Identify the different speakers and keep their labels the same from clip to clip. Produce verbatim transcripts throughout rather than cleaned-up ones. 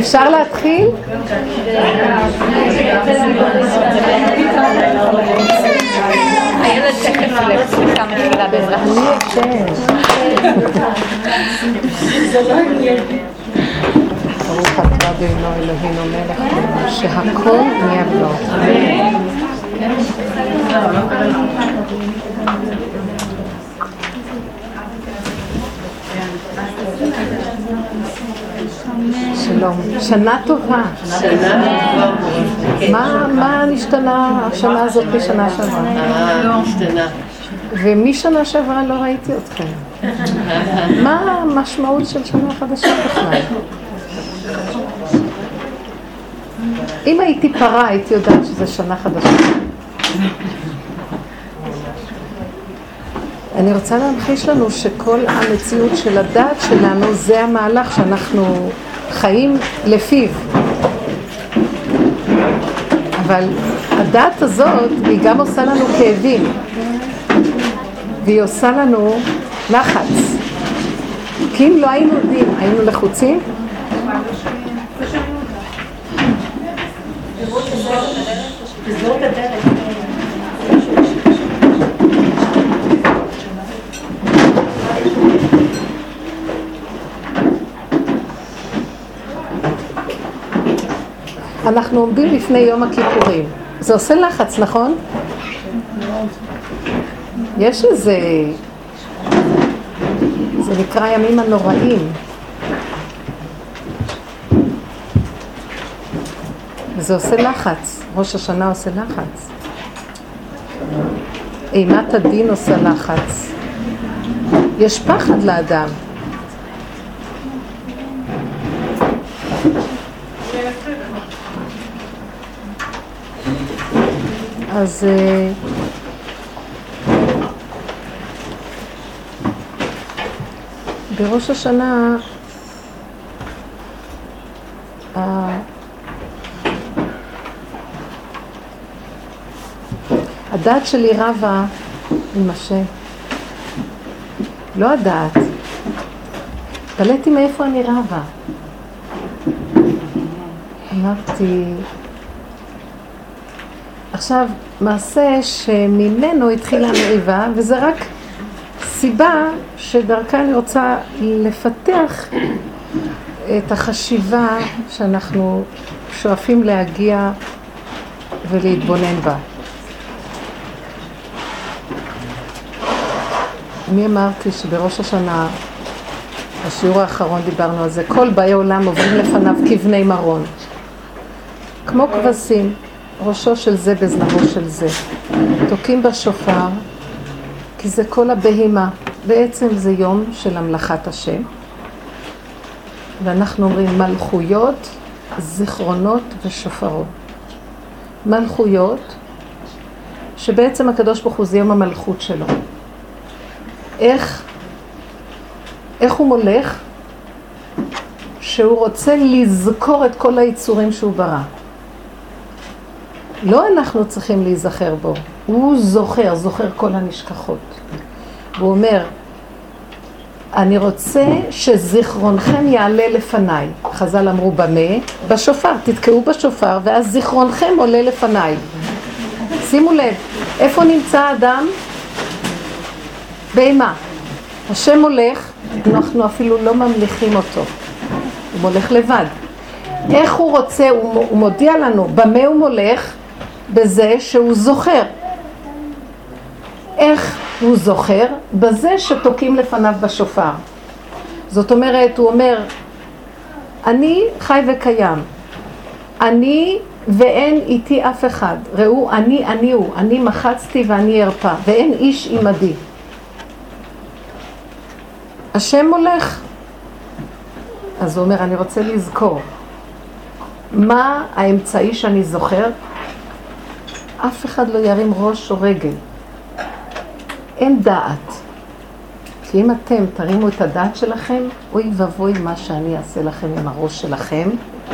Speaker 1: אפשר להתחיל?
Speaker 2: הילד תכף לצליחה מחילה בעזרת
Speaker 1: השם. ברוך אתה אדוני אלוהינו מלך העולם שהכל נהיה בדברו. שלום, שנה טובה.
Speaker 3: שנה טובה.
Speaker 1: מה נשתנה השנה הזאת בשנה שעברה?
Speaker 3: נשתנה.
Speaker 1: ומשנה שעברה לא ראיתי אתכם. מה המשמעות של שנה חדשה בכלל? אם הייתי פרה הייתי יודעת שזה שנה חדשה. אני רוצה להמחיש לנו שכל המציאות של הדעת שלנו זה המהלך שאנחנו חיים לפיו. אבל הדעת הזאת היא גם עושה לנו כאבים והיא עושה לנו לחץ. כי אם לא היינו יודעים, היינו לחוצים?
Speaker 4: תזרות הדרך.
Speaker 1: אנחנו עומדים לפני יום הכיפורים. זה עושה לחץ, נכון? יש איזה... זה נקרא ימים הנוראים. וזה עושה לחץ. ראש השנה עושה לחץ. אימת הדין עושה לחץ. יש פחד לאדם. אז בראש השנה הדעת שלי רבה עם השם. לא הדעת. תלתי מאיפה אני רבה. אמרתי, עכשיו, מעשה שממנו התחילה המריבה, וזה רק סיבה שדרכה אני רוצה לפתח את החשיבה שאנחנו שואפים להגיע ולהתבונן בה. אני אמרתי שבראש השנה, בשיעור האחרון דיברנו על זה, כל באי עולם עוברים לפניו כבני מרון, כמו כבשים. ראשו של זה בזנבו של זה. תוקים בשופר, כי זה כל הבהימה. בעצם זה יום של המלאכת השם. ואנחנו אומרים מלכויות, זיכרונות ושופרות. מלכויות, שבעצם הקדוש ברוך הוא זה יום המלכות שלו. איך, איך הוא מולך? שהוא רוצה לזכור את כל היצורים שהוא ברא. לא אנחנו צריכים להיזכר בו, הוא זוכר, זוכר כל הנשכחות. הוא אומר, אני רוצה שזיכרונכם יעלה לפניי. חז"ל אמרו במה? בשופר, תתקעו בשופר, ואז זיכרונכם עולה לפניי. שימו לב, איפה נמצא האדם? בהמה. השם הולך, אנחנו אפילו לא ממליכים אותו. הוא מולך לבד. איך הוא רוצה, הוא, הוא מודיע לנו, במה הוא מולך? בזה שהוא זוכר. איך הוא זוכר? בזה שתוקים לפניו בשופר. זאת אומרת, הוא אומר, אני חי וקיים. אני ואין איתי אף אחד. ראו, אני, אני הוא. אני מחצתי ואני ארפה. ואין איש עמדי. השם הולך. אז הוא אומר, אני רוצה לזכור. מה האמצעי שאני זוכר? אף אחד לא ירים ראש או רגל. אין דעת. כי אם אתם תרימו את הדעת שלכם, אוי ובוי מה שאני אעשה לכם עם הראש שלכם.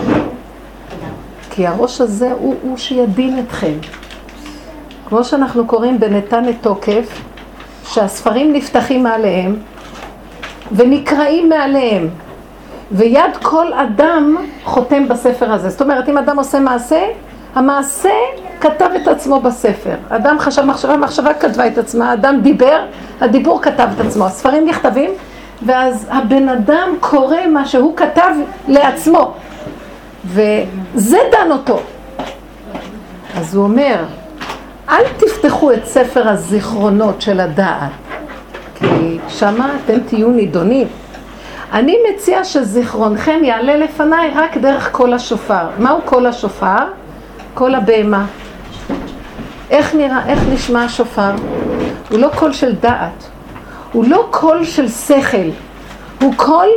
Speaker 1: כי הראש הזה הוא, הוא שידין אתכם. כמו שאנחנו קוראים בנתן לתוקף, שהספרים נפתחים מעליהם ונקראים מעליהם. ויד כל אדם חותם בספר הזה. זאת אומרת, אם אדם עושה מעשה, המעשה כתב את עצמו בספר. אדם חשב מחשבה, מחשבה כתבה את עצמה, אדם דיבר, הדיבור כתב את עצמו. הספרים נכתבים, ואז הבן אדם קורא מה שהוא כתב לעצמו. וזה דן אותו. אז הוא אומר, אל תפתחו את ספר הזיכרונות של הדעת, כי שמה אתם תהיו נידונים. אני מציע שזיכרונכם יעלה לפניי רק דרך קול השופר. מהו קול השופר? קול הבהמה. איך נראה, איך נשמע השופר? הוא לא קול של דעת, הוא לא קול של שכל, הוא קול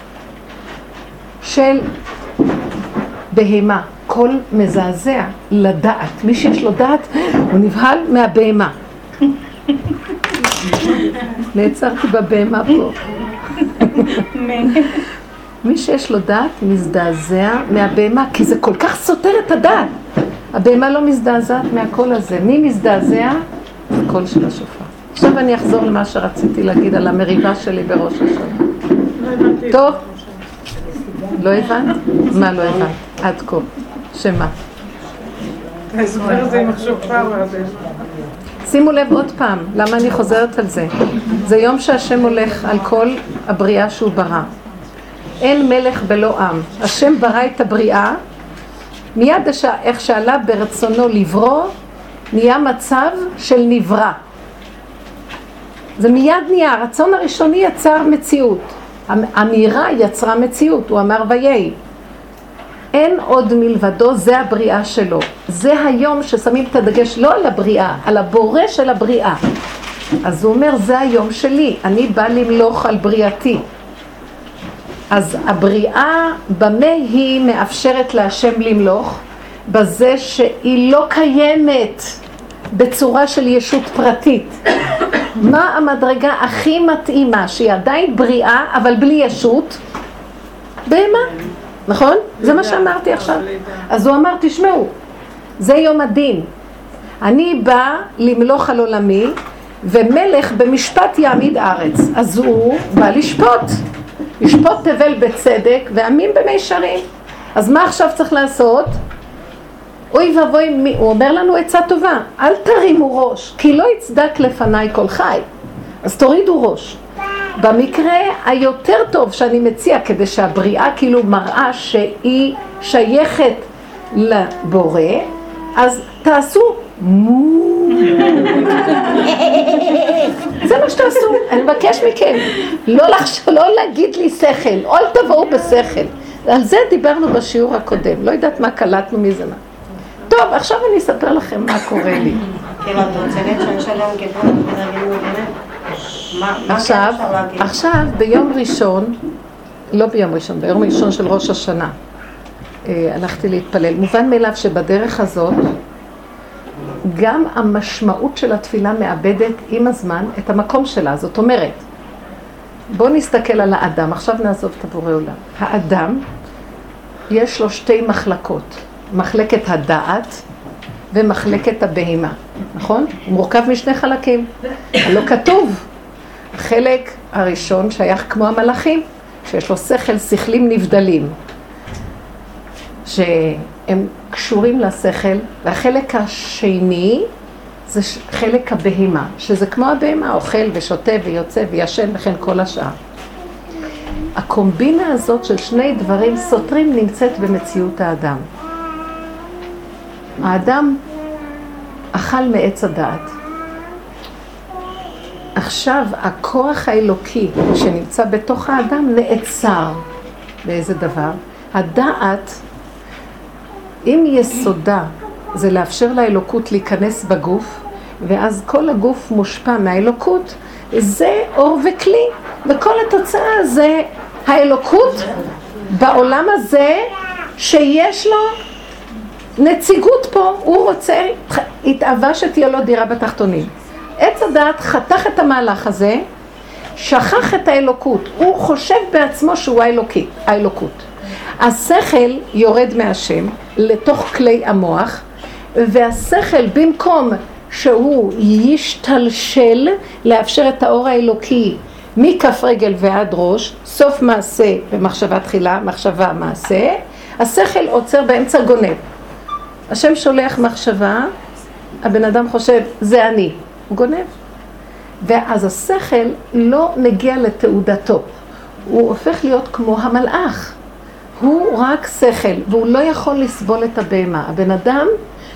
Speaker 1: של בהמה, קול מזעזע לדעת. מי שיש לו דעת, הוא נבהל מהבהמה. נעצרתי בבהמה פה. מי שיש לו דעת מזדעזע מהבהמה, כי זה כל כך סותר את הדעת. הבהמה לא מזדעזעת מהקול הזה. מי מזדעזע? זה קול של השופר. עכשיו אני אחזור למה שרציתי להגיד על המריבה שלי בראש השנה. טוב? לא הבנת? מה לא הבנת? עד כה. שמה?
Speaker 5: אני זוכרת זה עם השופר.
Speaker 1: שימו לב עוד פעם, למה אני חוזרת על זה? זה יום שהשם הולך על כל הבריאה שהוא ברא. אין מלך בלא עם. השם ברא את הבריאה, מיד איך שעלה ברצונו לברוא, נהיה מצב של נברא. זה מיד נהיה, הרצון הראשוני יצר מציאות. האמירה יצרה מציאות, הוא אמר ויהי. אין עוד מלבדו, זה הבריאה שלו. זה היום ששמים את הדגש לא על הבריאה, על הבורא של הבריאה. אז הוא אומר, זה היום שלי, אני בא למלוך על בריאתי. אז הבריאה, במה היא מאפשרת להשם למלוך? בזה שהיא לא קיימת בצורה של ישות פרטית. מה המדרגה הכי מתאימה, שהיא עדיין בריאה, אבל בלי ישות? בהמה. נכון? זה מה שאמרתי עכשיו. אז הוא אמר, תשמעו, זה יום הדין. אני בא למלוך על עולמי, ומלך במשפט יעמיד ארץ. אז הוא בא לשפוט. לשפוט תבל בצדק, ועמים במישרים. אז מה עכשיו צריך לעשות? אוי ואבוי, הוא אומר לנו עצה טובה, אל תרימו ראש, כי לא יצדק לפניי כל חי. אז תורידו ראש. במקרה היותר טוב שאני מציע, כדי שהבריאה כאילו מראה שהיא שייכת לבורא, אז תעשו זה מה שתעשו. אני מבקש מכם לא, לחש... לא להגיד לי שכל, או אל תבואו בשכל. על זה דיברנו בשיעור הקודם, לא יודעת מה קלטנו מזה מה. טוב, עכשיו אני אספר לכם מה קורה לי.
Speaker 4: כאילו, את רוצנת שאני שלם כיוון, ונבין מבינת?
Speaker 1: עכשיו, עכשיו ביום ראשון, לא ביום ראשון, ביום ראשון של ראש השנה, הלכתי להתפלל. מובן מאליו שבדרך הזאת, גם המשמעות של התפילה מאבדת עם הזמן את המקום שלה. זאת אומרת, בואו נסתכל על האדם, עכשיו נעזוב את הבורא עולם. האדם, יש לו שתי מחלקות, מחלקת הדעת ומחלקת הבהמה, נכון? הוא מורכב משני חלקים. לא כתוב. החלק הראשון שייך כמו המלאכים, שיש לו שכל, שכלים נבדלים, שהם קשורים לשכל, והחלק השני זה חלק הבהמה, שזה כמו הבהמה, אוכל ושותה ויוצא וישן וכן כל השאר. הקומבינה הזאת של שני דברים סותרים נמצאת במציאות האדם. האדם אכל מעץ הדעת. עכשיו הכוח האלוקי שנמצא בתוך האדם נעצר באיזה דבר. הדעת, אם יסודה, זה לאפשר לאלוקות להיכנס בגוף, ואז כל הגוף מושפע מהאלוקות, זה אור וכלי, וכל התוצאה זה האלוקות בעולם הזה שיש לו נציגות פה. הוא רוצה, התאווה שתהיה לו דירה בתחתונים. עץ הדעת חתך את המהלך הזה, שכח את האלוקות, הוא חושב בעצמו שהוא האלוקי, האלוקות. השכל יורד מהשם לתוך כלי המוח, והשכל במקום שהוא ישתלשל לאפשר את האור האלוקי מכף רגל ועד ראש, סוף מעשה ומחשבה תחילה, מחשבה מעשה, השכל עוצר באמצע גונב. השם שולח מחשבה, הבן אדם חושב, זה אני, הוא גונב. ואז השכל לא מגיע לתעודתו, הוא הופך להיות כמו המלאך. הוא רק שכל, והוא לא יכול לסבול את הבהמה. הבן אדם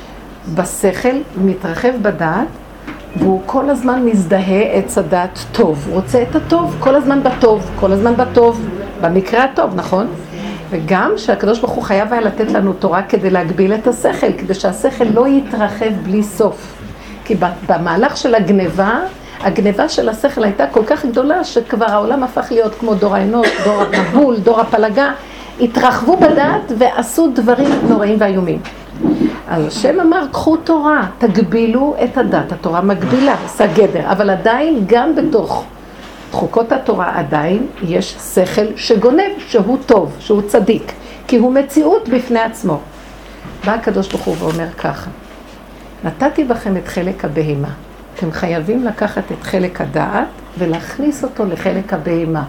Speaker 1: בשכל מתרחב בדעת, והוא כל הזמן מזדהה עץ הדעת טוב. הוא רוצה את הטוב, כל הזמן בטוב, כל הזמן בטוב, במקרה הטוב, נכון? וגם שהקדוש ברוך הוא חייב היה לתת לנו תורה כדי להגביל את השכל, כדי שהשכל לא יתרחב בלי סוף. כי במהלך של הגניבה, הגניבה של השכל הייתה כל כך גדולה, שכבר העולם הפך להיות כמו דור האנוש, דור המבול, דור הפלגה, התרחבו בדעת ועשו דברים נוראים ואיומים. אז השם אמר, קחו תורה, תגבילו את הדת, התורה מגבילה, עושה גדר, אבל עדיין גם בתוך חוקות התורה עדיין יש שכל שגונב, שהוא טוב, שהוא צדיק, כי הוא מציאות בפני עצמו. בא הקדוש ברוך הוא ואומר ככה, נתתי בכם את חלק הבהמה, אתם חייבים לקחת את חלק הדעת ולהכניס אותו לחלק הבהמה,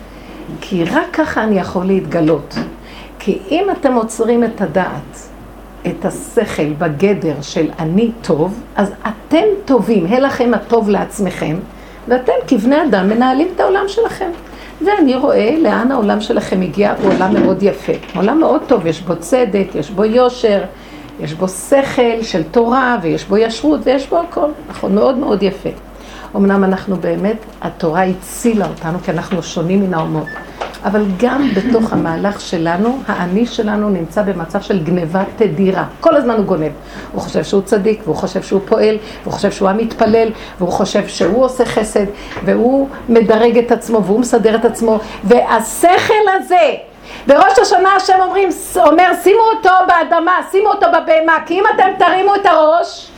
Speaker 1: כי רק ככה אני יכול להתגלות. כי אם אתם עוצרים את הדעת, את השכל בגדר של אני טוב, אז אתם טובים, הלכם הטוב לעצמכם, ואתם כבני אדם מנהלים את העולם שלכם. ואני רואה לאן העולם שלכם הגיע, הוא עולם מאוד יפה. עולם מאוד טוב, יש בו צדק, יש בו יושר, יש בו שכל של תורה, ויש בו ישרות, ויש בו הכל. נכון, מאוד מאוד יפה. אמנם אנחנו באמת, התורה הצילה אותנו, כי אנחנו שונים מן האומות. אבל גם בתוך המהלך שלנו, האני שלנו נמצא במצב של גניבה תדירה. כל הזמן הוא גונב. הוא חושב שהוא צדיק, והוא חושב שהוא פועל, והוא חושב שהוא המתפלל, והוא חושב שהוא עושה חסד, והוא מדרג את עצמו, והוא מסדר את עצמו. והשכל הזה, בראש השנה השם אומרים, אומר, שימו אותו באדמה, שימו אותו בבהמה, כי אם אתם תרימו את הראש,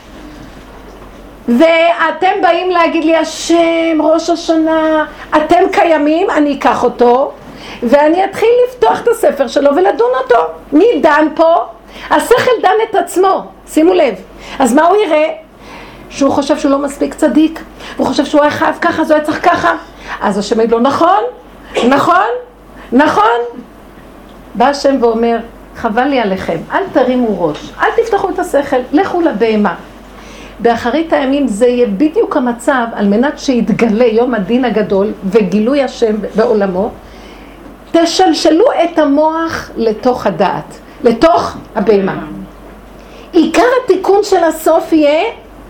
Speaker 1: ואתם באים להגיד לי, השם, ראש השנה, אתם קיימים, אני אקח אותו, ואני אתחיל לפתוח את הספר שלו ולדון אותו. מי דן פה? השכל דן את עצמו, שימו לב. אז מה הוא יראה? שהוא חושב שהוא לא מספיק צדיק, הוא חושב שהוא היה חייב ככה, אז הוא היה צריך ככה. אז השם יגיד לו, נכון, נכון, נכון. בא השם ואומר, חבל לי עליכם, אל תרימו ראש, אל תפתחו את השכל, לכו לבהמה. באחרית הימים זה יהיה בדיוק המצב, על מנת שיתגלה יום הדין הגדול וגילוי השם בעולמו, תשלשלו את המוח לתוך הדעת, לתוך הבהמה. עיקר התיקון של הסוף יהיה,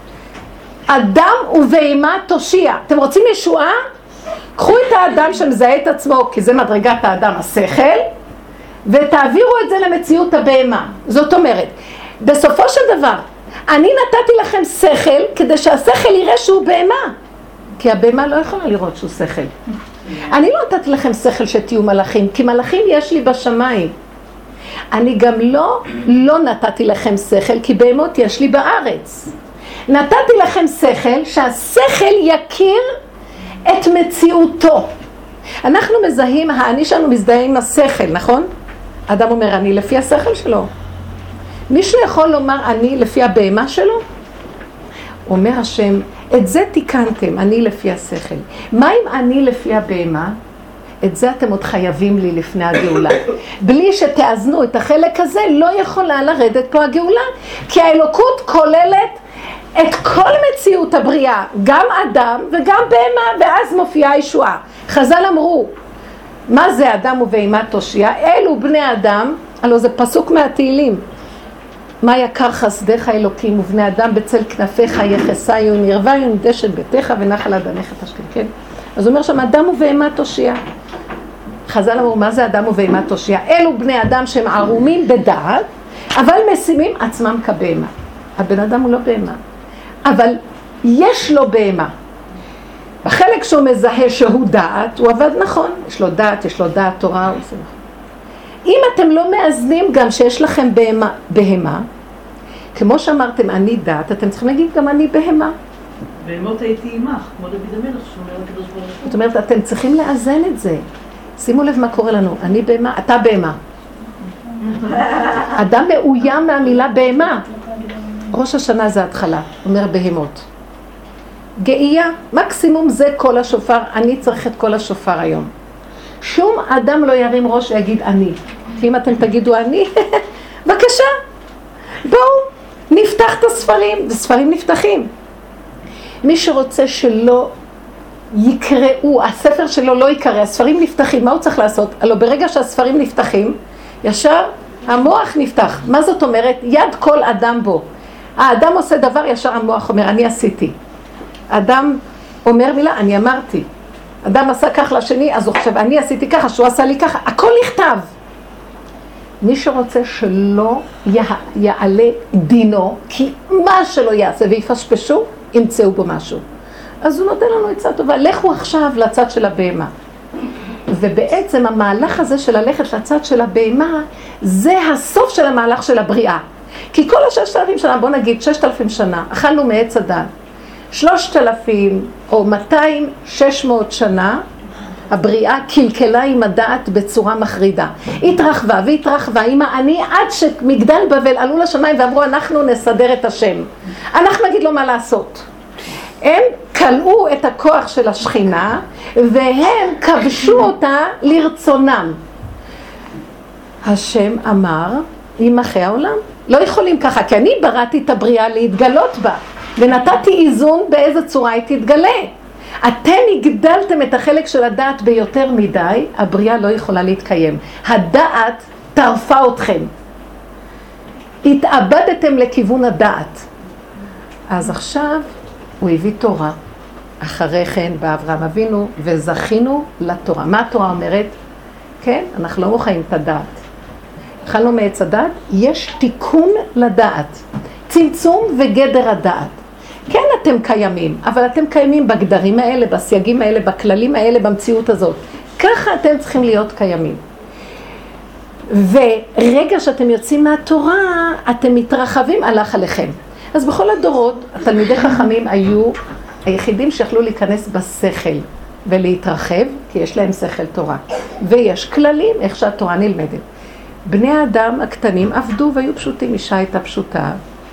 Speaker 1: אדם ובהמה תושיע. אתם רוצים ישועה? קחו את האדם שמזהה את עצמו, כי זה מדרגת האדם, השכל, ותעבירו את זה למציאות הבהמה. זאת אומרת, בסופו של דבר, אני נתתי לכם שכל כדי שהשכל יראה שהוא בהמה, כי הבהמה לא יכולה לראות שהוא שכל. אני לא נתתי לכם שכל שתהיו מלאכים, כי מלאכים יש לי בשמיים. אני גם לא, לא נתתי לכם שכל, כי בהמות יש לי בארץ. נתתי לכם שכל, שהשכל יכיר את מציאותו. אנחנו מזהים, האני שלנו מזדהה עם השכל, נכון? אדם אומר, אני לפי השכל שלו. מישהו יכול לומר, אני לפי הבהמה שלו? אומר השם, את זה תיקנתם, אני לפי השכל. מה אם אני לפי הבהמה? את זה אתם עוד חייבים לי לפני הגאולה. בלי שתאזנו את החלק הזה, לא יכולה לרדת פה הגאולה. כי האלוקות כוללת את כל מציאות הבריאה, גם אדם וגם בהמה, ואז מופיעה ישועה. חז"ל אמרו, מה זה אדם ובהמה תושיע? אלו בני אדם, הלוא זה פסוק מהתהילים. מה יקר חסדך אלוקים ובני אדם בצל כנפיך יחסיו נרוויו דשן ביתך ונחל אדניך תשכין, כן? אז הוא אומר שם אדם ובהמה תושיע. חז"ל אמרו, מה זה אדם ובהמה תושיע? אלו בני אדם שהם ערומים בדעת, אבל משימים עצמם כבהמה. הבן אדם הוא לא בהמה, אבל יש לו בהמה. בחלק שהוא מזהה שהוא דעת, הוא עבד נכון. יש לו דעת, יש לו דעת תורה, הוא עושה נכון. אם אתם לא מאזנים גם שיש לכם בהמה, בהמה, כמו שאמרתם, אני דעת, אתם צריכים להגיד גם אני בהמה.
Speaker 3: בהמות הייתי עמך, כמו דוד המלך שאומר לקדוש ברוך הוא.
Speaker 1: זאת אומרת, אתם צריכים לאזן את זה. שימו לב מה קורה לנו, אני בהמה, אתה בהמה. אדם מאוים מהמילה בהמה. ראש השנה זה התחלה, אומר בהמות. גאייה, מקסימום זה כל השופר, אני צריך את כל השופר היום. שום אדם לא ירים ראש ויגיד אני. כי אם אתם תגידו אני, בבקשה, בואו, נפתח את הספרים, וספרים נפתחים. מי שרוצה שלא יקראו, הספר שלו לא יקרא, הספרים נפתחים, מה הוא צריך לעשות? הלוא ברגע שהספרים נפתחים, ישר המוח נפתח. מה זאת אומרת? יד כל אדם בו. האדם עושה דבר, ישר המוח אומר, אני עשיתי. האדם אומר מילה, אני אמרתי. אדם עשה כך לשני, אז הוא חושב, אני עשיתי ככה, שהוא עשה לי ככה, הכל נכתב. מי שרוצה שלא יעלה דינו, כי מה שלא יעשה ויפשפשו, ימצאו בו משהו. אז הוא נותן לנו עצה טובה, לכו עכשיו לצד של הבהמה. ובעצם המהלך הזה של ללכת לצד של הבהמה, זה הסוף של המהלך של הבריאה. כי כל הששת אלפים שנה, בוא נגיד ששת אלפים שנה, אכלנו מעץ הדת. שלושת אלפים או מאתיים שש מאות שנה, הבריאה קלקלה עם הדעת בצורה מחרידה. התרחבה והתרחבה עם העני עד שמגדל בבל עלו לשמיים ואמרו אנחנו נסדר את השם. אנחנו נגיד לו מה לעשות. הם קלעו את הכוח של השכינה והם כבשו אותה לרצונם. השם אמר, ימחה העולם. לא יכולים ככה, כי אני בראתי את הבריאה להתגלות בה, ונתתי איזון באיזה צורה היא תתגלה. אתם הגדלתם את החלק של הדעת ביותר מדי, הבריאה לא יכולה להתקיים. הדעת טרפה אתכם. התאבדתם לכיוון הדעת. אז עכשיו הוא הביא תורה. אחרי כן באברהם אבינו וזכינו לתורה. מה התורה אומרת? כן, אנחנו לא מוכנים את הדעת. אכלנו מעץ הדעת, יש תיקון לדעת. צמצום וגדר הדעת. כן, אתם קיימים, אבל אתם קיימים בגדרים האלה, בסייגים האלה, בכללים האלה, במציאות הזאת. ככה אתם צריכים להיות קיימים. ורגע שאתם יוצאים מהתורה, אתם מתרחבים, הלך עליכם. אז בכל הדורות, התלמידי חכמים היו היחידים שיכלו להיכנס בשכל ולהתרחב, כי יש להם שכל תורה. ויש כללים איך שהתורה נלמדת. בני האדם הקטנים עבדו והיו פשוטים, אישה הייתה פשוטה,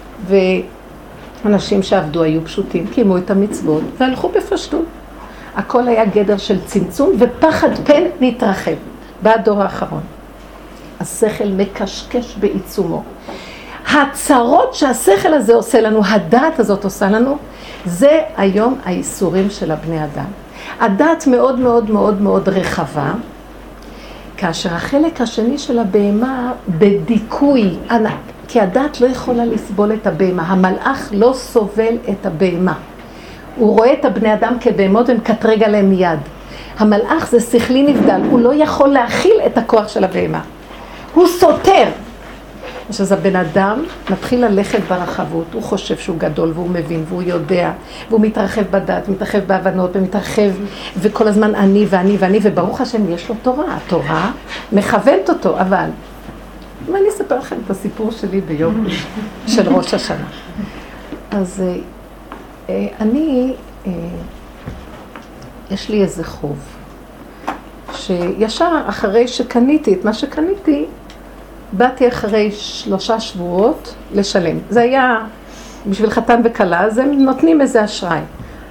Speaker 1: ואנשים שעבדו היו פשוטים, קיימו את המצוות והלכו בפשטות. הכל היה גדר של צמצום ופחד פן להתרחב. בדור האחרון. השכל מקשקש בעיצומו. הצרות שהשכל הזה עושה לנו, הדעת הזאת עושה לנו, זה היום האיסורים של הבני אדם. הדעת מאוד מאוד מאוד מאוד רחבה, כאשר החלק השני של הבהמה בדיכוי, כי הדעת לא יכולה לסבול את הבהמה, המלאך לא סובל את הבהמה. הוא רואה את הבני אדם כבהמות ומקטרג עליהם מיד. המלאך זה שכלי נבדל, הוא לא יכול להכיל את הכוח של הבהמה. הוא סותר. אז הבן אדם מתחיל ללכת ברחבות, הוא חושב שהוא גדול והוא מבין והוא יודע, והוא מתרחב בדעת, מתרחב בהבנות ומתרחב, וכל הזמן אני ואני ואני, וברוך השם יש לו תורה, התורה מכוונת אותו, אבל אם אני אספר לכם את הסיפור שלי ביום של ראש השנה. אז אני, יש לי איזה חוב, שישר אחרי שקניתי את מה שקניתי, באתי אחרי שלושה שבועות לשלם. זה היה בשביל חתן וקלה, אז הם נותנים איזה אשראי.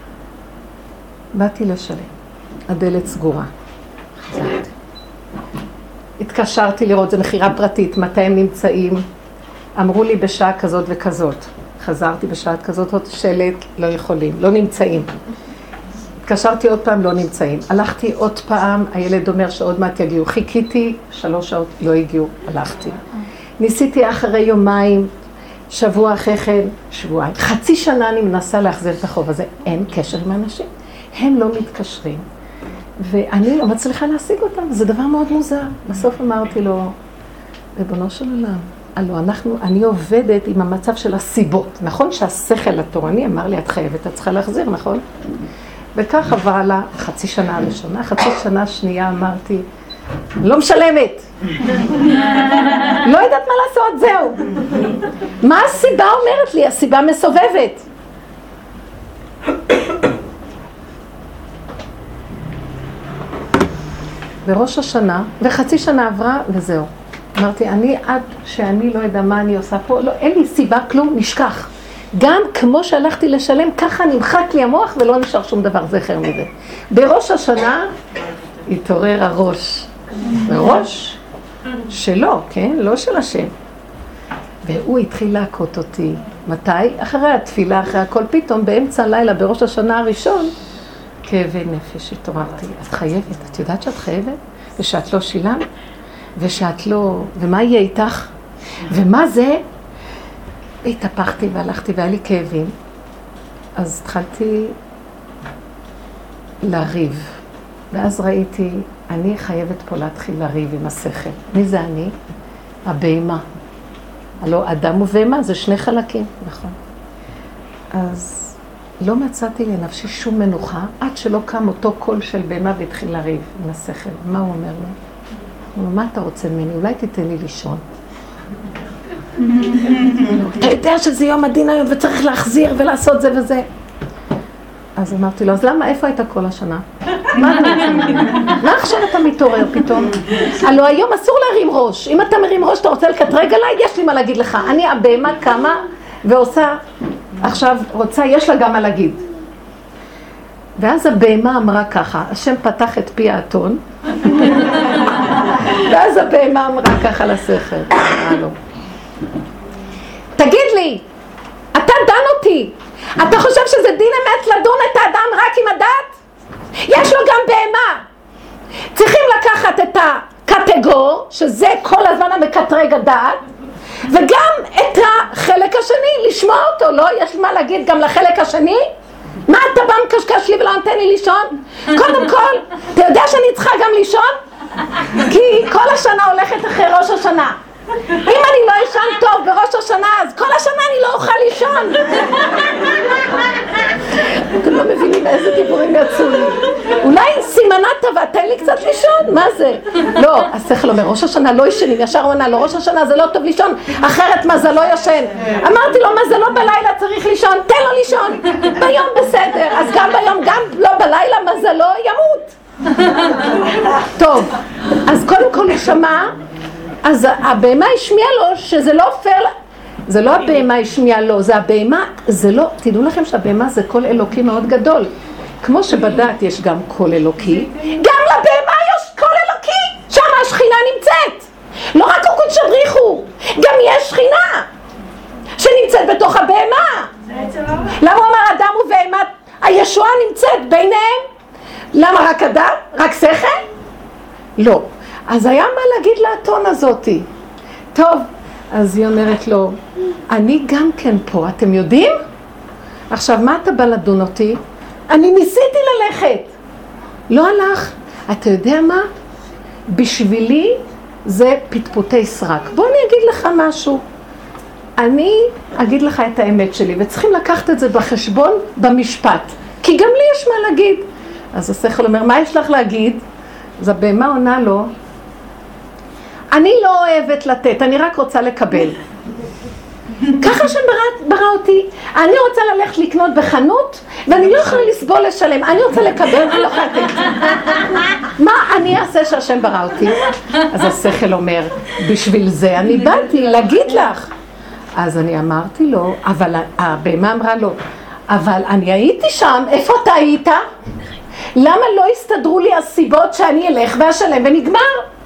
Speaker 1: באתי לשלם. הדלת סגורה. חזרתי. התקשרתי לראות, זה מחירה פרטית, מתי הם נמצאים. אמרו לי בשעה כזאת וכזאת. חזרתי בשעה כזאת, עוד שלט, לא יכולים, לא נמצאים. התקשרתי עוד פעם, לא נמצאים. הלכתי עוד פעם, הילד אומר שעוד מעט יגיעו. חיכיתי, שלוש שעות לא הגיעו, הלכתי. ניסיתי אחרי יומיים, שבוע אחרי כן, שבועיים. חצי שנה אני מנסה להחזיר את החוב הזה. אין קשר עם האנשים. הם לא מתקשרים. ואני לא מצליחה להשיג אותם. זה דבר מאוד מוזר. בסוף אמרתי לו, ריבונו של עולם, הלוא אנחנו, אני עובדת עם המצב של הסיבות. נכון שהשכל התורני אמר לי, את חייבת, את צריכה להחזיר, נכון? וכך עברה לה חצי שנה הראשונה, חצי שנה שנייה אמרתי, לא משלמת. לא יודעת מה לעשות, זהו. מה הסיבה אומרת לי? הסיבה מסובבת. בראש השנה, וחצי שנה עברה וזהו. אמרתי, אני עד שאני לא יודע מה אני עושה פה, לא, אין לי סיבה, כלום, נשכח. גם כמו שהלכתי לשלם, ככה נמחק לי המוח ולא נשאר שום דבר זכר מזה. בראש השנה התעורר הראש. הראש שלו, כן? לא של השם. והוא התחיל להכות אותי. מתי? אחרי התפילה, אחרי הכל, פתאום באמצע הלילה, בראש השנה הראשון, כאבי נפש התעוררתי. את חייבת, את יודעת שאת חייבת? ושאת לא שילמת? ושאת לא... ומה יהיה איתך? ומה זה? התהפכתי והלכתי והיה לי כאבים. אז התחלתי לריב. ואז ראיתי, אני חייבת פה להתחיל לריב עם השכל. מי זה אני? הבהמה. הלא אדם ובהמה זה שני חלקים, נכון. אז לא מצאתי לנפשי שום מנוחה, עד שלא קם אותו קול של בהמה והתחיל לריב עם השכל. מה הוא אומר לו? הוא אומר, מה אתה רוצה ממני? אולי תיתן לי לישון. אתה יודע שזה יום הדין היום וצריך להחזיר ולעשות זה וזה. אז אמרתי לו, אז למה, איפה היית כל השנה? מה אתה רוצה ממני? מה עכשיו אתה מתעורר פתאום? הלוא היום אסור להרים ראש. אם אתה מרים ראש, אתה רוצה לקטרג עליי, יש לי מה להגיד לך. אני הבהמה קמה ועושה, עכשיו רוצה, יש לה גם מה להגיד. ואז הבהמה אמרה ככה, השם פתח את פי האתון, ואז הבהמה אמרה ככה לשכל. הלו. תגיד לי, אתה דן אותי. אתה חושב שזה דין אמת לדון את האדם רק עם הדת? יש לו גם בהמה. צריכים לקחת את הקטגור, שזה כל הזמן המקטרג הדעת, וגם את החלק השני, לשמוע אותו, לא? יש מה להגיד גם לחלק השני? מה אתה בא מקשקש לי ולא נותן לי לישון? קודם כל, אתה יודע שאני צריכה גם לישון? כי כל השנה הולכת אחרי ראש השנה. אם אני לא ישן טוב בראש השנה, אז כל השנה אני לא אוכל לישון. אתם לא מבינים איזה דיבורים יצאו לי. אולי סימנה טובה, תן לי קצת לישון, מה זה? לא, השכל אומר, ראש השנה לא ישנים, ישר הוא ענה לו, ראש השנה זה לא טוב לישון, אחרת מזלו ישן. אמרתי לו, מזלו בלילה צריך לישון, תן לו לישון. ביום בסדר, אז גם ביום, גם לא בלילה, מזלו ימות. טוב, אז קודם כל הוא שמע, אז הבהמה השמיעה לו שזה לא פייר, זה לא הבהמה השמיעה לו, זה הבהמה, זה לא, תדעו לכם שהבהמה זה קול אלוקי מאוד גדול. כמו שבדעת יש גם קול אלוקי, גם לבהמה יש קול אלוקי, שם השכינה נמצאת. לא רק הוא קודש הבריחו, גם יש שכינה שנמצאת בתוך הבהמה. למה הוא אמר אדם ובהמה, הישועה נמצאת ביניהם? למה רק אדם? רק שכל? לא. אז היה מה להגיד לאתון הזאתי. טוב, אז היא אומרת לו, אני גם כן פה, אתם יודעים? עכשיו, מה אתה בא לדון אותי? אני ניסיתי ללכת. לא הלך. אתה יודע מה? בשבילי זה פטפוטי סרק. בוא אני אגיד לך משהו. אני אגיד לך את האמת שלי, וצריכים לקחת את זה בחשבון במשפט. כי גם לי יש מה להגיד. אז השכל אומר, מה יש לך להגיד? אז הבהמה עונה לו, אני לא אוהבת לתת, אני רק רוצה לקבל. ככה שברא ברא אותי, אני רוצה ללכת לקנות בחנות, ואני לא יכולה לסבול לשלם, אני רוצה לקבל, אני לא יכולה לתת. מה אני אעשה שהשם ברא אותי? אז השכל אומר, בשביל זה אני באתי להגיד לך. אז אני אמרתי לו, אבל הבהמה אמרה לו, אבל אני הייתי שם, איפה אתה היית? למה לא הסתדרו לי הסיבות שאני אלך ואשלם ונגמר?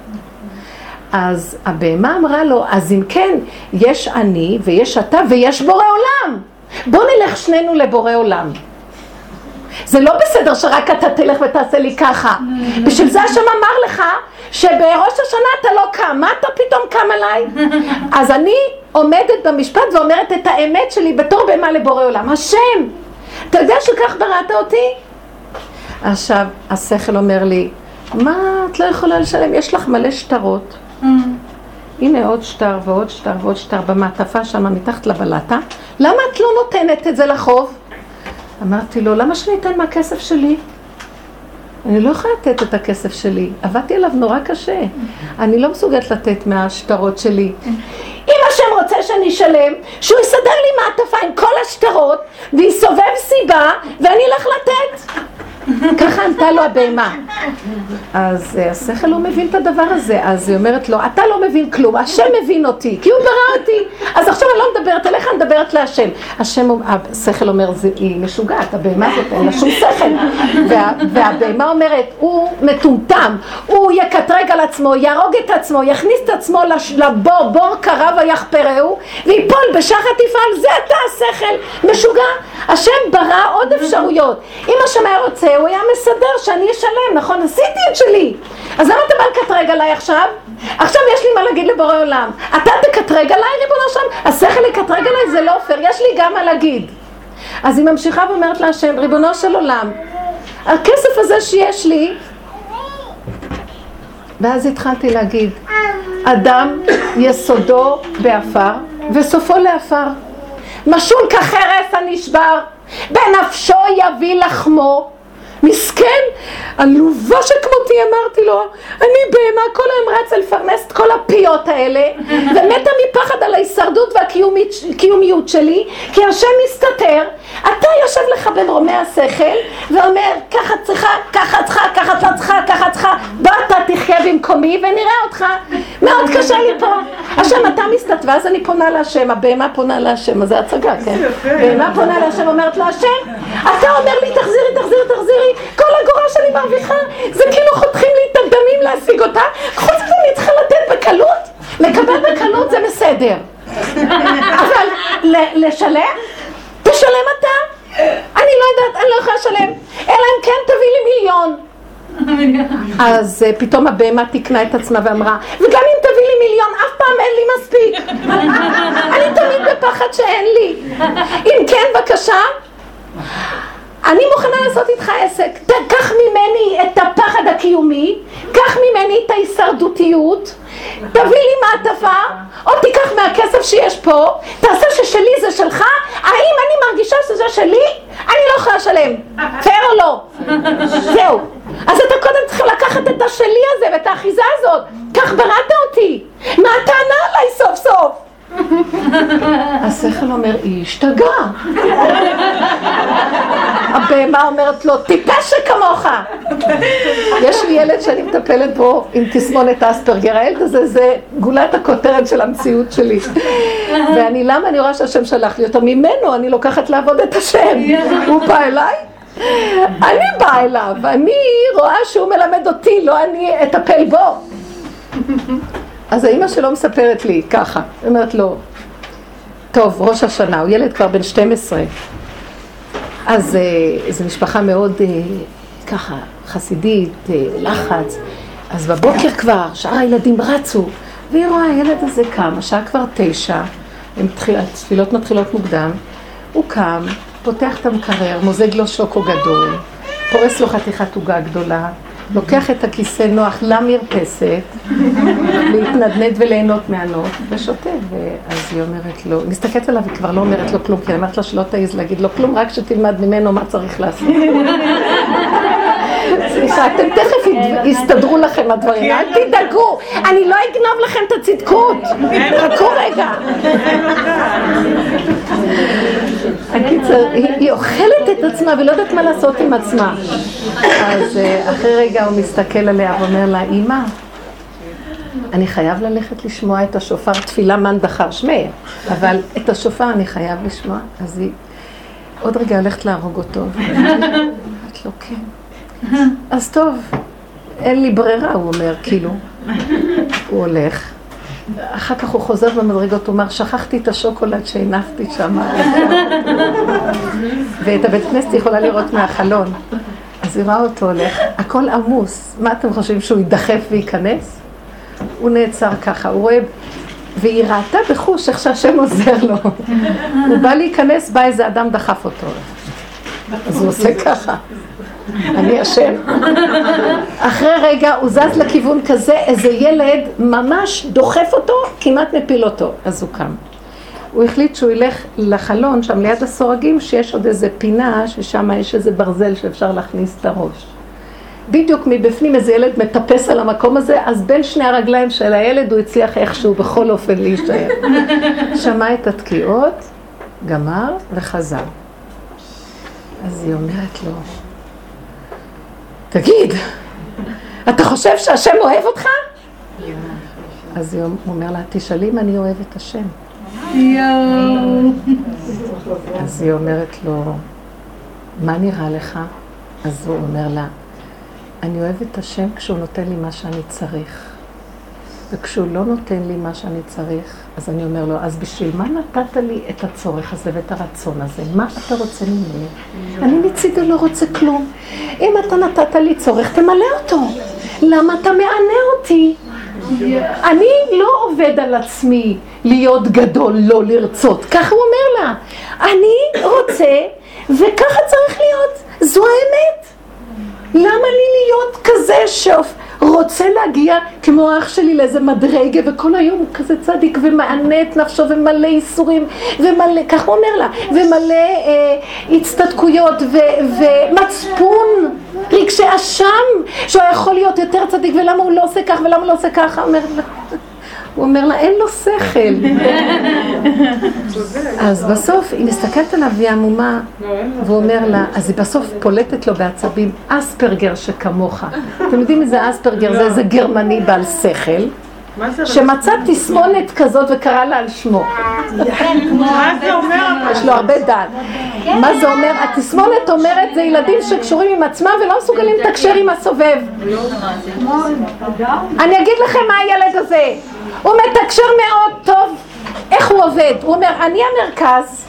Speaker 1: אז הבהמה אמרה לו, אז אם כן, יש אני ויש אתה ויש בורא עולם. בוא נלך שנינו לבורא עולם. זה לא בסדר שרק אתה תלך ותעשה לי ככה. בשביל זה השם אמר לך שבראש השנה אתה לא קם. מה אתה פתאום קם עליי? אז אני עומדת במשפט ואומרת את האמת שלי בתור בהמה לבורא עולם. השם, אתה יודע שכך בראת אותי? עכשיו, השכל אומר לי, מה את לא יכולה לשלם? יש לך מלא שטרות. הנה עוד שטר ועוד שטר ועוד שטר במעטפה שם מתחת לבלטה. למה את לא נותנת את זה לחוב? אמרתי לו, למה שניתן מהכסף שלי? אני לא יכולה לתת את הכסף שלי. עבדתי עליו נורא קשה. אני לא מסוגלת לתת מהשטרות שלי. אם השם רוצה שאני אשלם, שהוא יסדר לי מעטפה עם כל השטרות, ויסובב סיבה, ואני אלך לתת. ככה ענתה לו הבהמה. אז השכל לא מבין את הדבר הזה, אז היא אומרת לו, אתה לא מבין כלום, השם מבין אותי, כי הוא ברא אותי. אז עכשיו אני לא מדברת אליך, אני מדברת להשם. השם, השכל אומר, היא משוגעת, הבהמה הזאת אין לה שום שכל. וה, והבהמה אומרת, הוא מטומטם, הוא יקטרג על עצמו, ירוג את עצמו, יכניס את עצמו לבור, בור קרה ויחפרהו, ויפול בשחת יפעל, זה אתה השכל, משוגע. השם ברא עוד אפשרויות. אם השם היה רוצה, הוא היה מסדר שאני אשלם, נכון? עשיתי את שלי. אז למה אתה בא לקטרג עליי עכשיו? עכשיו יש לי מה להגיד לבורא עולם. אתה תקטרג עליי, ריבונו שם? השכל לקטרג עליי זה לא פייר, יש לי גם מה להגיד. אז היא ממשיכה ואומרת להשם, ריבונו של עולם, הכסף הזה שיש לי, ואז התחלתי להגיד, אדם יסודו באפר וסופו לאפר. משול כחרס הנשבר, בנפשו יביא לחמו. מסכן, עלובה שכמותי, אמרתי לו, אני בהמה כל היום רצה לפרנס את כל הפיות האלה, ומתה מפחד על ההישרדות והקיומיות שלי, כי השם מסתתר. אתה יושב לך במרומי השכל, ואומר, ככה צריכה, ככה צריכה, ככה צריכה, ככה צריכה, בוא אתה תחיה במקומי ונראה אותך. מאוד קשה לי פה. השם, אתה מסתתר, ואז אני פונה להשם, הבהמה פונה להשם, אז זה הצגה, כן? בהמה פונה להשם, אומרת לו, השם, אתה אומר לי, תחזירי, תחזירי, תחזירי, כל הגורה שאני מרוויחה, זה כאילו חותכים לי את הדמים להשיג אותה, חוץ מזה אני צריכה לתת בקלות, לקבל בקלות זה בסדר. אבל לשלם? תשלם אתה? אני לא יודעת, אני לא יכולה לשלם, אלא אם כן תביא לי מיליון. אז פתאום הבהמה תקנה את עצמה ואמרה, וגם אם תביא לי מיליון, אף פעם אין לי מספיק. אני תמיד בפחד שאין לי. אם כן, בבקשה, אני מוכנה לעשות איתך עסק, תקח ממני את הפחד הקיומי, קח ממני את ההישרדותיות, תביא לי מעטפה, או תיקח מהכסף שיש פה, תעשה ששלי זה שלך, האם אני מרגישה שזה שלי? אני לא יכולה לשלם, פייר או לא? זהו. אז אתה קודם צריך לקחת את השלי הזה ואת האחיזה הזאת, כך בראת אותי, מה הטענה עליי סוף סוף? השכל אומר, היא השתגעה. הבהמה אומרת לו, טיפש שכמוך. יש לי ילד שאני מטפלת בו עם תסמונת אספרגר, הילד הזה זה גולת הכותרת של המציאות שלי. ואני, למה אני רואה שהשם שלח לי אותו? ממנו אני לוקחת לעבוד את השם. הוא בא אליי, אני באה אליו, אני רואה שהוא מלמד אותי, לא אני אטפל בו. אז האמא שלו מספרת לי ככה, היא אומרת לו, טוב, ראש השנה, הוא ילד כבר בן שתים עשרה, אז זו משפחה מאוד ככה חסידית, לחץ, אז בבוקר כבר, שאר הילדים רצו, והיא רואה, הילד הזה קם, השעה כבר תשע, התפילות מתחילות מוקדם, הוא קם, פותח את המקרר, מוזג לו שוקו גדול, פורס לו חתיכת עוגה גדולה, לוקח את הכיסא נוח למרפסת, להתנדנד וליהנות מהנוף, ושותה. ואז היא אומרת לו, מסתכלת עליו, היא כבר לא אומרת לו כלום, כי אני אומרת לה שלא תעיז להגיד לו כלום, רק שתלמד ממנו מה צריך לעשות. סליחה, אתם תכף יסתדרו לכם הדברים, אל תדאגו, אני לא אגנוב לכם את הצדקות, חכו רגע. הקיצר, היא אוכלת את עצמה ולא יודעת מה לעשות עם עצמה. אז אחרי רגע הוא מסתכל עליה ואומר לה, אמא, אני חייב ללכת לשמוע את השופר, תפילה מן דחר שמי, אבל את השופר אני חייב לשמוע. אז היא עוד רגע הולכת להרוג אותו. אמרת לו, כן. אז טוב, אין לי ברירה, הוא אומר, כאילו. הוא הולך. אחר כך הוא חוזר במדרגות, הוא אומר, שכחתי את השוקולד שהנפתי שם. ואת הבית כנסת יכולה לראות מהחלון. אז היא ראה אותו הולך, הכל עמוס. מה אתם חושבים, שהוא ידחף וייכנס? הוא נעצר ככה, הוא רואה, והיא ראתה בחוש איך שהשם עוזר לו. הוא בא להיכנס, בא איזה אדם דחף אותו. אז הוא עושה ככה. אני השם. אחרי רגע הוא זז לכיוון כזה, איזה ילד ממש דוחף אותו, כמעט מפיל אותו. אז הוא קם. הוא החליט שהוא ילך לחלון שם ליד הסורגים, שיש עוד איזה פינה, ששם יש איזה ברזל שאפשר להכניס את הראש. בדיוק מבפנים איזה ילד מטפס על המקום הזה, אז בין שני הרגליים של הילד הוא הצליח איכשהו בכל אופן להישאר. שמע את התקיעות, גמר וחזר. אז היא אומרת לו, תגיד, אתה חושב שהשם אוהב אותך? אז הוא אומר לה, תשאלי אם אני אוהב את השם. אז היא אומרת לו, מה נראה לך? אז הוא אומר לה, אני אוהב את השם כשהוא נותן לי מה שאני צריך. וכשהוא לא נותן לי מה שאני צריך, אז אני אומר לו, אז בשביל מה נתת לי את הצורך הזה ואת הרצון הזה? מה אתה רוצה ממני? אני מצידה לא רוצה כלום. אם אתה נתת לי צורך, תמלא אותו. למה אתה מענה אותי? אני לא עובד על עצמי להיות גדול, לא לרצות. ככה הוא אומר לה. אני רוצה, וככה צריך להיות. זו האמת. למה לי להיות כזה שרוצה להגיע כמו אח שלי לאיזה מדרגה, וכל היום הוא כזה צדיק ומענה את נפשו ומלא איסורים ומלא, כך הוא אומר לה, ומלא אה, הצטדקויות ו- ומצפון, רגשי אשם, שהוא יכול להיות יותר צדיק, ולמה הוא לא עושה כך ולמה הוא לא עושה ככה, אומר לה. הוא אומר לה, אין לו שכל. אז בסוף היא מסתכלת עליו והיא עמומה, והוא אומר לה, אז היא בסוף פולטת לו בעצבים, אספרגר שכמוך. אתם יודעים איזה אספרגר? זה איזה גרמני בעל שכל, שמצא תסמונת כזאת וקרא לה על שמו.
Speaker 5: מה זה אומר?
Speaker 1: יש לו הרבה דעת. מה זה אומר? התסמונת אומרת, זה ילדים שקשורים עם עצמם ולא מסוגלים לתקשר עם הסובב. אני אגיד לכם מה הילד הזה. הוא מתקשר מאוד טוב. איך הוא עובד? הוא אומר, אני המרכז,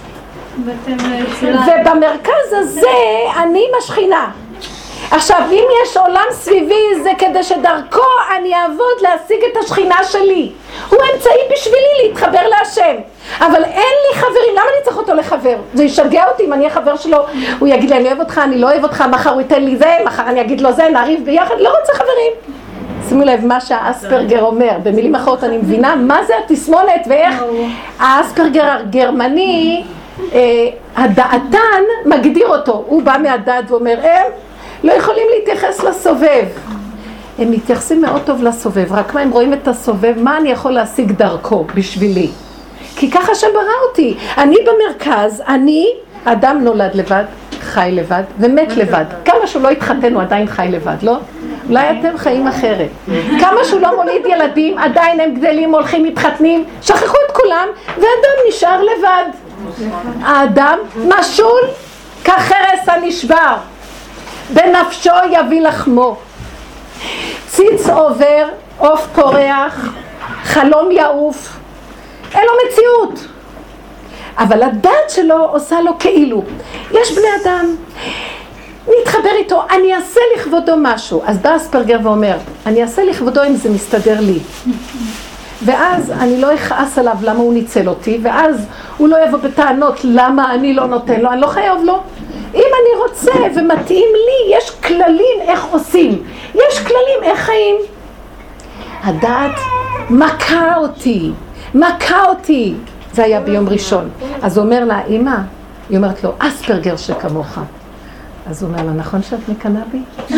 Speaker 1: ובמרכז הזה אני משכינה. עכשיו, אם יש עולם סביבי, זה כדי שדרכו אני אעבוד להשיג את השכינה שלי. הוא אמצעי בשבילי להתחבר להשם. אבל אין לי חברים, למה אני צריך אותו לחבר? זה ישגע אותי אם אני אהיה חבר שלו, הוא יגיד לי, אני אוהב אותך, אני לא אוהב אותך, מחר הוא ייתן לי זה, מחר אני אגיד לו זה, נעריב ביחד, לא רוצה חברים. שימו לב מה שהאספרגר אומר, במילים אחרות אני מבינה מה זה התסמונת ואיך האספרגר הגרמני, אה, הדעתן מגדיר אותו, הוא בא מהדעת ואומר, הם לא יכולים להתייחס לסובב. הם מתייחסים מאוד טוב לסובב, רק מה הם רואים את הסובב, מה אני יכול להשיג דרכו בשבילי. כי ככה שברא אותי, אני במרכז, אני, אדם נולד לבד, חי לבד ומת לבד. כמה שהוא לא התחתן הוא עדיין חי לבד, לא? אולי אתם חיים אחרת. כמה שהוא לא מוליד ילדים, עדיין הם גדלים, הולכים, מתחתנים, שכחו את כולם, ואדם נשאר לבד. האדם משול כחרס הנשבר. בנפשו יביא לחמו. ציץ עובר, עוף פורח, חלום יעוף. אין לו מציאות. אבל הדת שלו עושה לו כאילו. יש בני אדם, נתחבר איתו, אני אעשה לכבודו משהו. אז בא אספרגר ואומר, אני אעשה לכבודו אם זה מסתדר לי. ואז אני לא אכעס עליו למה הוא ניצל אותי, ואז הוא לא יבוא בטענות למה אני לא נותן לו, אני לא חייב לו. אם אני רוצה ומתאים לי, יש כללים איך עושים, יש כללים איך חיים. הדעת מכה אותי, מכה אותי. זה היה ביום ראשון. אז הוא אומר לה, אמא, היא אומרת לו, אספרגר שכמוך. אז הוא אומר לה, נכון שאת מקנה בי?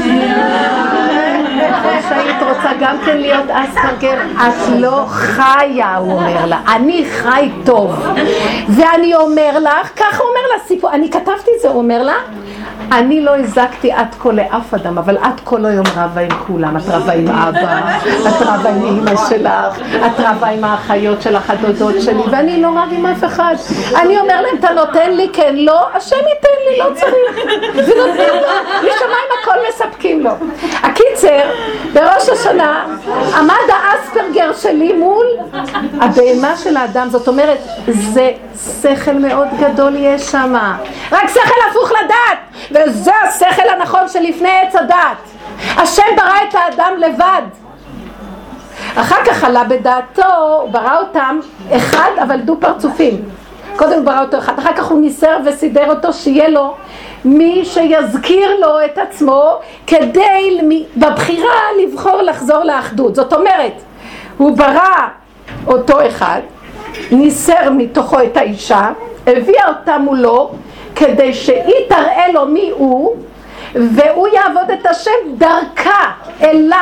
Speaker 1: נכון שהיית רוצה גם כן להיות אספרגר? את לא חיה, הוא אומר לה, אני חי טוב. ואני אומר לך, ככה הוא אומר לה סיפור, אני כתבתי את זה, הוא אומר לה, אני לא הזקתי עד כה לאף אדם, אבל עד כה לא יום רבה עם כולם. את רבה עם אבא, את רבה עם אמא שלך, את רבה עם האחיות שלך, הדודות שלי, ואני לא רב עם אף אחד. אני אומר להם, אתה נותן לי כן, לא, השם ייתן לי, לא צריך. ונותנים לו, משמיים הכל מספקים לו. הקיצר, בראש השנה, עמד האספרגר שלי מול הבהמה של האדם. זאת אומרת, זה שכל מאוד גדול יש שם. רק שכל הפוך לדעת. וזה השכל הנכון שלפני עץ הדעת. השם ברא את האדם לבד. אחר כך עלה בדעתו, הוא ברא אותם אחד אבל דו פרצופים. קודם הוא ברא אותו אחד, אחר כך הוא ניסר וסידר אותו שיהיה לו מי שיזכיר לו את עצמו כדי בבחירה לבחור לחזור לאחדות. זאת אומרת, הוא ברא אותו אחד, ניסר מתוכו את האישה, הביאה אותה מולו כדי שהיא תראה לו מי הוא, והוא יעבוד את השם דרכה אליו.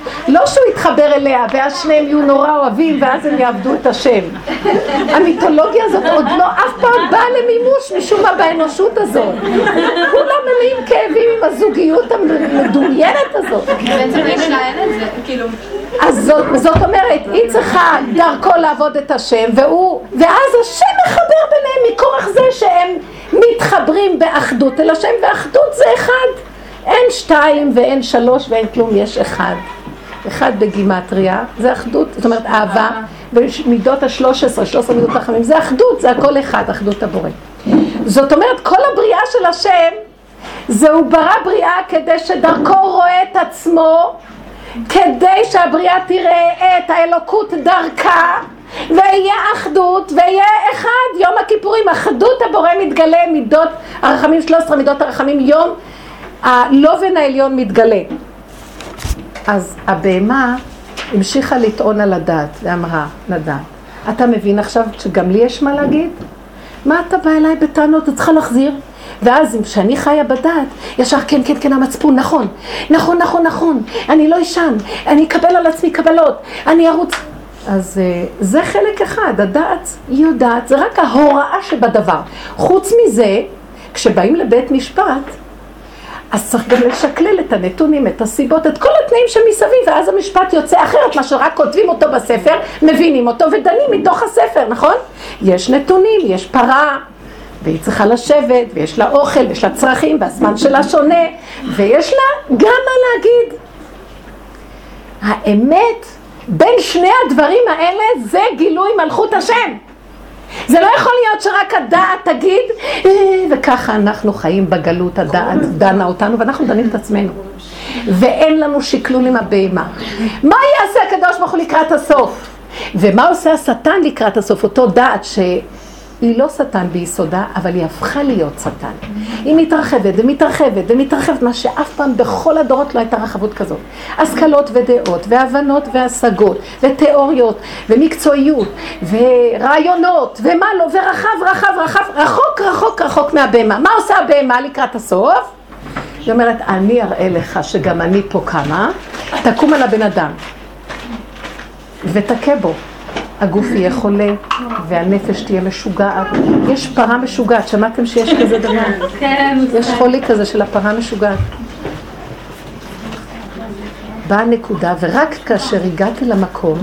Speaker 1: לא שהוא יתחבר אליה ואז שניהם יהיו נורא אוהבים ואז הם יעבדו את השם. המיתולוגיה הזאת עוד לא אף פעם באה למימוש משום מה באנושות הזאת. כולם מלאים כאבים עם הזוגיות המדומיינת הזאת.
Speaker 2: בעצם יש לה אין את זה, כאילו...
Speaker 1: אז זאת, זאת אומרת, היא צריכה דרכו לעבוד את השם, והוא, ואז השם מחבר ביניהם מכורח זה שהם מתחברים באחדות אל השם, ואחדות זה אחד. אין שתיים ואין שלוש ואין כלום, יש אחד. אחד בגימטריה, זה אחדות, זאת אומרת אהבה, ומידות השלוש עשרה, שלוש עשרה מידות החמים, זה אחדות, זה הכל אחד, אחדות הבורא. זאת אומרת, כל הבריאה של השם, זהו ברא בריאה כדי שדרכו רואה את עצמו, כדי שהבריאה תראה את האלוקות דרכה, ויהיה אחדות, ויהיה אחד, יום הכיפורים, אחדות הבורא מתגלה, מידות הרחמים, שלוש עשרה מידות הרחמים, יום הלובן העליון מתגלה. אז הבהמה המשיכה לטעון על הדעת, ואמרה לדעת, אתה מבין עכשיו שגם לי יש מה להגיד? מה אתה בא אליי בטענות, אתה צריכה להחזיר? ואז כשאני חיה בדעת, ישר כן, כן, כן, המצפון, נכון, נכון, נכון, נכון, אני לא ישן, אני אקבל על עצמי קבלות, אני ארוץ. אז זה חלק אחד, הדעת היא יודעת, זה רק ההוראה שבדבר. חוץ מזה, כשבאים לבית משפט, אז צריך גם לשקלל את הנתונים, את הסיבות, את כל התנאים שמסביב, ואז המשפט יוצא אחרת, מה שרק כותבים אותו בספר, מבינים אותו ודנים מתוך הספר, נכון? יש נתונים, יש פרה, והיא צריכה לשבת, ויש לה אוכל, ויש לה צרכים, והזמן שלה שונה, ויש לה גם מה להגיד. האמת, בין שני הדברים האלה, זה גילוי מלכות השם. זה לא יכול להיות שרק הדעת תגיד, וככה אנחנו חיים בגלות, הדעת דנה אותנו, ואנחנו דנים את עצמנו. ואין לנו שקלול עם הבהמה. מה יעשה הקדוש ברוך הוא לקראת הסוף? ומה עושה השטן לקראת הסוף? אותו דעת שהיא לא שטן ביסודה, אבל היא הפכה להיות שטן. היא מתרחבת ומתרחבת ומתרחבת, מה שאף פעם בכל הדורות לא הייתה רחבות כזאת. השכלות ודעות, והבנות והשגות, ותיאוריות, ומקצועיות, ורעיונות, ומה לא, ורחב, רחב, רחב, רחוק, רחוק, רחוק מהבהמה. מה עושה הבהמה לקראת הסוף? היא אומרת, אני אראה לך שגם אני פה כמה, תקום על הבן אדם, ותכה בו. הגוף יהיה חולה, והנפש תהיה משוגעת. יש פרה משוגעת, שמעתם שיש כזה דבר?
Speaker 2: כן.
Speaker 1: יש חולי כזה של הפרה משוגעת. באה נקודה, ורק כאשר הגעתי למקום,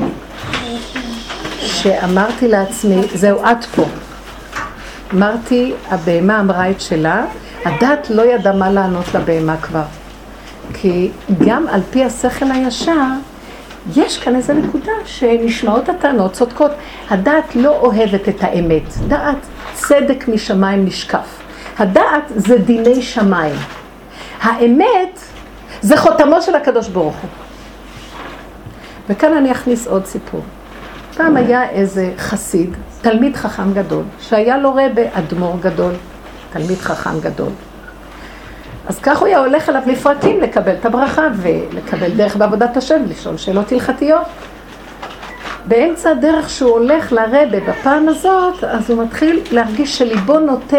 Speaker 1: שאמרתי לעצמי, זהו עד פה. אמרתי, הבהמה אמרה את שלה, הדת לא ידע מה לענות לבהמה כבר. כי גם על פי השכל הישר, יש כאן איזו נקודה שנשמעות הטענות צודקות. הדעת לא אוהבת את האמת. דעת צדק משמיים נשקף. הדעת זה דיני שמיים. האמת זה חותמו של הקדוש ברוך הוא. וכאן אני אכניס עוד סיפור. פעם היה איזה חסיד, תלמיד חכם גדול, שהיה לו רבי אדמו"ר גדול, תלמיד חכם גדול. אז כך הוא היה הולך עליו לפרקים לקבל את הברכה ולקבל דרך בעבודת השם, לשאול שאלות הלכתיות. באמצע הדרך שהוא הולך לרבי בפעם הזאת, אז הוא מתחיל להרגיש שליבו נוטה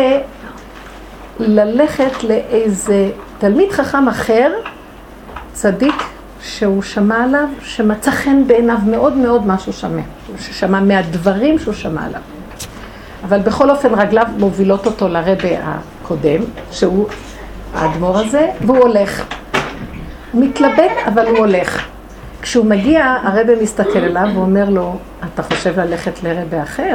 Speaker 1: ללכת לאיזה תלמיד חכם אחר, צדיק שהוא שמע עליו, שמצא חן בעיניו מאוד מאוד מה שהוא שמע, ששמע מהדברים שהוא שמע עליו. אבל בכל אופן רגליו מובילות אותו לרבי הקודם, שהוא האדמו"ר הזה, והוא הולך. הוא מתלבט, אבל הוא הולך. כשהוא מגיע, הרבי מסתכל אליו ואומר לו, אתה חושב ללכת לרבי אחר?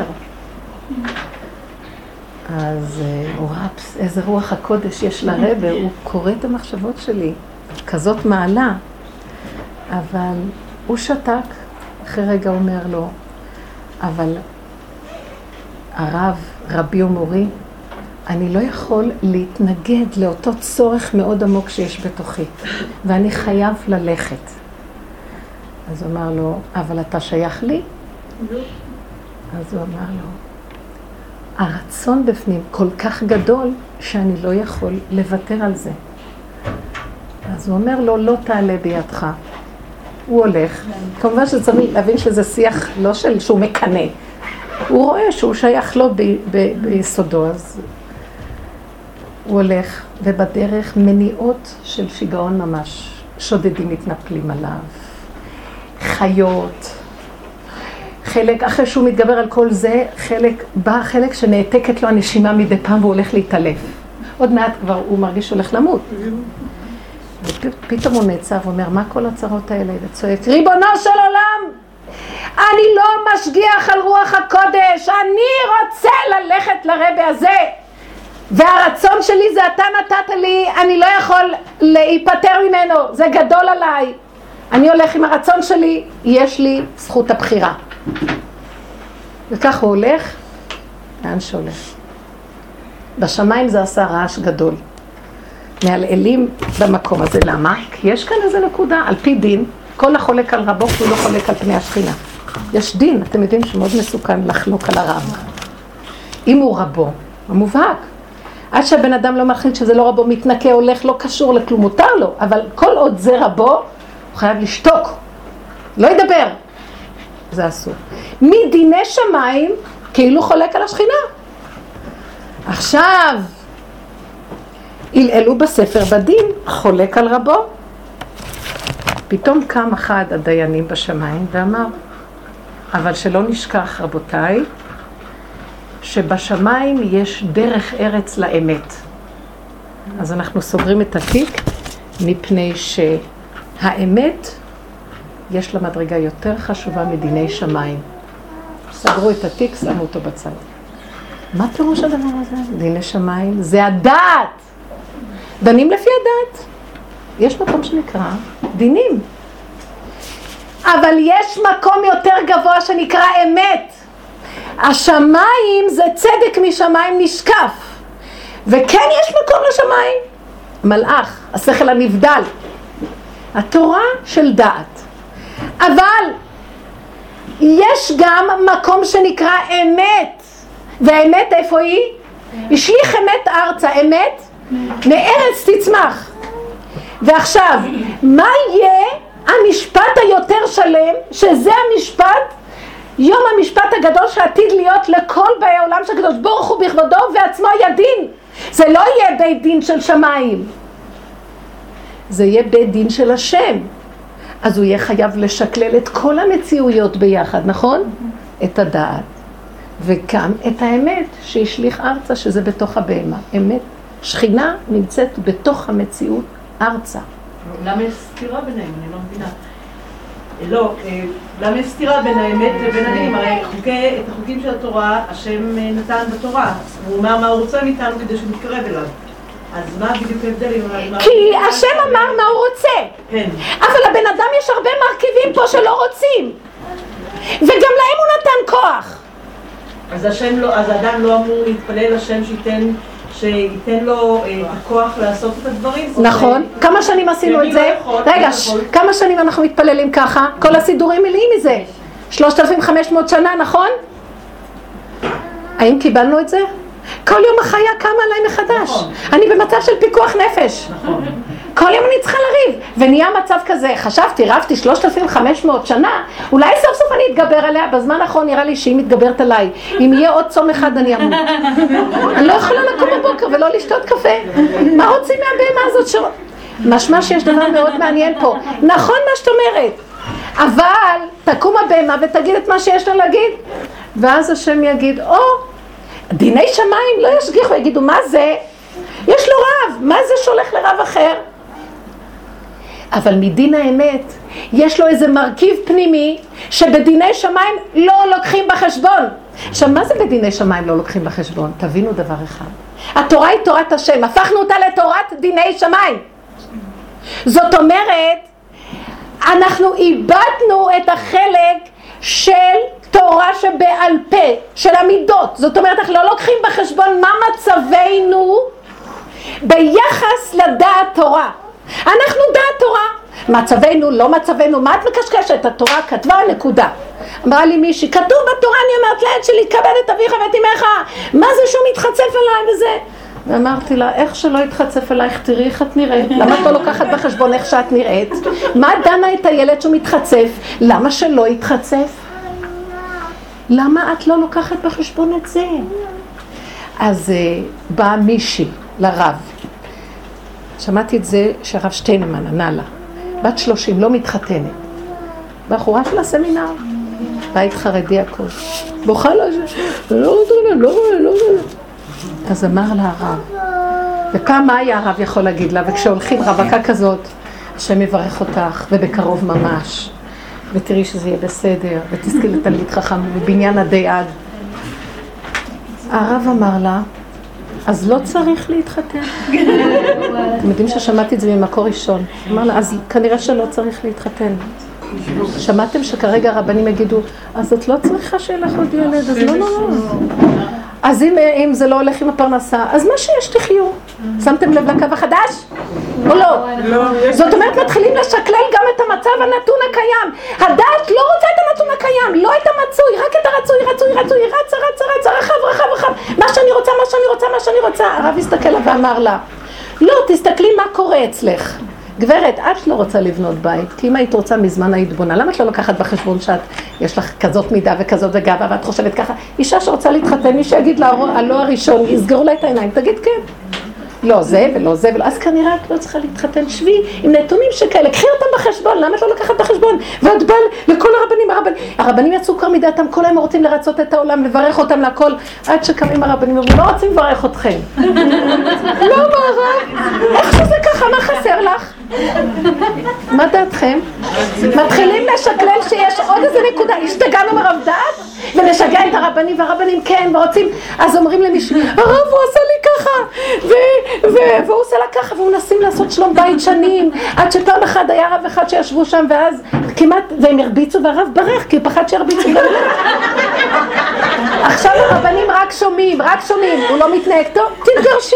Speaker 1: אז הוא רפס, איזה רוח הקודש יש לרבי, הוא קורא את המחשבות שלי, כזאת מעלה. אבל הוא שתק, אחרי רגע אומר לו, אבל הרב, רבי ומורי, אני לא יכול להתנגד לאותו צורך מאוד עמוק שיש בתוכי, ואני חייב ללכת. אז הוא אמר לו, אבל אתה שייך לי? אז הוא אמר לו, הרצון בפנים כל כך גדול שאני לא יכול לוותר על זה. אז הוא אומר לו, לא תעלה בידך. הוא הולך. כמובן שצריך להבין שזה שיח לא של שהוא מקנה. הוא רואה שהוא שייך לו ב- ב- ביסודו, אז הוא הולך, ובדרך מניעות של שיגעון ממש, שודדים מתנפלים עליו. חיות. חלק, אחרי שהוא מתגבר על כל זה, חלק, בא חלק שנעתקת לו הנשימה מדי פעם והוא הולך להתעלף. עוד מעט כבר הוא מרגיש שהולך למות. ופתאום הוא נעצר ואומר, מה כל הצרות האלה? וצועק, ריבונו של עולם, אני לא משגיח על רוח הקודש, אני רוצה ללכת לרבי הזה. והרצון שלי זה אתה נתת לי, אני לא יכול להיפטר ממנו, זה גדול עליי. אני הולך עם הרצון שלי, יש לי זכות הבחירה. וכך הוא הולך, לאן שהולך. בשמיים זה עשה רעש גדול. מעלעלים במקום הזה, למה? כי יש כאן איזה נקודה, על פי דין, כל החולק על רבו, הוא לא חולק על פני השכינה. יש דין, אתם יודעים שמאוד מסוכן לחלוק על הרב. אם הוא רבו, המובהק. עד שהבן אדם לא מחליט שזה לא רבו, מתנקה, הולך, לא קשור לכלום, מותר לו, אבל כל עוד זה רבו, הוא חייב לשתוק, לא ידבר. זה אסור. מדיני שמיים, כאילו חולק על השכינה. עכשיו, הלעלו בספר בדין, חולק על רבו. פתאום קם אחד הדיינים בשמיים ואמר, אבל שלא נשכח רבותיי, שבשמיים יש דרך ארץ לאמת. אז אנחנו סוגרים את התיק, מפני שהאמת יש לה מדרגה יותר חשובה מדיני שמיים. סגרו את התיק, שמו אותו בצד. מה פירוש הדבר הזה? דיני שמיים זה הדעת. דנים לפי הדעת. יש מקום שנקרא דינים. אבל יש מקום יותר גבוה שנקרא אמת. השמיים זה צדק משמיים נשקף. וכן יש מקום לשמיים. מלאך, השכל הנבדל. התורה של דעת. אבל יש גם מקום שנקרא אמת. והאמת איפה היא? השליך אמת ארצה, אמת מארץ תצמח. ועכשיו, מה יהיה המשפט היותר שלם, שזה המשפט, יום המשפט הגדול שעתיד להיות לכל באי העולם שהקדוש ברוך הוא בכבודו ועצמו ידין. זה לא יהיה בית דין של שמיים. זה יהיה בית דין של השם. אז הוא יהיה חייב לשקלל את כל המציאויות ביחד, נכון? את הדעת. וגם את האמת שהשליך ארצה, שזה בתוך הבהמה. אמת, שכינה נמצאת בתוך המציאות ארצה.
Speaker 3: למה יש סתירה ביניהם? אני לא מבינה. לא, למה יש סתירה בין האמת לבין הדינים? הרי את החוקים של התורה, השם נתן בתורה. הוא אומר מה הוא רוצה מאיתנו כדי שנתקרב אליו. אז מה בדיוק ההבדל?
Speaker 1: כי השם אמר מה הוא רוצה.
Speaker 3: כן.
Speaker 1: אבל לבן אדם יש הרבה מרכיבים פה שלא רוצים. וגם להם הוא נתן כוח.
Speaker 3: אז השם לא, אז האדם לא אמור להתפלל לשם שייתן, שייתן לו את הכוח לעשות את הדברים.
Speaker 1: נכון. כמה שנים עשינו את זה? רגע, כמה שנים אנחנו מתפללים ככה? כל הסידורים מלאים מזה. שלושת אלפים וחמש מאות שנה, נכון? האם קיבלנו את זה? כל יום החיה קמה עליי מחדש.
Speaker 3: נכון.
Speaker 1: אני במצב של פיקוח נפש.
Speaker 3: נכון.
Speaker 1: כל יום אני צריכה לריב. ונהיה מצב כזה, חשבתי, רבתי שלושת אלפים וחמש מאות שנה, אולי סוף סוף אני אתגבר עליה. בזמן האחרון נראה לי שהיא מתגברת עליי. אם יהיה עוד צום אחד אני אמות. אני לא יכולה לקום בבוקר ולא לשתות קפה. מה רוצים מהבהמה הזאת ש... משמע שיש דבר מאוד מעניין פה. נכון מה שאת אומרת. אבל תקום הבהמה ותגיד את מה שיש לה להגיד. ואז השם יגיד, או, דיני שמיים לא ישגיחו, יגידו, מה זה? יש לו רב, מה זה שהולך לרב אחר? אבל מדין האמת, יש לו איזה מרכיב פנימי, שבדיני שמיים לא לוקחים בחשבון. עכשיו, מה זה בדיני שמיים לא לוקחים בחשבון? תבינו דבר אחד. התורה היא תורת השם, הפכנו אותה לתורת דיני שמיים. זאת אומרת, אנחנו איבדנו את החלק של תורה שבעל פה, של המידות. זאת אומרת, אנחנו לא לוקחים בחשבון מה מצבנו ביחס לדעת תורה. אנחנו דעת תורה. מצבנו, לא מצבנו, מה את מקשקשת? התורה כתבה נקודה. אמרה לי מישהי, כתוב בתורה, אני אומרת לעת שלי, כבד את אביך ואת אמך. מה זה שהוא מתחצף אליי וזה? ואמרתי לה, איך שלא יתחצף אלייך, תראי איך את נראית. למה את לא לוקחת בחשבון איך שאת נראית? מה דנה את הילד שהוא מתחצף? למה שלא יתחצף? למה את לא לוקחת בחשבון את זה? אז uh, באה מישהי לרב. שמעתי את זה שהרב שטיינמן ענה לה. בת שלושים, לא מתחתנת. בחורה של הסמינר, בית חרדי הכל. בוכה לה, לא רוצה לה, לא רואה, לא רואה. אז אמר לה הרב, ופעם מה היה הרב יכול להגיד לה, וכשהולכים רווקה כזאת, השם יברך אותך, ובקרוב ממש, ותראי שזה יהיה בסדר, ותזכי לתלמיד חכם, ובבניין עדי עד. הרב אמר לה, אז לא צריך להתחתן. אתם יודעים ששמעתי את זה ממקור ראשון. אמר לה, אז כנראה שלא צריך להתחתן. שמעתם שכרגע הרבנים יגידו, אז את לא צריכה שיהיה לך עוד ילד, אז לא, לא, לא. אז אם, אם זה לא הולך עם הפרנסה, אז מה שיש תחיו. שמתם לב לקו החדש? או לא? זאת אומרת, מתחילים לשקלל גם את המצב הנתון הקיים. הדעת לא רוצה את הנתון הקיים, לא את המצוי, רק את הרצוי, רצוי, רצוי, רצה, רצה, רצה, רחב, רחב, רחב. מה שאני רוצה, מה שאני רוצה, מה שאני רוצה. הרב הסתכל לה ואמר לה, לא, תסתכלי מה קורה אצלך. גברת, את לא רוצה לבנות בית, כי אם היית רוצה מזמן היית בונה, למה את לא לקחת בחשבון שאת, יש לך כזאת מידה וכזאת וגאווה, ואת חושבת ככה, אישה שרוצה להתחתן, מי שיגיד לה, הלא הראשון, יסגרו לה את העיניים, תגיד כן. לא זה ולא זה ולא, אז כנראה את לא צריכה להתחתן, שבי עם נתונים שכאלה, קחי אותם בחשבון, למה את לא לקחת בחשבון? ואת בא לכל הרבנים, הרבנים, הרבנים יצאו כבר מדעתם, כל הם רוצים לרצות את העולם, לברך אותם לכל, עד שקמים הרבנים, לא רוצים לברך אתכם. לא, מה הרב? איך שזה ככה, מה חסר לך? מה דעתכם? מתחילים לשקלל שיש עוד איזה נקודה, השתגענו מרב דעת, ונשגע את הרבנים, והרבנים כן, ורוצים, אז אומרים למישהו, הרב הוא עשה לי ככה, והוא עושה לה ככה, והוא נסים לעשות שלום בית שנים, עד שפעם אחד היה רב אחד שישבו שם, ואז כמעט, והם הרביצו, והרב ברח, כי פחד שירביצו גם אליהם. עכשיו הרבנים רק שומעים, רק שומעים, הוא לא מתנהג טוב, תתגרשי.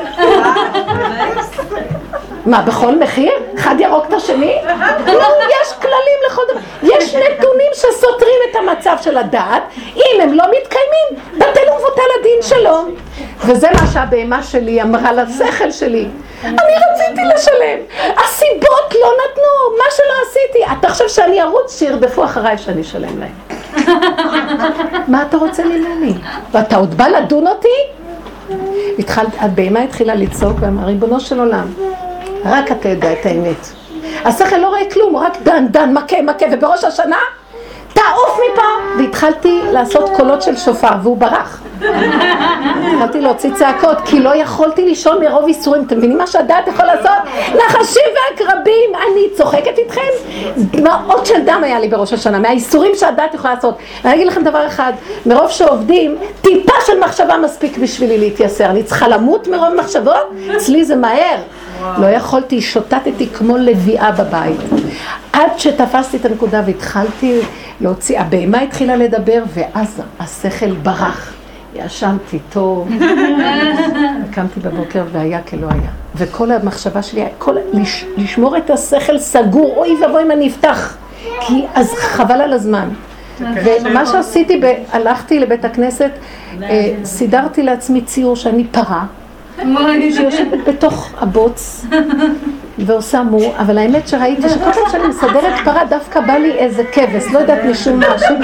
Speaker 1: מה, בכל מחיר? אחד ירוק את השני? לא, יש כללים לכל דבר. יש נתונים שסותרים את המצב של הדעת. אם הם לא מתקיימים, בטל ומבוטל הדין שלו. וזה מה שהבהמה שלי אמרה לשכל שלי. אני רציתי לשלם. הסיבות לא נתנו, מה שלא עשיתי. אתה חושב שאני ארוץ שירדפו אחריי שאני אשלם להם. מה אתה רוצה ממני? ואתה עוד בא לדון אותי? הבהמה התחילה לצעוק ואמרה, ריבונו של עולם. רק אתה יודע את האמת. השכל לא רואה כלום, הוא רק דן, דן, מכה, מכה, ובראש השנה, תעוף מפה! והתחלתי לעשות קולות של שופר, והוא ברח. התחלתי להוציא צעקות, כי לא יכולתי לישון מרוב איסורים. אתם מבינים מה שהדעת יכול לעשות? נחשים ועקרבים, אני צוחקת איתכם? דמעות של דם היה לי בראש השנה, מהאיסורים שהדעת יכולה לעשות. אני אגיד לכם דבר אחד, מרוב שעובדים, טיפה של מחשבה מספיק בשבילי להתייסר. אני צריכה למות מרוב מחשבות? אצלי זה מהר. לא יכולתי, שוטטתי כמו לביאה בבית. עד שתפסתי את הנקודה והתחלתי להוציא, הבהמה התחילה לדבר, ואז השכל ברח. ישנתי טוב. קמתי בבוקר והיה כלא היה. וכל המחשבה שלי, כל, לש, לשמור את השכל סגור, אוי ובואי אם אני אפתח. כי אז חבל על הזמן. ומה שעשיתי, הלכתי לבית הכנסת, סידרתי לעצמי ציור שאני פרה, שיושבת בתוך הבוץ ועושה מו, אבל האמת שראיתי שכל פעם שאני מסדרת פרה דווקא בא לי איזה כבש, לא יודעת משום מה, שום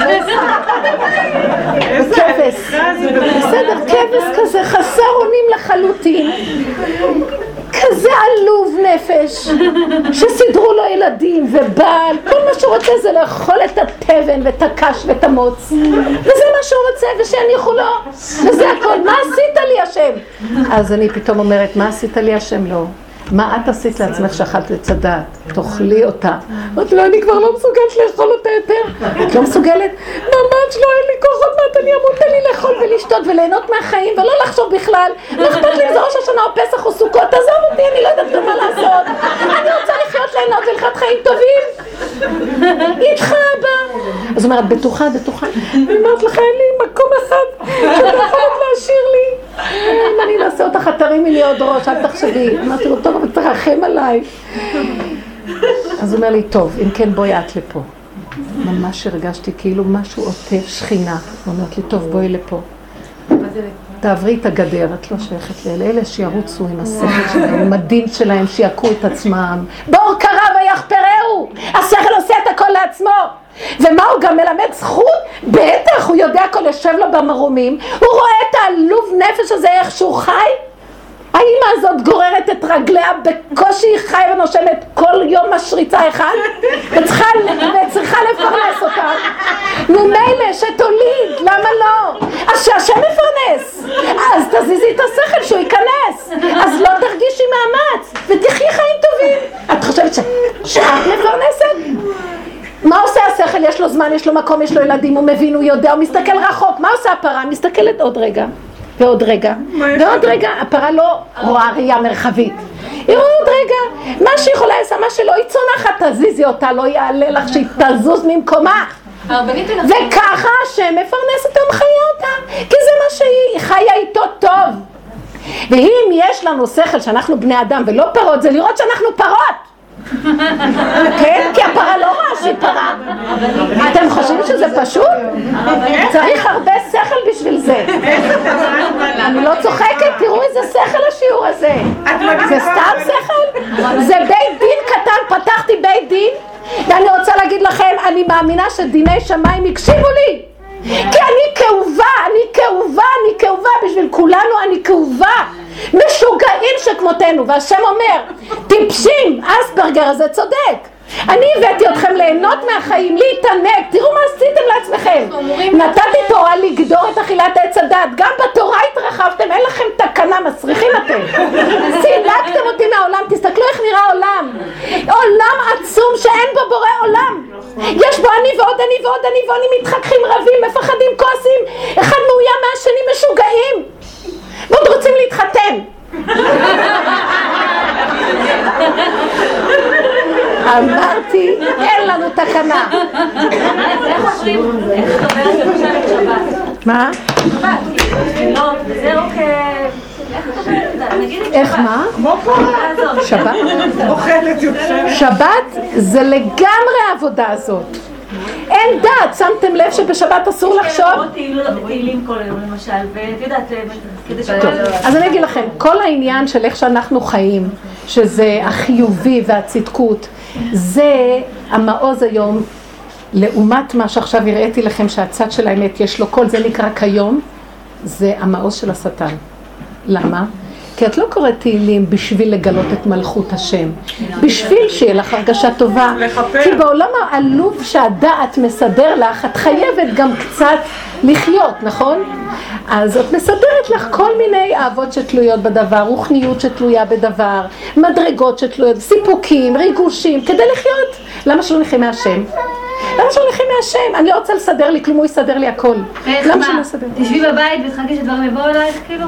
Speaker 1: כבש, בסדר, כבש כזה חסר אונים לחלוטין, כזה עלוב נפש, שסידרו לו ילדים ובעל, כל מה שהוא רוצה זה לאכול את התבן ואת הקש ואת המוץ, וזה מה שהוא רוצה ושיניחו לו, וזה הכל. מה עשית לי השם? אז אני פתאום אומרת, מה עשית לי השם? לא. מה את עשית לעצמך שאכלת את הדעת? תאכלי אותה. אמרתי לו, אני כבר לא מסוגלת לאכול אותה יותר. את לא מסוגלת? ממש לא, אין לי כוח עוד מעט, אני אמות לי לאכול ולשתות וליהנות מהחיים ולא לחשוב בכלל. לא אכפת לי אם זה ראש השנה או פסח או סוכות, תעזוב אותי, אני לא יודעת גם מה לעשות. אני רוצה לחיות ליהנות ולחיות חיים טובים. איתך אבא. אז אומרת, בטוחה, בטוחה. אני אומרת לך, אין לי מקום אחד שאתה יכולת להשאיר לי. אם אני נעשה אותך, תרימי לי עוד ראש, אל תחשבי. אמרתי לו, טוב, אבל תרחם עליי. אז הוא אומר לי, טוב, אם כן בואי את לפה. ממש הרגשתי כאילו משהו עוטף שכינה. הוא אומרת לי, טוב, בואי לפה. תעברי את הגדר, את לא שייכת לאלה, אלה שירוצו עם השכל שלהם, עם הדין שלהם, שיעקו את עצמם. בור קרה ויחפרהו! השכל עושה את הכל לעצמו. ומה הוא גם מלמד זכות? בטח, הוא יודע הכל, יושב לו במרומים, הוא רואה את העלוב נפש הזה, איך שהוא חי. האמא הזאת גוררת את רגליה בקושי חיה ונושמת כל יום משריצה אחד וצריכה, וצריכה לפרנס אותה. ממילא שתוליד, למה לא? אז שהשם מפרנס, אז תזיזי את השכל שהוא ייכנס, אז לא תרגישי מאמץ ותחי חיים טובים. את חושבת ש... שאת מפרנסת? מה עושה השכל? יש לו זמן, יש לו מקום, יש לו ילדים, הוא מבין, הוא יודע, הוא מסתכל רחוק. מה עושה הפרה? מסתכלת עוד רגע ועוד רגע ועוד רגע. הפרה לא רואה ראייה מרחבית, היא רואה עוד רגע מה שהיא יכולה לעשות, מה שלא היא צונחת, תזיזי אותה, לא יעלה לך שהיא תזוז ממקומה. וככה השם מפרנס אותה ומחיה אותה, כי זה מה שהיא חיה איתו טוב. ואם יש לנו שכל שאנחנו בני אדם ולא פרות, זה לראות שאנחנו פרות. כן? כי הפרה לא רואה שהיא פרה. אתם חושבים שזה פשוט? צריך הרבה שכל בשביל זה. אני לא צוחקת, תראו איזה שכל השיעור הזה. זה סתם שכל? זה בית דין קטן, פתחתי בית דין ואני רוצה להגיד לכם, אני מאמינה שדיני שמיים יקשיבו לי, כי אני כאובה, אני כאובה, אני כאובה, בשביל כולנו אני כאובה, משוגעים שכמותנו. והשם אומר, טיפשים, אספרגר הזה צודק. אני הבאתי אתכם ליהנות מהחיים, להתענג, תראו מה עשיתם לעצמכם. נתתי תורה לגדור את אכילת עץ הדת, גם בתורה התרחבתם, אין לכם תקנה, מסריחים אתם. סילקתם אותי מהעולם, תסתכלו איך נראה העולם. עולם עצום שאין בו בורא עולם. יש בו אני ועוד אני ועוד אני ועוד אני, מתחככים, רבים, מפחדים, כועסים, אחד מאוים מהשני, משוגעים. ועוד רוצים להתחתן. אמרתי, אין לנו תקנה.
Speaker 2: איך עושים? איך חוברת למשל שבת?
Speaker 1: מה?
Speaker 2: לא, זה רק... איך חוברת? נגיד את שבת.
Speaker 1: איך מה?
Speaker 3: כמו פה.
Speaker 1: שבת?
Speaker 3: אוכלת יוצרת.
Speaker 1: שבת זה לגמרי העבודה הזאת. אין דת, שמתם לב שבשבת אסור לחשוב?
Speaker 2: תהילים כל היום למשל, ואת יודעת, כדי
Speaker 1: טוב,
Speaker 2: שכל...
Speaker 1: אז אני אגיד לכם, כל העניין של איך שאנחנו חיים, שזה החיובי והצדקות, זה המעוז היום, לעומת מה שעכשיו הראיתי לכם שהצד של האמת יש לו כל, זה נקרא כיום, זה המעוז של השטן. למה? כי את לא קוראת תהילים בשביל לגלות את מלכות השם, בשביל שיהיה לך הרגשה טובה, כי בעולם העלוב שהדעת מסדר לך, את חייבת גם קצת לחיות, נכון? אז את מסדרת לך כל מיני אהבות שתלויות בדבר, רוחניות שתלויה בדבר, מדרגות שתלויות, סיפוקים, ריגושים, כדי לחיות. למה שלא נחיה מהשם? למה שלא נחיה מהשם? אני לא רוצה לסדר לי כלום, הוא יסדר לי הכל. למה שלא לסדר?
Speaker 2: תשבי בבית ותחכי שדברים יבואו אלייך, כאילו?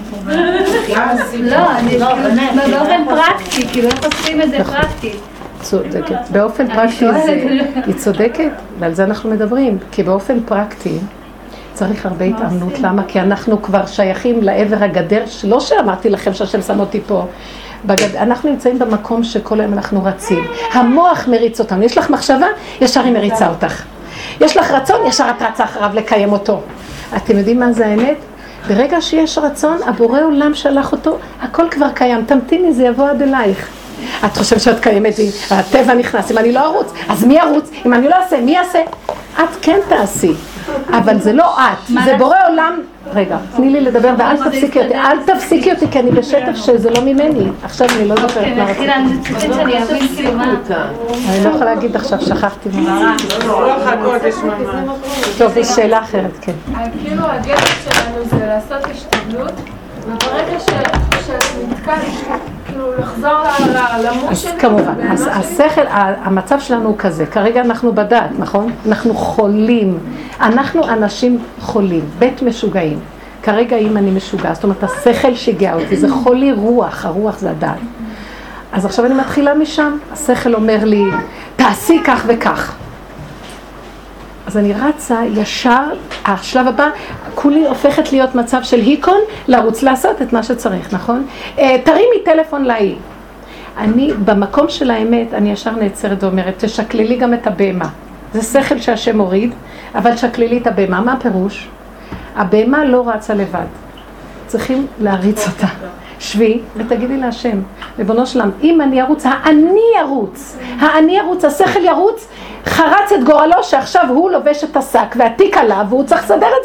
Speaker 2: לא, אני באופן פרקטי, כאילו איך עושים את זה פרקטי?
Speaker 1: צודקת. באופן פרקטי זה... היא צודקת, ועל זה אנחנו מדברים. כי באופן פרקטי צריך הרבה התאמנות. למה? כי אנחנו כבר שייכים לעבר הגדר, לא שאמרתי לכם שהשם שם אותי פה. בגד... אנחנו נמצאים במקום שכל היום אנחנו רצים. המוח מריץ אותנו. יש לך מחשבה? ישר היא מריצה אותך. יש לך רצון? ישר את רצה אחריו לקיים אותו. אתם יודעים מה זה האמת? ברגע שיש רצון, הבורא עולם שלח אותו, הכל כבר קיים. תמתיני, זה יבוא עד אלייך. את חושבת שאת קיימת, הטבע נכנס. אם אני לא ארוץ, אז מי ארוץ? אם אני לא אעשה, מי יעשה? את כן תעשי. אבל זה לא את, זה בורא עולם. רגע, תני לי לדבר ואל תפסיקי אותי, אל תפסיקי אותי כי אני בשטף שזה לא ממני. עכשיו אני לא זוכרת מה רציתי.
Speaker 2: אני חושבת שאני אבין כאילו מה.
Speaker 1: אני לא יכולה להגיד עכשיו, שכחתי מה.
Speaker 3: רוח הקודש ממש.
Speaker 1: טוב, יש שאלה אחרת, כן.
Speaker 6: כאילו הגדר שלנו זה לעשות השתדלות, וברגע שאת נתקעת, כאילו לחזור למות
Speaker 1: אז
Speaker 6: שלי.
Speaker 1: כמובן, אז השכל, המצב שלנו הוא כזה, כרגע אנחנו בדעת, נכון? אנחנו חולים, אנחנו אנשים חולים, בית משוגעים. כרגע אם אני משוגע, זאת אומרת השכל שיגע אותי, זה חולי רוח, הרוח זה הדעת. אז עכשיו אני מתחילה משם, השכל אומר לי, תעשי כך וכך. אז אני רצה ישר, השלב הבא, כולי הופכת להיות מצב של היקון, לרוץ לעשות את מה שצריך, נכון? תרימי טלפון להיא. אני, במקום של האמת, אני ישר נעצרת ואומרת, תשקללי גם את הבהמה. זה שכל שהשם הוריד, אבל שקללי את הבהמה. מה הפירוש? הבהמה לא רצה לבד. צריכים להריץ אותה. שבי ותגידי להשם, ריבונו שלם, אם אני ארוץ, האני ירוץ, האני ירוץ, השכל ירוץ, חרץ את גורלו שעכשיו הוא לובש את השק והתיק עליו והוא צריך לסדר את זה.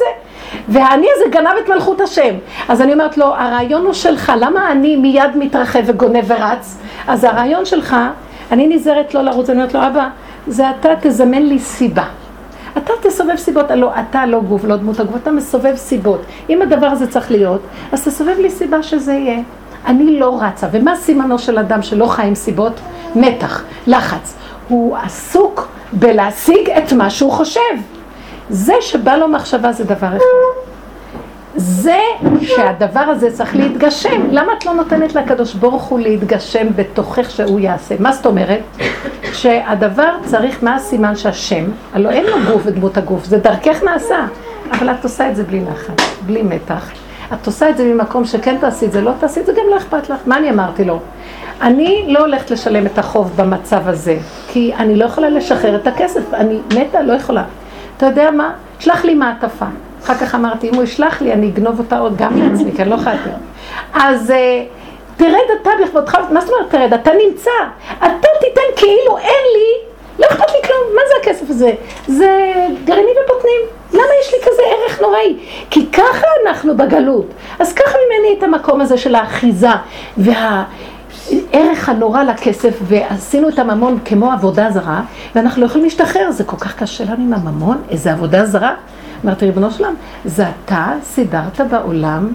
Speaker 1: והאני הזה גנב את מלכות השם. אז אני אומרת לו, הרעיון הוא שלך, למה אני מיד מתרחב וגונב ורץ? אז הרעיון שלך, אני נזהרת לא לרוץ, אני אומרת לו, אבא, זה אתה תזמן לי סיבה. אתה תסובב סיבות, לא, אתה לא גוף, לא דמות הגוף, אתה מסובב סיבות. אם הדבר הזה צריך להיות, אז תסובב לי סיבה שזה יהיה. אני לא רצה. ומה סימנו של אדם שלא חי עם סיבות? מתח, לחץ. הוא עסוק בלהשיג את מה שהוא חושב. זה שבא לו מחשבה זה דבר אחד. זה שהדבר הזה צריך להתגשם. למה את לא נותנת לקדוש ברוך הוא להתגשם בתוכך שהוא יעשה? מה זאת אומרת? שהדבר צריך, מה הסימן שהשם, הלוא אין לו גוף ודמות הגוף, זה דרכך נעשה, אבל את עושה את זה בלי לחץ, בלי מתח. את עושה את זה ממקום שכן תעשי את זה, לא תעשי את זה, גם לא אכפת לך. מה אני אמרתי לו? אני לא הולכת לשלם את החוב במצב הזה, כי אני לא יכולה לשחרר את הכסף, אני מתה, לא יכולה. אתה יודע מה? שלח לי מעטפה. אחר כך אמרתי, אם הוא ישלח לי, אני אגנוב אותה עוד גם לעצמי, כי אני לא יכולה יותר. אז תרד אתה בכבודך, מה זאת אומרת תרד? אתה נמצא, אתה תיתן כאילו אין לי, לא אכפת לי כלום. מה זה הכסף הזה? זה גרעיני ובוטנים. למה יש לי כזה ערך נוראי? כי ככה אנחנו בגלות. אז ככה ממני את המקום הזה של האחיזה והערך הנורא לכסף, ועשינו את הממון כמו עבודה זרה, ואנחנו לא יכולים להשתחרר. זה כל כך קשה לנו עם הממון, איזה עבודה זרה. אמרתי, ריבונו שלם, זה אתה סידרת בעולם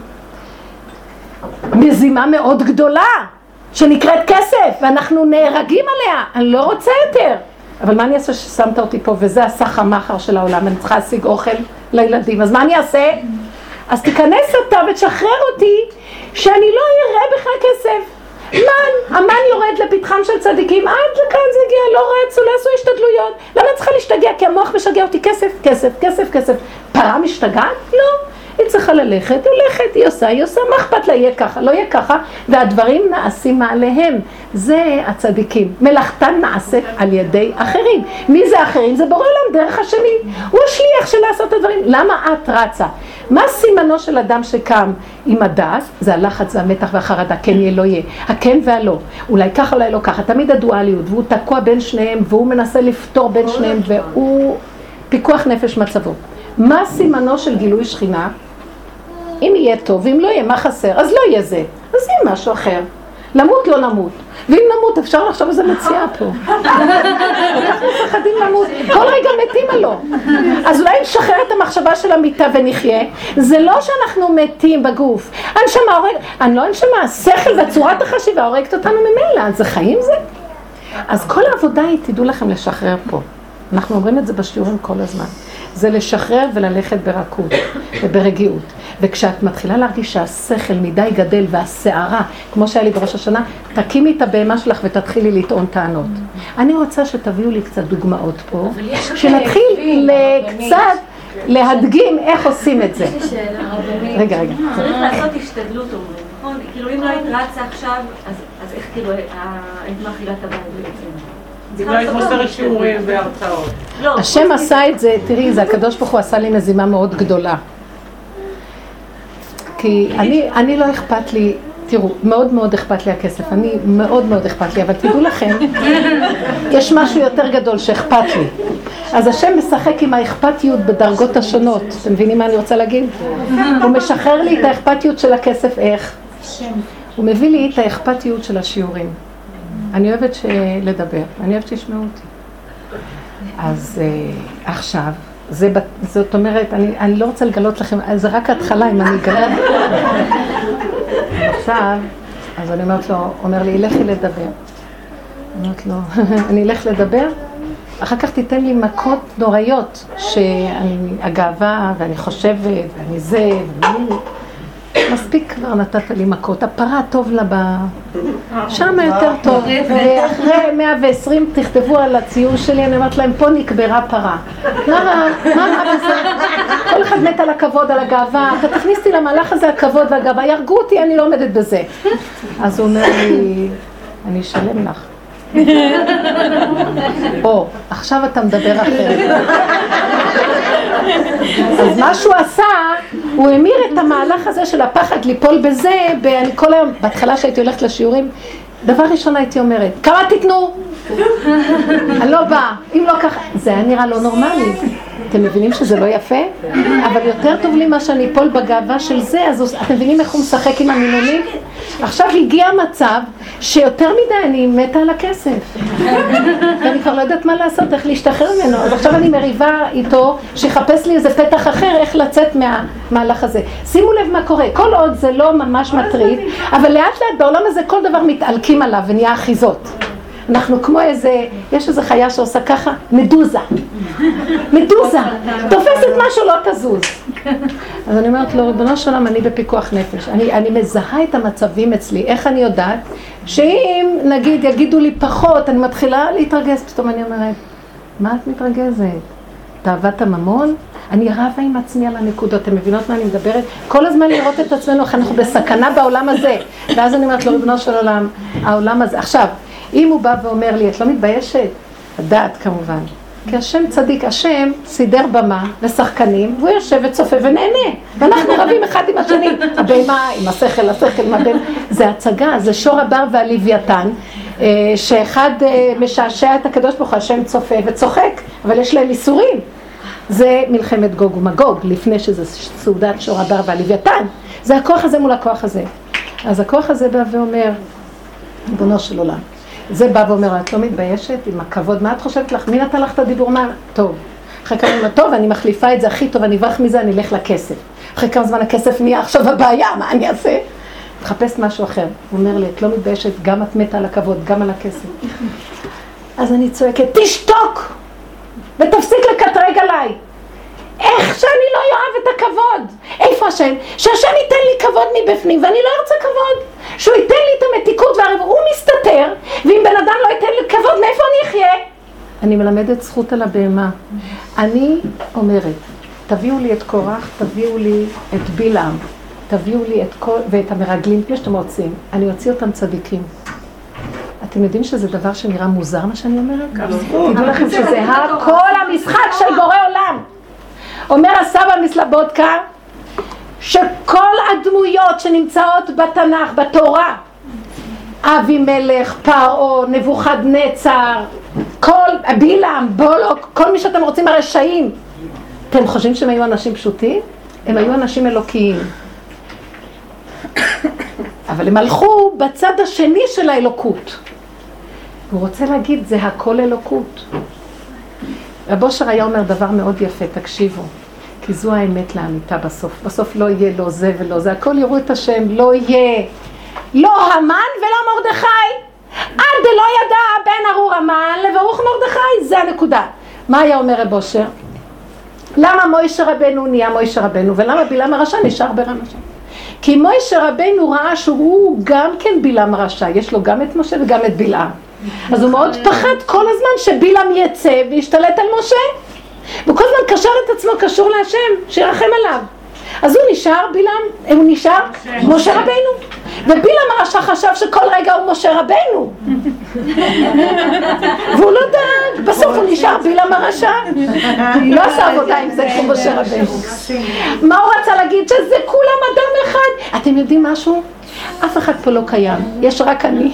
Speaker 1: מזימה מאוד גדולה, שנקראת כסף, ואנחנו נהרגים עליה, אני לא רוצה יותר. אבל מה אני אעשה ששמת אותי פה, וזה הסך המחר של העולם, אני צריכה להשיג אוכל לילדים, אז מה אני אעשה? אז תיכנס אתה ותשחרר אותי, שאני לא אראה בך כסף. מן, המן יורד לפתחם של צדיקים, עד לכאן זה הגיע, לא רצו, לא עשו השתדלויות. למה צריכה להשתגע? כי המוח משגע אותי, כסף, כסף, כסף, כסף. פרה משתגעת? לא. היא צריכה ללכת, הולכת, היא עושה, היא עושה, מה אכפת לה? יהיה ככה, לא יהיה ככה, והדברים נעשים מעליהם. זה הצדיקים. מלאכתן נעשית על ידי אחרים. מי זה אחרים? זה בורא עולם דרך השני. הוא השליח של לעשות את הדברים. למה את רצה? מה סימנו של אדם שקם עם הדעת? זה הלחץ, זה המתח והחרדה, כן יהיה, לא יהיה. הכן והלא. אולי ככה, אולי לא ככה. תמיד הדואליות, והוא תקוע בין שניהם, והוא מנסה לפתור בין שניהם, והוא פיקוח נפש מצבו. מה סימנו של גילוי שכינה? אם יהיה טוב, אם לא יהיה, מה חסר? אז לא יהיה זה. אז יהיה משהו אחר. למות לא נמות. ואם נמות, אפשר לחשוב איזה מציאה פה. אנחנו מפחדים למות. כל רגע מתים עלו. אז אולי נשחרר את המחשבה של המיטה ונחיה. זה לא שאנחנו מתים בגוף. הנשמה הורג, אני לא הנשמה, השכל וצורת החשיבה הורגת אותנו ממילא. זה חיים זה? אז כל העבודה היא, תדעו לכם לשחרר פה. אנחנו אומרים את זה בשיעורים כל הזמן. זה לשחרר וללכת ברכות וברגיעות. וכשאת מתחילה להרגיש שהשכל מדי גדל והשערה, כמו שהיה לי בראש השנה, תקימי את הבהמה שלך ותתחילי לטעון טענות. אני רוצה שתביאו לי קצת דוגמאות פה, שנתחיל קצת להדגים איך עושים את זה. רגע, רגע.
Speaker 2: צריך לעשות השתדלות, אומרים, נכון? כאילו אם לא היית רצה עכשיו, אז איך כאילו היית מאכילה את הבית בעצם?
Speaker 5: אם לא היית מוסרת שיעורים והרצאות.
Speaker 1: השם עשה את זה, תראי, זה הקדוש ברוך הוא עשה לי מזימה מאוד גדולה. כי אני, אני לא אכפת לי, תראו, מאוד מאוד אכפת לי הכסף, אני מאוד מאוד אכפת לי, אבל תדעו לכם, יש משהו יותר גדול שאכפת לי. אז השם משחק עם האכפתיות בדרגות השונות, אתם מבינים מה אני רוצה להגיד? הוא משחרר לי את האכפתיות של הכסף, איך? הוא מביא לי את האכפתיות של השיעורים. אני אוהבת לדבר, אני אוהבת שישמעו אותי. אז uh, עכשיו, זה, זאת אומרת, אני, אני לא רוצה לגלות לכם, זה רק התחלה אם אני אגלה. עכשיו, אז אני אומרת לו, אומר לי, לכי לדבר. אני אומרת לו, אני אלך לדבר, אחר כך תיתן לי מכות נוראיות, שאני הגאווה ואני חושבת ואני זה, ואני... מספיק כבר נתת לי מכות, הפרה טוב לה ב... שם יותר טוב, ואחרי מאה ועשרים תכתבו על הציור שלי, אני אומרת להם, פה נקברה פרה. מה רע? מה רע בזה? כל אחד מת על הכבוד, על הגאווה, אתה תכניסתי למהלך הזה הכבוד והגאווה, ירגו אותי, אני לא עומדת בזה. אז הוא אומר לי, אני אשלם לך. או, עכשיו אתה מדבר אחרת. אז מה שהוא עשה, הוא המיר את המהלך הזה של הפחד ליפול בזה, כל היום, בהתחלה שהייתי הולכת לשיעורים, דבר ראשון הייתי אומרת, כמה תיתנו? אני לא באה, אם לא ככה, זה היה נראה לא נורמלי. אתם מבינים שזה לא יפה? אבל יותר טוב לי מה שאני אפול בגאווה של זה, אז אתם מבינים איך הוא משחק עם המילונים? עכשיו הגיע מצב שיותר מדי אני מתה על הכסף. ואני כבר לא יודעת מה לעשות, איך להשתחרר ממנו. אז עכשיו אני מריבה איתו, שיחפש לי איזה פתח אחר, איך לצאת מהמהלך הזה. שימו לב מה קורה, כל עוד זה לא ממש מטריד, אבל לאט לאט בעולם הזה כל דבר מתעלקים עליו ונהיה אחיזות. אנחנו כמו איזה, יש איזה חיה שעושה ככה, מדוזה. מדוזה, תופסת משהו לא תזוז. אז אני אומרת לו, ריבונו של עולם, אני בפיקוח נפש. אני, אני מזהה את המצבים אצלי. איך אני יודעת? שאם נגיד יגידו לי פחות, אני מתחילה להתרגז. פתאום אני אומרת, מה את מתרגזת? תאוות הממון? אני רבה עם עצמי על הנקודות. אתם מבינות מה אני מדברת? כל הזמן לראות את עצמנו, איך אנחנו בסכנה בעולם הזה. ואז אני אומרת לו, ריבונו של עולם, העולם הזה. עכשיו, אם הוא בא ואומר לי, את לא מתביישת? הדעת כמובן. כי השם צדיק, השם סידר במה ושחקנים, והוא יושב וצופה ונהנה. ואנחנו רבים אחד עם השני. הבהמה, עם השכל, השכל, עם הבהמה. זה הצגה, זה שור הבר והלוויתן, שאחד משעשע את הקדוש ברוך הוא, השם צופה וצוחק, אבל יש להם איסורים. זה מלחמת גוג ומגוג, לפני שזה סעודת שור הבר והלוויתן. זה הכוח הזה מול הכוח הזה. אז הכוח הזה בא ואומר, ריבונו של עולם. זה בא ואומר, את לא מתביישת עם הכבוד, מה את חושבת לך? מי נתן לך את הדיבור? מה? טוב. אחרי כמה זמן, טוב, אני מחליפה את זה הכי טוב, אני אברח מזה, אני אלך לכסף. אחרי כמה זמן הכסף נהיה עכשיו הבעיה, מה אני אעשה? מחפש משהו אחר. הוא אומר לי, את לא מתביישת, גם את מתה על הכבוד, גם על הכסף. אז אני צועקת, תשתוק! ותפסיק לקטרג עליי. איך שאני לא אוהב את הכבוד? איפה השם? שהשם ייתן לי כבוד מבפנים, ואני לא ארצה כבוד. שהוא ייתן לי את המתיקות והרב, הוא מסתתר, ואם בן אדם לא ייתן לי כבוד, מאיפה אני אחיה? אני מלמדת זכות על הבהמה. אני אומרת, תביאו לי את קורח, תביאו לי את בלעם, תביאו לי את כל, ואת המרגלים, כמו שאתם רוצים. אני אוציא אותם צדיקים. אתם יודעים שזה דבר שנראה מוזר מה שאני אומרת? תדעו לכם שזה הכל המשחק של בורא עולם. אומר הסבא מסלבודקה, שכל הדמויות שנמצאות בתנ"ך, בתורה, אבימלך, פרעה, נבוכדנצר, כל, בלעם, בולוק, כל מי שאתם רוצים הרשעים, אתם חושבים שהם היו אנשים פשוטים? הם היו אנשים אלוקיים. אבל הם הלכו בצד השני של האלוקות. הוא רוצה להגיד, זה הכל אלוקות. רב אושר היה אומר דבר מאוד יפה, תקשיבו. כי זו האמת לאמיתה בסוף. בסוף לא יהיה לא זה ולא זה. הכל יראו את השם, לא יהיה. לא המן ולא מרדכי. עד דלא ידע בין ארור המן לברוך מרדכי. זה הנקודה. מה היה אומר רב אושר? למה מוישה רבנו נהיה מוישה רבנו? ולמה בלעם הרשע נשאר ברם השם? כי מוישה רבנו ראה שהוא גם כן בלעם הרשע. יש לו גם את משה וגם את בלעם. אז הוא מאוד פחד כל הזמן שבלעם יצא וישתלט על משה. וכל הזמן קשר את עצמו קשור להשם, שירחם עליו. אז הוא נשאר בלעם, הוא נשאר משה רבנו. ובלעם הרשע חשב שכל רגע הוא משה רבנו. והוא לא דאג, בסוף הוא נשאר בלעם הרשע. לא עשה עבודה עם זה כמו משה רבנו. מה הוא רצה להגיד? שזה כולם אדם אחד. אתם יודעים משהו? אף אחד פה לא קיים, יש רק אני.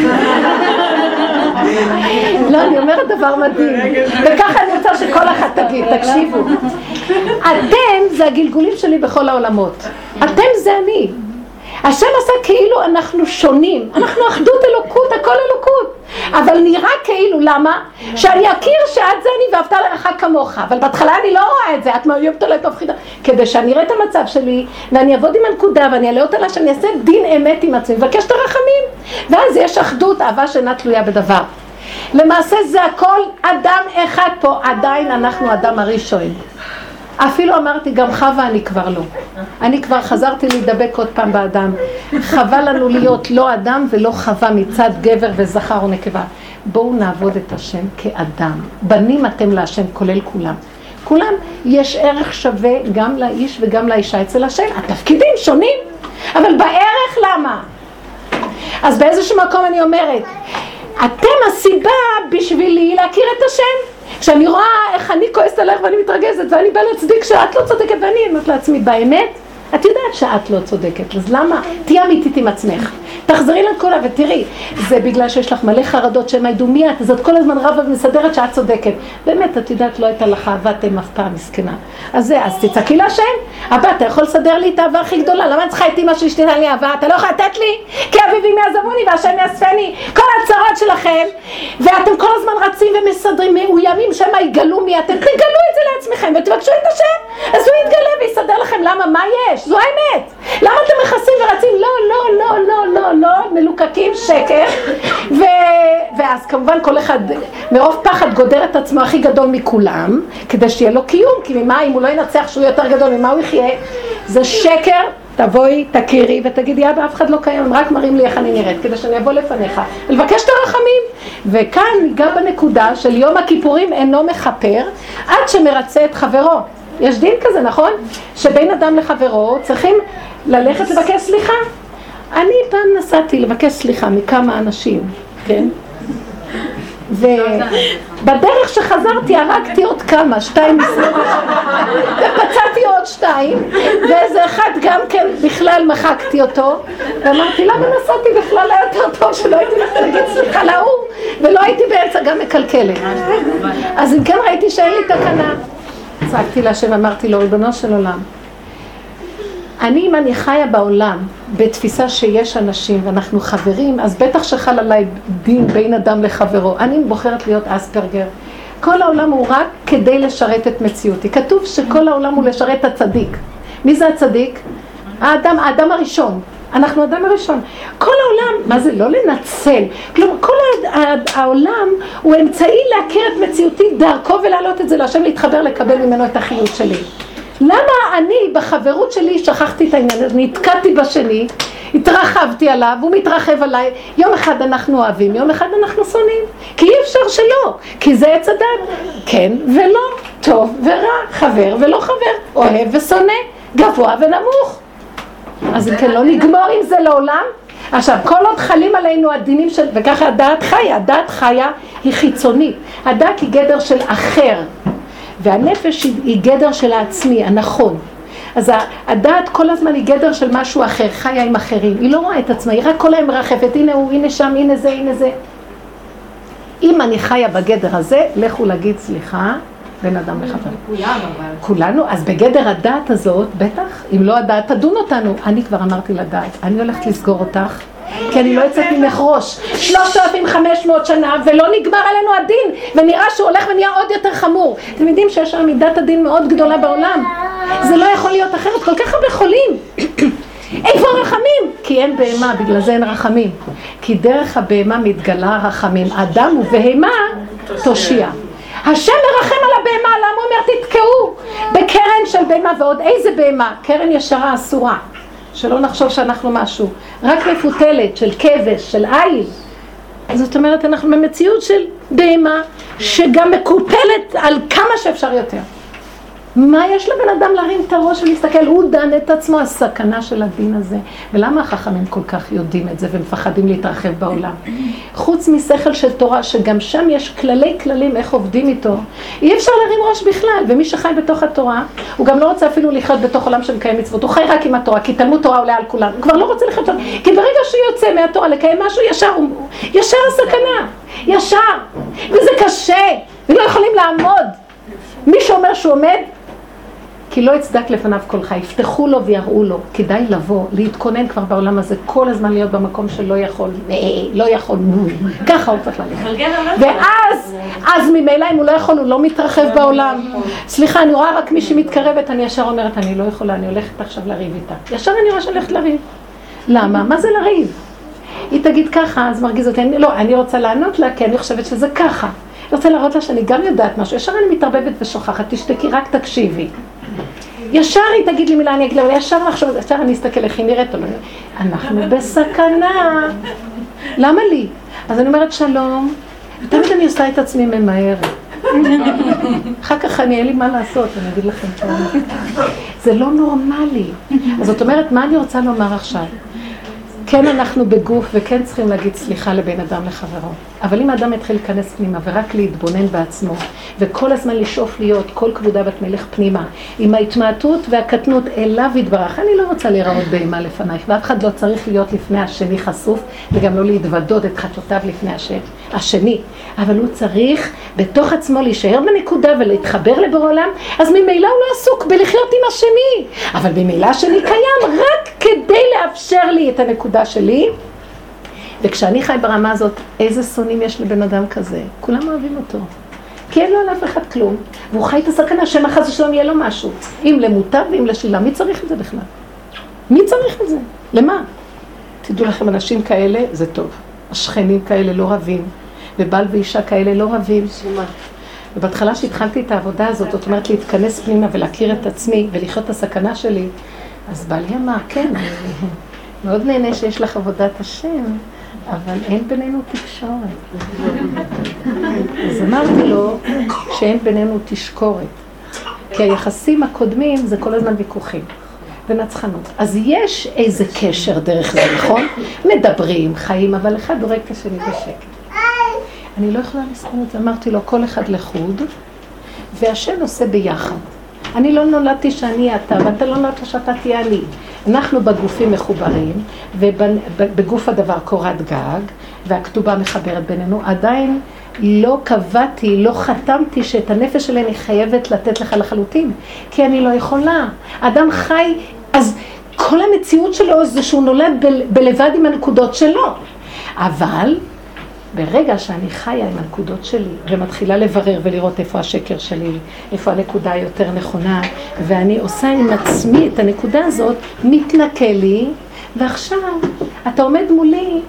Speaker 1: לא, אני אומרת דבר מדהים. וככה אני רוצה שכל אחד תגיד, תקשיבו. אתם זה הגלגולים שלי בכל העולמות. אתם זה אני. השם עשה כאילו אנחנו שונים. אנחנו אחדות אלוקות, הכל אלוקות. אבל נראה כאילו, למה? שאני אכיר שאת זה אני ואהבת לרעך כמוך. אבל בהתחלה אני לא רואה את זה, את מאויבת עליי תפחידה. כדי שאני אראה את המצב שלי, ואני אעבוד עם הנקודה, ואני אעלה אותה לה, שאני אעשה דין אמת עם עצמי, ובקש את הרחמים. ואז יש אחדות, אהבה שאינה תלויה בדבר. למעשה זה הכל אדם אחד פה, עדיין אנחנו אדם הראשון. אפילו אמרתי, גם חווה אני כבר לא. אני כבר חזרתי להידבק עוד פעם באדם. חבל לנו להיות לא אדם ולא חווה מצד גבר וזכר או נקבה. בואו נעבוד את השם כאדם. בנים אתם להשם, כולל כולם. כולם יש ערך שווה גם לאיש וגם לאישה אצל השם. התפקידים שונים, אבל בערך למה? אז באיזשהו מקום אני אומרת, אתם הסיבה בשבילי להכיר את השם. כשאני רואה איך אני כועסת עליך ואני מתרגזת ואני באה להצדיק שאת לא צודקת ואני אומרת לעצמי, באמת, את יודעת שאת לא צודקת, אז למה? תהיה אמיתית עם עצמך. תחזרי לנקודה ותראי, זה בגלל שיש לך מלא חרדות שהם ידעו מי את, אז את כל הזמן רבה ומסדרת שאת צודקת. באמת, את יודעת, לא הייתה לך אהבתם אף פעם מסכנה. אז זה, אז תצעקי להשם. אבא, אתה יכול לסדר לי את האהבה הכי גדולה? למה אני צריכה את אמא שלי שתיתן לי אהבה? אתה לא יכול לתת לי? כי אביבי יעזבוני והשם יאספני. כל הצרות שלכם, ואתם כל הזמן רצים ומסדרים מאוימים שהם יגלו מי אתם. תגלו את זה לעצמכם ותבקשו את השם. אז הוא יתגלה ויסדר לכם. למה? מה יש? זו האמת. למה אתם מכסים ורצים? לא, לא, לא, לא, לא, לא, מלוקקים, שקר. ו... ואז כמובן כל אחד מרוב פחד גודר את עצמו הכי גדול מכולם, כדי שיהיה לו קיום, כי ממה אם הוא לא ינצח שהוא יותר גדול, ממה הוא יחיה? זה שקר. תבואי, תכירי ותגידי, אבא, אף אחד לא קיים, הם רק מראים לי איך אני נראית, כדי שאני אבוא לפניך ולבקש את הרחמים. וכאן ניגע בנקודה של יום הכיפורים אינו מחפר עד שמרצה את חברו. יש דין כזה, נכון? שבין אדם לחברו צריכים ללכת לבקש סליחה. אני פעם נסעתי לבקש סליחה מכמה אנשים, כן? ובדרך שחזרתי הרגתי עוד כמה, שתיים מסלול, ופצעתי עוד שתיים, ואיזה אחד גם כן בכלל מחקתי אותו, ואמרתי, למה נסעתי בכלל היה יותר טוב שלא הייתי להגיד סליחה להוא, ולא הייתי באמצע גם מקלקלת. אז אם כן ראיתי שאין לי תקנה, צעקתי להשם, אמרתי לו, ריבונו של עולם, אני אם אני חיה בעולם בתפיסה שיש אנשים ואנחנו חברים, אז בטח שחל עליי דין בין אדם לחברו. אני בוחרת להיות אספרגר. כל העולם הוא רק כדי לשרת את מציאותי. כתוב שכל העולם הוא לשרת את הצדיק. מי זה הצדיק? האדם, האדם הראשון. אנחנו האדם הראשון. כל העולם, מה זה? לא לנצל. כלומר, כל העולם הוא אמצעי להכיר את מציאותי דרכו ולהעלות את זה להשם, להתחבר, לקבל ממנו את החיות שלי. למה אני בחברות שלי שכחתי את העניין, נתקעתי בשני, התרחבתי עליו, הוא מתרחב עליי, יום אחד אנחנו אוהבים, יום אחד אנחנו שונאים, כי אי אפשר שלא, כי זה עץ הדת, כן ולא, טוב ורע, חבר ולא חבר, אוהב ושונא, גבוה ונמוך. אז אם כן לא נגמור עם זה לעולם. עכשיו, כל עוד חלים עלינו הדינים של, וככה הדעת חיה, הדעת חיה היא חיצונית, הדעת היא גדר של אחר, והנפש היא גדר של העצמי, הנכון. אז הדעת כל הזמן היא גדר של משהו אחר, חיה עם אחרים. היא לא רואה את עצמה, היא רק כל היום מרחפת, הנה הוא, הנה שם, הנה זה, הנה זה. אם אני חיה בגדר הזה, לכו להגיד סליחה, בין אדם לחבר.
Speaker 2: כולם אבל.
Speaker 1: כולנו, אז בגדר הדעת הזאת, בטח, אם לא הדעת תדון אותנו. אני כבר אמרתי לדעת, אני הולכת לסגור אותך, כי אני לא יוצאת ממך ראש. שלושת אלפים וחמש מאות שנה, ולא נגמר עלינו הדין, ונראה שהוא הולך ונהיה עוד יותר חמור. אתם יודעים שיש שם מידת הדין מאוד גדולה בעולם. זה לא יכול להיות אחרת, כל כך הרבה חולים. איפה הרחמים? כי אין בהמה, בגלל זה אין רחמים. כי דרך הבהמה מתגלה רחמים. אדם ובהמה תושיע. השם מרחם על הבהמה, למה הוא אומר תתקעו בקרן של בהמה, ועוד איזה בהמה? קרן ישרה אסורה. שלא נחשוב שאנחנו משהו, רק מפותלת של כבש, של עיל. זאת אומרת, אנחנו במציאות של בהמה שגם מקופלת על כמה שאפשר יותר. מה יש לבן אדם להרים את הראש ולהסתכל? הוא דן את עצמו, הסכנה של הדין הזה. ולמה החכמים כל כך יודעים את זה ומפחדים להתרחב בעולם? חוץ משכל של תורה, שגם שם יש כללי כללים איך עובדים איתו, אי אפשר להרים ראש בכלל. ומי שחי בתוך התורה, הוא גם לא רוצה אפילו לחיות בתוך עולם שמקיים מצוות. הוא חי רק עם התורה, כי תלמוד תורה עולה על כולם. הוא כבר לא רוצה לחיות שם, כי ברגע שהוא יוצא מהתורה לקיים משהו, ישר, ישר הסכנה. ישר. וזה קשה. ולא יכולים לעמוד. מי שאומר שהוא עומד, כי לא יצדק לפניו כל חי, יפתחו לו ויראו לו, כדאי לבוא, להתכונן כבר בעולם הזה, כל הזמן להיות במקום שלא יכול, לא יכול, ככה הוא צריך ללכת. ואז, אז ממילא אם הוא לא יכול, הוא לא מתרחב בעולם. סליחה, אני רואה רק מי שמתקרבת, אני ישר אומרת, אני לא יכולה, אני הולכת עכשיו לריב איתה. ישר אני רואה שהולכת לריב. למה? מה זה לריב? היא תגיד ככה, אז מרגיז אותי, לא, אני רוצה לענות לה, כי אני חושבת שזה ככה. אני רוצה להראות לה שאני גם יודעת משהו, ישר אני מתערבבת ושוכחת, תשתקי, רק תקשיבי. ישר היא תגיד לי מילה, אני אגיד לה, אבל ישר נחשוב, ישר אני אסתכל איך היא נראית או לא. אנחנו בסכנה. למה לי? אז אני אומרת שלום, ותמיד אני עושה את עצמי ממהרת. אחר כך אני, אין לי מה לעשות, אני אגיד לכם טוב. זה לא נורמלי. אז זאת אומרת, מה אני רוצה לומר עכשיו? כן אנחנו בגוף וכן צריכים להגיד סליחה לבן אדם לחברו. אבל אם האדם יתחיל להיכנס פנימה ורק להתבונן בעצמו, וכל הזמן לשאוף להיות כל כבודה בת מלך פנימה, עם ההתמעטות והקטנות אליו יתברך. אני לא רוצה להיראות באימה לפנייך, ואף אחד לא צריך להיות לפני השני חשוף, וגם לא להתוודות את חטאותיו לפני השני. אבל הוא צריך בתוך עצמו להישאר בנקודה ולהתחבר לבורא עולם, אז ממילא הוא לא עסוק בלחיות עם השני. אבל ממילא השני קיים רק כדי לאפשר לי את הנקודה שלי. וכשאני חי ברמה הזאת, איזה שונאים יש לבן אדם כזה? כולם אוהבים אותו. כי אין לו על אף אחד כלום. והוא חי את הסכנה, שמא חס ושלום יהיה לו משהו. אם למוטב ואם לשלילה. מי צריך את זה בכלל? מי צריך את זה? למה? תדעו לכם, אנשים כאלה, זה טוב. השכנים כאלה לא רבים. ובעל ואישה כאלה לא רבים. ובהתחלה שהתחלתי את העבודה הזאת, זאת אומרת להתכנס פנימה ולהכיר את עצמי ולחיות את הסכנה שלי, אז בעלי אמר, כן, אני מאוד נהנה שיש לך עבודת השם, אבל אין בינינו תקשורת. אז אמרתי לו שאין בינינו תשקורת. כי היחסים הקודמים זה כל הזמן ויכוחים ונצחנות. אז יש איזה קשר דרך זה, נכון? מדברים, חיים, אבל אחד דורק את השני בשקט. אני לא יכולה לזכור את זה. אמרתי לו, כל אחד לחוד, והשם עושה ביחד. אני לא נולדתי שאני אתה, ואתה לא נולדת שאתה תהיה לי. אנחנו בגופים מחוברים, ובגוף הדבר קורת גג, והכתובה מחברת בינינו. עדיין לא קבעתי, לא חתמתי שאת הנפש שלי אני חייבת לתת לך לחלוטין, כי אני לא יכולה. אדם חי, אז כל המציאות שלו זה שהוא נולד ב- בלבד עם הנקודות שלו. אבל ברגע שאני חיה עם הנקודות שלי ומתחילה לברר ולראות איפה השקר שלי, איפה הנקודה היותר נכונה, ואני עושה עם עצמי את הנקודה הזאת, מתנקה לי, ועכשיו אתה עומד מולי,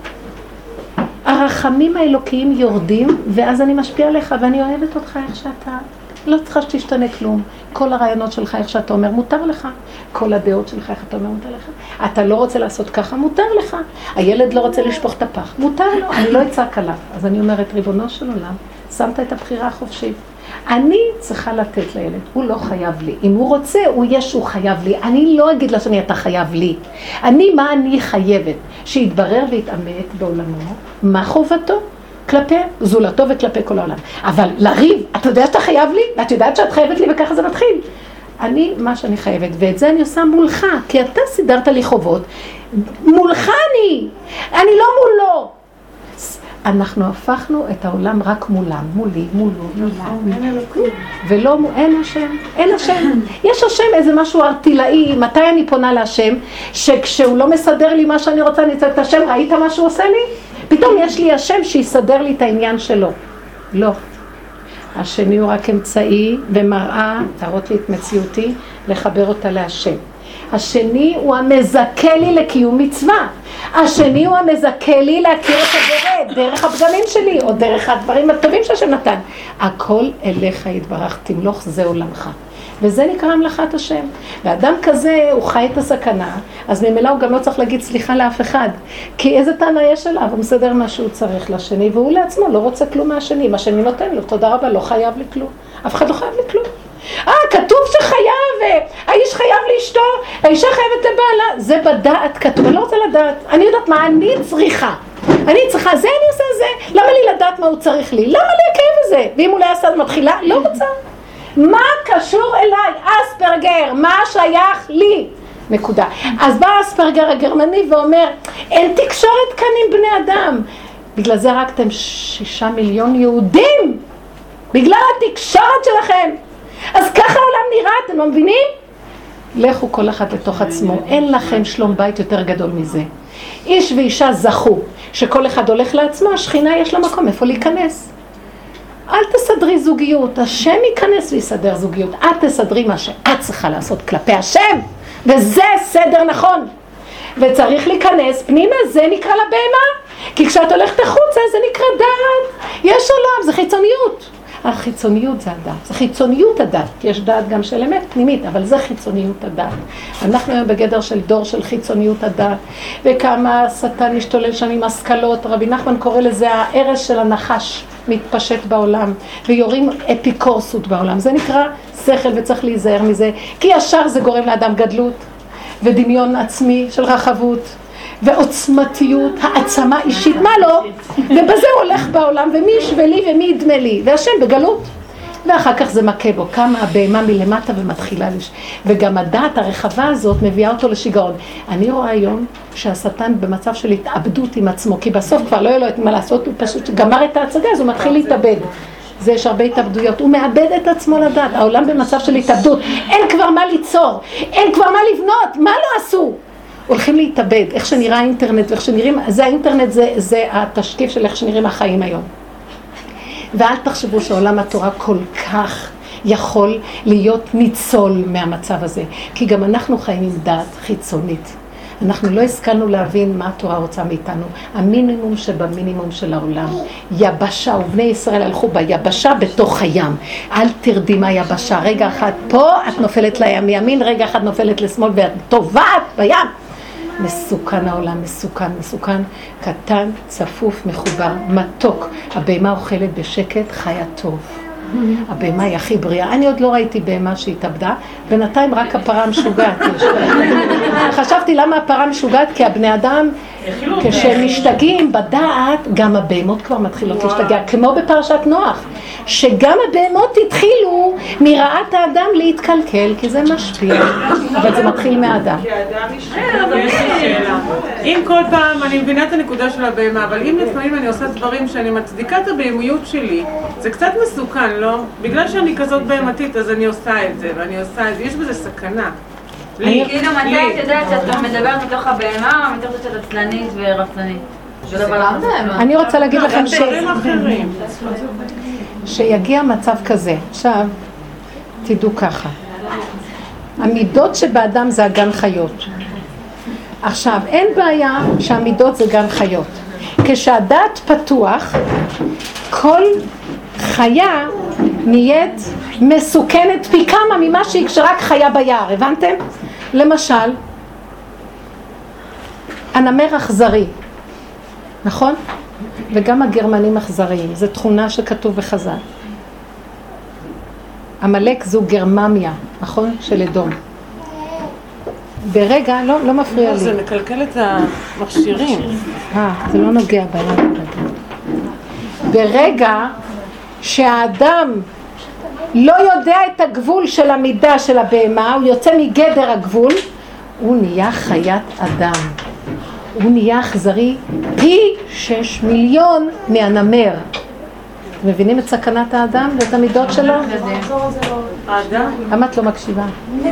Speaker 1: הרחמים האלוקיים יורדים, ואז אני משפיע עליך ואני אוהבת אותך איך שאתה. לא צריכה שתשתנה כלום. כל הרעיונות שלך איך שאתה אומר מותר לך. כל הדעות שלך איך אתה אומר מותר לך. אתה לא רוצה לעשות ככה, מותר לך. הילד לא רוצה לשפוך את הפח, מותר לו. אני לא אצעק עליו. אז אני אומרת, ריבונו של עולם, שמת את הבחירה החופשית. אני צריכה לתת לילד, הוא לא חייב לי. אם הוא רוצה, הוא יהיה שהוא חייב לי. אני לא אגיד לשני, אתה חייב לי. אני, מה אני חייבת? שיתברר ויתאמת בעולמו, מה חובתו? כלפי זולתו וכלפי כל העולם. אבל לריב, אתה יודע שאתה חייב לי? ואת יודעת שאת חייבת לי וככה זה מתחיל. אני, מה שאני חייבת, ואת זה אני עושה מולך, כי אתה סידרת לי חובות. מולך אני, אני לא מולו. אנחנו הפכנו את העולם רק מולם, מולי, מולו, מולם. ולא, אין השם, אין השם. יש השם איזה משהו ארטילאי, מתי אני פונה להשם, שכשהוא לא מסדר לי מה שאני רוצה, אני אצטט את השם, ראית מה שהוא עושה לי? פתאום יש לי השם שיסדר לי את העניין שלו. לא. השני הוא רק אמצעי ומראה, תראות לי את מציאותי, לחבר אותה להשם. השני הוא המזכה לי לקיום מצווה. השני הוא המזכה לי להכיר את הבורא, דרך הפגמים שלי, או דרך הדברים הטובים שהשם נתן. הכל אליך יתברך, תמלוך זה עולמך. וזה נקרא המלאכת השם. ואדם כזה, הוא חי את הסכנה, אז ממילא הוא גם לא צריך להגיד סליחה לאף אחד. כי איזה טענה יש עליו, הוא מסדר מה שהוא צריך לשני, והוא לעצמו לא רוצה כלום מהשני. מה שאני נותן לו, תודה רבה, לא חייב לי כלום. אף אחד לא חייב לי כלום. אה, כתוב שחייב, האיש חייב לאשתו, האישה חייבת לבעלה. זה בדעת כתוב, אני לא רוצה לדעת. אני יודעת מה אני צריכה. אני צריכה, זה אני עושה זה. למה לי לדעת מה הוא צריך לי? למה לי הכאב הזה? ואם הוא לא יעשה את מתחילה, לא רוצה. מה קשור אליי? אספרגר, מה שייך לי? נקודה. אז בא אספרגר הגרמני ואומר, אין תקשורת כאן עם בני אדם. בגלל זה הרגתם שישה מיליון יהודים. בגלל התקשורת שלכם. אז ככה העולם נראה, אתם לא מבינים? לכו כל אחד לתוך עצמו. אין לכם שלום בית יותר גדול מזה. איש ואישה זכו, שכל אחד הולך לעצמו, השכינה יש לה מקום איפה להיכנס. אל תסדרי זוגיות, השם ייכנס ויסדר זוגיות. את תסדרי מה שאת צריכה לעשות כלפי השם, וזה סדר נכון. וצריך להיכנס פנימה, זה נקרא לבהמה. כי כשאת הולכת החוצה זה נקרא דעת. יש עולם, זה חיצוניות. החיצוניות זה הדת, זה חיצוניות הדת, כי יש דת גם של אמת פנימית, אבל זה חיצוניות הדת. אנחנו היום בגדר של דור של חיצוניות הדת, וכמה שטן משתולל שם עם השכלות, רבי נחמן קורא לזה הארץ של הנחש מתפשט בעולם, ויורים אפיקורסות בעולם, זה נקרא שכל וצריך להיזהר מזה, כי ישר זה גורם לאדם גדלות, ודמיון עצמי של רחבות, ועוצמתיות, העצמה אישית, מה לא? ובזה הוא הולך בעולם, ומי ישווה לי ומי ידמה לי, והשם בגלות. ואחר כך זה מכה בו, כמה הבהמה מלמטה ומתחילה לש... וגם הדעת הרחבה הזאת מביאה אותו לשיגעון. אני רואה היום שהשטן במצב של התאבדות עם עצמו, כי בסוף כבר לא יהיה לו את מה לעשות, הוא פשוט גמר את ההצגה, אז הוא מתחיל להתאבד. זה יש הרבה התאבדויות, הוא מאבד את עצמו לדעת, העולם במצב של התאבדות, אין כבר מה ליצור, אין כבר מה לבנות, מה לא עשו? הולכים להתאבד, איך שנראה האינטרנט ואיך שנראים, זה האינטרנט, זה, זה התשקיף של איך שנראים החיים היום. ואל תחשבו שעולם התורה כל כך יכול להיות ניצול מהמצב הזה, כי גם אנחנו חיים עם דעת חיצונית. אנחנו לא השכלנו להבין מה התורה רוצה מאיתנו. המינימום שבמינימום של העולם. יבשה, ובני ישראל הלכו ביבשה בתוך הים. אל תרדי מהיבשה. רגע אחד פה את נופלת לים מימין, רגע אחד נופלת לשמאל ואת טובעת בים. מסוכן העולם, מסוכן, מסוכן, קטן, צפוף, מחובר, מתוק. הבהמה אוכלת בשקט, חיה טוב. הבהמה היא הכי בריאה. אני עוד לא ראיתי בהמה שהתאבדה, בינתיים רק הפרה משוגעת. חשבתי למה הפרה משוגעת? כי הבני אדם, כשהם משתגעים בדעת, גם הבהמות כבר מתחילות להשתגע, כמו בפרשת נוח, שגם הבהמות התחילו מרעת האדם להתקלקל, כי זה משפיע, אבל זה מתחיל מהאדם.
Speaker 5: כי האדם משתגע. יש לי שאלה. אם כל פעם, אני מבינה את הנקודה של הבהמה, אבל אם לפעמים אני עושה דברים שאני מצדיקה את הבהמיות שלי, זה קצת מסוכן, לא? בגלל שאני כזאת בהמתית, אז אני עושה את זה, ואני עושה את זה, יש בזה סכנה.
Speaker 2: כאילו, מתי את יודעת שאת מדברת מתוך הבהמה, או מתוך שאת עצלנית ורצלנית?
Speaker 1: אני רוצה להגיד לכם ש... שיגיע מצב כזה. עכשיו, תדעו ככה. המידות שבאדם זה הגן חיות. עכשיו, אין בעיה שהמידות זה גן חיות. כשהדעת פתוח, כל חיה נהיית מסוכנת פי כמה ממה שהיא כשרק חיה ביער, הבנתם? למשל, הנמר אכזרי, נכון? וגם הגרמנים אכזריים, זו תכונה שכתוב בחז"ל. עמלק זו גרממיה, נכון? של אדום. ברגע, לא, לא מפריע לי.
Speaker 5: זה מקלקל את המכשירים.
Speaker 1: אה, זה לא נוגע בהם. ברגע שהאדם לא יודע את הגבול של המידה של הבהמה, הוא יוצא מגדר הגבול, הוא נהיה חיית אדם. הוא נהיה אכזרי פי שש מיליון מהנמר. מבינים את סכנת האדם ואת המידות שלו?
Speaker 5: האדם?
Speaker 1: למה את לא מקשיבה?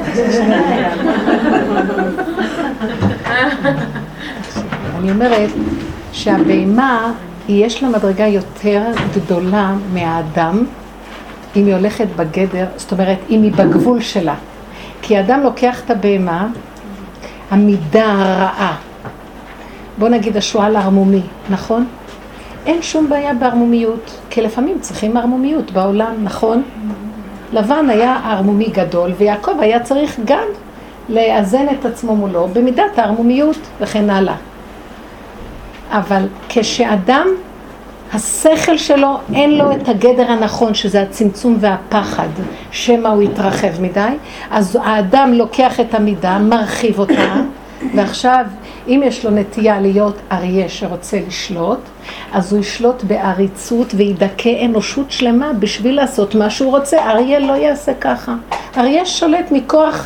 Speaker 1: אני אומרת שהבהמה יש לה מדרגה יותר גדולה מהאדם אם היא הולכת בגדר, זאת אומרת אם היא בגבול שלה. כי האדם לוקח את הבהמה, המידה הרעה. בוא נגיד השועל הערמומי, נכון? אין שום בעיה בערמומיות, כי לפעמים צריכים ערמומיות בעולם, נכון? לבן היה ערמומי גדול, ויעקב היה צריך גם לאזן את עצמו מולו במידת הערמומיות וכן הלאה. אבל כשאדם, השכל שלו אין לו את הגדר הנכון, שזה הצמצום והפחד, שמה הוא יתרחב מדי, אז האדם לוקח את המידה, מרחיב אותה, ועכשיו אם יש לו נטייה להיות אריה שרוצה לשלוט, אז הוא ישלוט בעריצות וידכא אנושות שלמה בשביל לעשות מה שהוא רוצה. אריה לא יעשה ככה. אריה שולט מכוח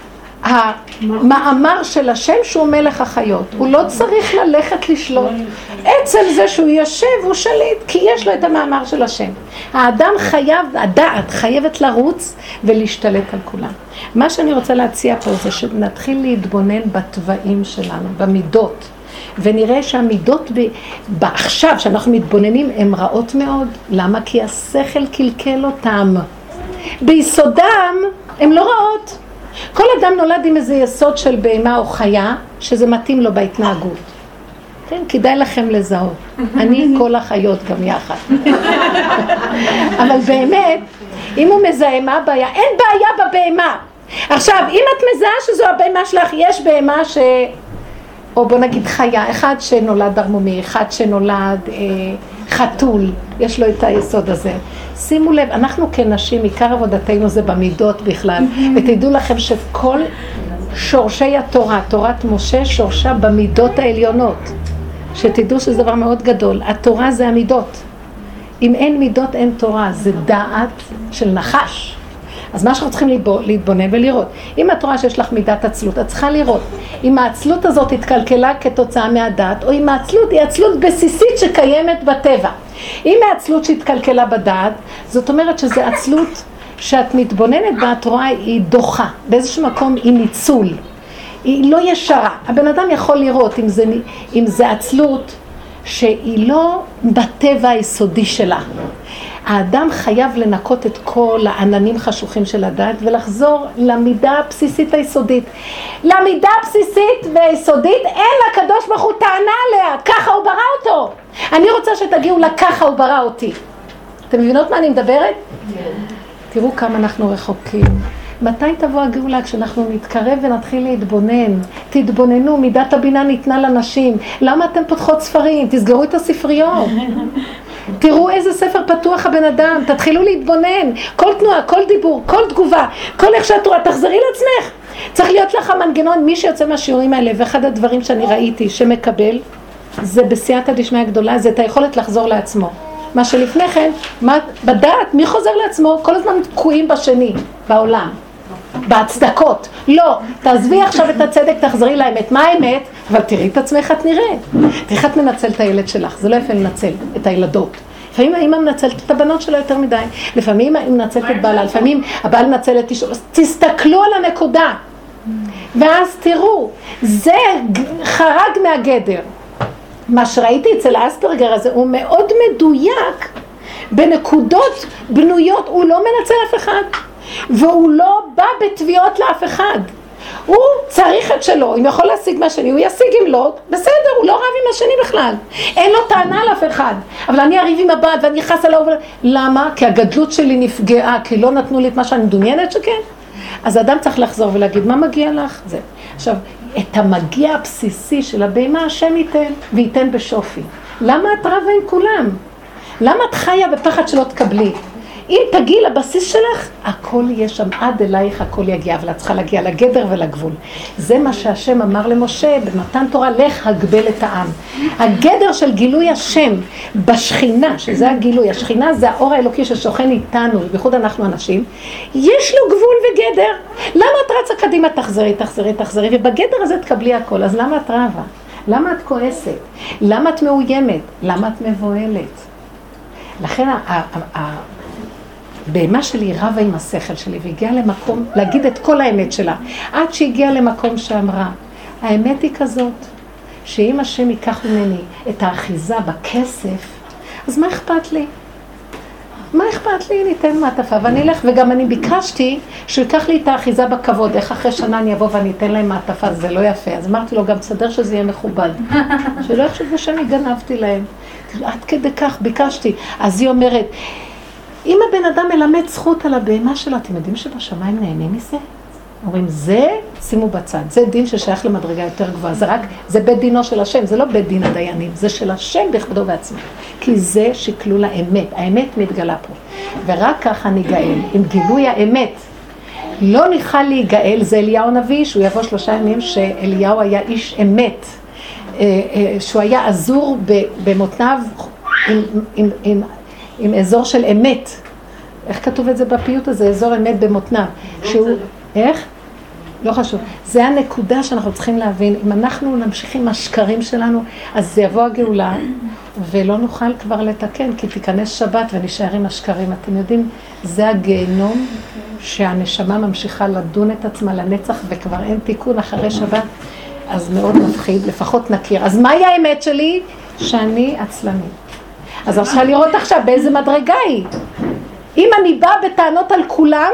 Speaker 1: המאמר של השם שהוא מלך החיות. הוא לא צריך ללכת לשלוט. עצם זה שהוא יושב הוא שליט, כי יש לו את המאמר של השם. האדם חייב, הדעת חייבת לרוץ ולהשתלט על כולם. מה שאני רוצה להציע פה זה שנתחיל להתבונן בטבעים שלנו, במידות. ונראה שהמידות עכשיו שאנחנו מתבוננים הן רעות מאוד. למה? כי השכל קלקל אותם. ביסודם הן לא רעות. כל אדם נולד עם איזה יסוד של בהמה או חיה שזה מתאים לו בהתנהגות. כן, כדאי לכם לזהות. אני כל החיות גם יחד. אבל באמת, אם הוא מזהה מה הבעיה, אין בעיה בבהמה. עכשיו, אם את מזהה שזו הבהמה שלך, יש בהמה ש... או בוא נגיד חיה, אחד שנולד ערמומי, אחד שנולד אה, חתול, יש לו את היסוד הזה. שימו לב, אנחנו כנשים, עיקר עבודתנו זה במידות בכלל, ותדעו לכם שכל שורשי התורה, תורת משה, שורשה במידות העליונות. שתדעו שזה דבר מאוד גדול. התורה זה המידות. אם אין מידות אין תורה, זה דעת של נחש. אז מה שאנחנו צריכים להתבונן ולראות. אם התורה שיש לך מידת עצלות, את צריכה לראות. אם העצלות הזאת התקלקלה כתוצאה מהדעת, או אם העצלות היא עצלות בסיסית שקיימת בטבע. אם העצלות שהתקלקלה בדעת, זאת אומרת שזה עצלות שאת מתבוננת בה, התורה היא דוחה. באיזשהו מקום היא ניצול. היא לא ישרה. הבן אדם יכול לראות אם זה, אם זה עצלות שהיא לא בטבע היסודי שלה. האדם חייב לנקות את כל העננים חשוכים של הדעת ולחזור למידה הבסיסית היסודית. למידה הבסיסית והיסודית אין לקדוש ברוך הוא טענה עליה, ככה הוא ברא אותו. אני רוצה שתגיעו לככה הוא ברא אותי. אתם מבינות מה אני מדברת? תראו כמה אנחנו רחוקים. מתי תבוא הגאולה? כשאנחנו נתקרב ונתחיל להתבונן. תתבוננו, מידת הבינה ניתנה לנשים. למה אתם פותחות ספרים? תסגרו את הספריות. תראו איזה ספר פתוח הבן אדם, תתחילו להתבונן. כל תנועה, כל דיבור, כל תגובה, כל איך שאת רואה, תחזרי לעצמך. צריך להיות לך מנגנון, מי שיוצא מהשיעורים האלה, ואחד הדברים שאני ראיתי שמקבל, זה בסייעתא דשמיא הגדולה, זה את היכולת לחזור לעצמו. מה שלפני כן, מה, בדעת, מי חוזר לעצמו? כל הזמן תקועים בשני, בעולם, בהצדקות. לא, תעזבי עכשיו את הצדק, תחזרי לאמת. מה האמת? אבל תראי את עצמך, את נראית. תראי את מנצל את הילד שלך, זה לא יפה לנצל את הילדות. לפעמים האמא מנצלת את הבנות שלה יותר מדי, לפעמים היא מנצלת את בעלה, לפעמים הבעל מנצל את אישו. תסתכלו על הנקודה, ואז תראו, זה חרג מהגדר. מה שראיתי אצל האספרגר הזה הוא מאוד מדויק בנקודות בנויות, הוא לא מנצל אף אחד והוא לא בא בתביעות לאף אחד, הוא צריך את שלו, אם יכול להשיג מהשני הוא ישיג, אם לא, בסדר, הוא לא רב עם השני בכלל, אין לו טענה לאף אחד, אבל אני אריב עם הבעל ואני חס עליו, למה? כי הגדלות שלי נפגעה, כי לא נתנו לי את מה שאני מדומיינת שכן. אז האדם צריך לחזור ולהגיד מה מגיע לך? זה. עכשיו, את המגיע הבסיסי של הבהמה השם ייתן, וייתן בשופי. למה את רבה עם כולם? למה את חיה בפחד שלא תקבלי? אם תגיעי לבסיס שלך, הכל יהיה שם, עד אלייך הכל יגיע, אבל את צריכה להגיע לגדר ולגבול. זה מה שהשם אמר למשה במתן תורה, לך הגבל את העם. הגדר של גילוי השם בשכינה, שזה הגילוי, השכינה זה האור האלוקי ששוכן איתנו, ובייחוד אנחנו אנשים, יש לו גבול וגדר. למה את רצה קדימה? תחזרי, תחזרי, תחזרי, ובגדר הזה תקבלי הכל. אז למה את רבה? למה את כועסת? למה את מאוימת? למה את מבועלת? לכן הבהמה שלי רבה עם השכל שלי והגיעה למקום להגיד את כל האמת שלה, עד שהגיעה למקום שאמרה, האמת היא כזאת, שאם השם ייקח ממני את האחיזה בכסף, אז מה אכפת לי? מה אכפת לי? ניתן מעטפה ואני אלך, וגם אני ביקשתי שהוא ייקח לי את האחיזה בכבוד, איך אחרי שנה אני אבוא ואני אתן להם מעטפה, זה לא יפה. אז אמרתי לו, גם תסדר שזה יהיה מכובד, שלא יחשבו שאני גנבתי להם. עד כדי כך ביקשתי. אז היא אומרת, אם הבן אדם מלמד זכות על הבהמה שלה, אתם יודעים שבשמיים נהנים מזה? אומרים, זה שימו בצד, זה דין ששייך למדרגה יותר גבוהה, זה רק, זה בית דינו של השם, זה לא בית דין הדיינים, זה של השם בכבודו בעצמו, כי זה שקלול האמת, האמת מתגלה פה, ורק ככה ניגאל, עם גילוי האמת, לא נוכל להיגאל, זה אליהו נביא, שהוא יבוא שלושה ימים שאליהו היה איש אמת, שהוא היה עזור במותניו עם, עם, עם, עם אזור של אמת, איך כתוב את זה בפיוט הזה, אזור אמת במותניו, שהוא... איך? לא חשוב. זה הנקודה שאנחנו צריכים להבין. אם אנחנו נמשיך עם השקרים שלנו, אז זה יבוא הגאולה, ולא נוכל כבר לתקן, כי תיכנס שבת ונשאר עם השקרים. אתם יודעים, זה הגיהנום שהנשמה ממשיכה לדון את עצמה לנצח, וכבר אין תיקון אחרי שבת, אז מאוד מפחיד, לפחות נכיר. אז מהי האמת שלי? שאני עצלנית. אז אפשר לראות עכשיו באיזה מדרגה היא. אם אני באה בטענות על כולם,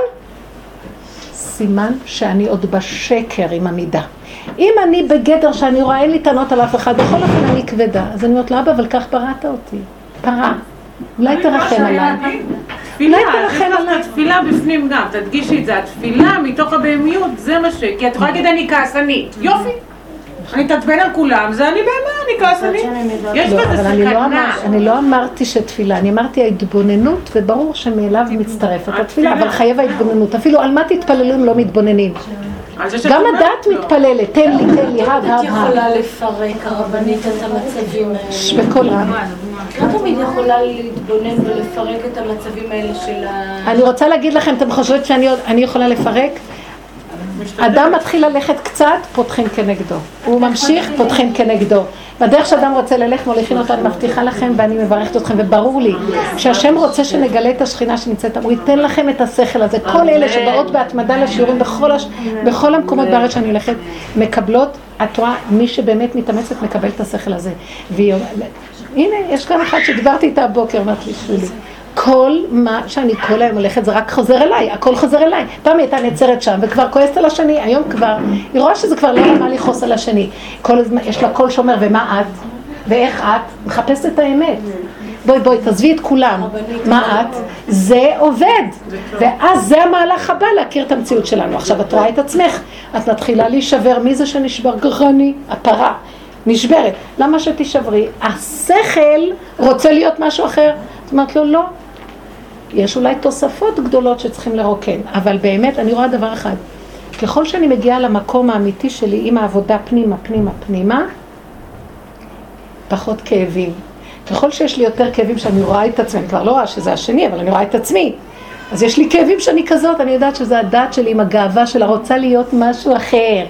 Speaker 1: סימן שאני עוד בשקר עם המידה. אם אני בגדר שאני רואה אין לי טענות על אף אחד, בכל אופן אני כבדה, אז אני אומרת לו, אבא, אבל כך בראת אותי. פרה. אולי תרחם עליי.
Speaker 5: תפילה, התפילה בפנים גם, תדגישי את זה, התפילה מתוך הבהמיות, זה מה ש... כי את יכולה להגיד אני כעסנית, יופי. אני תתבן על כולם, זה אני בהמה, אני כעסנית. יש בזה סכנה.
Speaker 1: אני לא אמרתי שתפילה, אני אמרתי ההתבוננות, וברור שמאליו מצטרפת התפילה, אבל חייב ההתבוננות. אפילו על מה תתפללו אם לא מתבוננים? גם הדעת מתפללת, תן לי, תן לי, הד, הד,
Speaker 7: את יכולה לפרק הרבנית את המצבים האלה.
Speaker 1: בכל רב.
Speaker 7: לא תמיד יכולה להתבונן ולפרק את המצבים האלה של ה...
Speaker 1: אני רוצה להגיד לכם, אתם חושבים שאני יכולה לפרק? אדם מתחיל ללכת קצת, פותחים כנגדו. הוא ממשיך, פותחים כנגדו. בדרך שאדם רוצה ללכת, מוליכים אותו, אני מבטיחה לכם ואני מברכת אתכם, וברור לי שהשם רוצה שנגלה את השכינה שנמצאת, הוא ייתן לכם את השכל הזה. כל אלה שבאות בהתמדה לשיעורים בכל, הש... בכל המקומות בארץ שאני הולכת, מקבלות, את רואה, מי שבאמת מתאמצת מקבל את השכל הזה. והיא... הנה, יש כאן אחד שדיברתי איתה הבוקר, אמרת לי, שולי. כל מה שאני כל היום הולכת זה רק חוזר אליי, הכל חוזר אליי. פעם הייתה נעצרת שם וכבר כועסת על השני, היום כבר, היא רואה שזה כבר לא רמה לכעוס על השני. כל הזמן, יש לה קול שאומר, ומה את? ואיך את? מחפשת את האמת. בואי בואי, תעזבי את כולם. מה את? זה עובד. ואז זה המהלך הבא להכיר את המציאות שלנו. עכשיו את רואה את עצמך, את מתחילה להישבר, מי זה שנשבר? גרני, הפרה. נשברת. למה שתשברי? השכל רוצה להיות משהו אחר. זאת אומרת לו, לא. יש אולי תוספות גדולות שצריכים לרוקן, אבל באמת אני רואה דבר אחד. ככל שאני מגיעה למקום האמיתי שלי עם העבודה פנימה, פנימה, פנימה, פחות כאבים. ככל שיש לי יותר כאבים שאני רואה את עצמי, אני כבר לא רואה שזה השני, אבל אני רואה את עצמי. אז יש לי כאבים שאני כזאת, אני יודעת שזה הדעת שלי עם הגאווה שלה, רוצה להיות משהו אחר.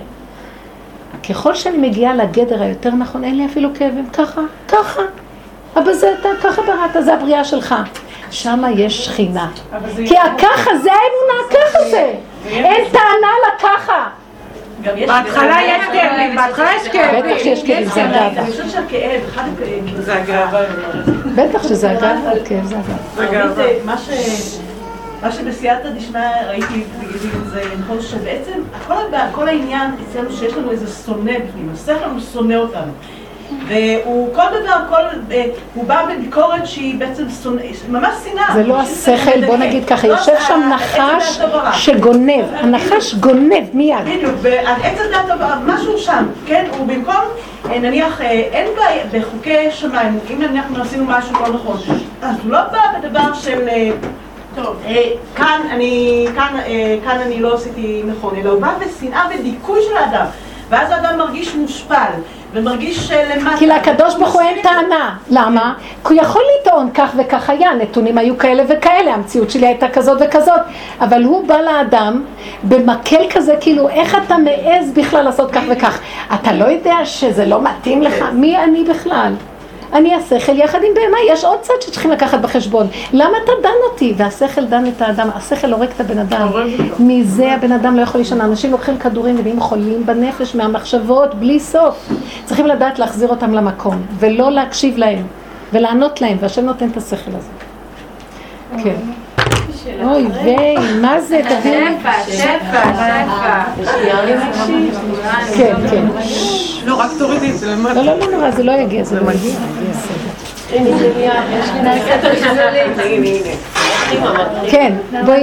Speaker 1: ככל שאני מגיעה לגדר היותר נכון, אין לי אפילו כאבים, ככה, ככה. אבל זה אתה, ככה בראת, זה הבריאה שלך. שמה יש שכינה. כי הככה זה האמונה, ככה זה. אין טענה לככה.
Speaker 5: בהתחלה יש כאבים, בהתחלה יש כאבים.
Speaker 1: בטח שיש כאבים, זה הגאווה.
Speaker 3: אני חושבת שהכאב, אחד הכאבים,
Speaker 5: זה הגאווה.
Speaker 1: בטח שזה הגאווה, כן, זה הגאווה.
Speaker 3: מה שבסייעתא דשמיא ראיתי זה נכון שבעצם כל העניין אצלנו שיש לנו איזה שונא בפנים, השכל הוא שונא אותנו. והוא כל דבר, כל, הוא בא בביקורת שהיא בעצם ממש שנאה.
Speaker 1: זה לא השכל, בוא נגיד ככה, יושב שם נחש שגונב, הנחש גונב מיד.
Speaker 3: בדיוק, ועץ הדת משהו שם, כן, הוא במקום, נניח, אין בה בחוקי שמיים, אם נניח עשינו משהו לא נכון, אז הוא לא בא בדבר של, טוב, כאן אני, כאן, כאן אני לא עשיתי נכון, אלא הוא בא בשנאה ודיכוי של האדם, ואז האדם מרגיש מושפל. ומרגיש למטה.
Speaker 1: כי לקדוש ברוך הוא אין טענה. למה? כי הוא יכול לטעון כך וכך היה, נתונים היו כאלה וכאלה, המציאות שלי הייתה כזאת וכזאת, אבל הוא בא לאדם במקל כזה, כאילו איך אתה מעז בכלל לעשות כך וכך? אתה לא יודע שזה לא מתאים לך? מי אני בכלל? אני השכל יחד עם בהמה, יש עוד צד שצריכים לקחת בחשבון. למה אתה דן אותי? והשכל דן את האדם, השכל הורג את הבן אדם. מזה הבן אדם לא יכול לישון. אנשים לוקחים כדורים ונהיים חולים בנפש מהמחשבות בלי סוף. צריכים לדעת להחזיר אותם למקום, ולא להקשיב להם, ולענות להם, והשם נותן את השכל הזה. כן. אוי ויי, מה זה? תביאו לי.
Speaker 6: שפע, שפע, שפע.
Speaker 1: כן, כן.
Speaker 5: לא, רק תורידי את זה למטה.
Speaker 1: לא, לא, לא נורא, זה לא יגיע, זה לא יגיע. כן, בואי...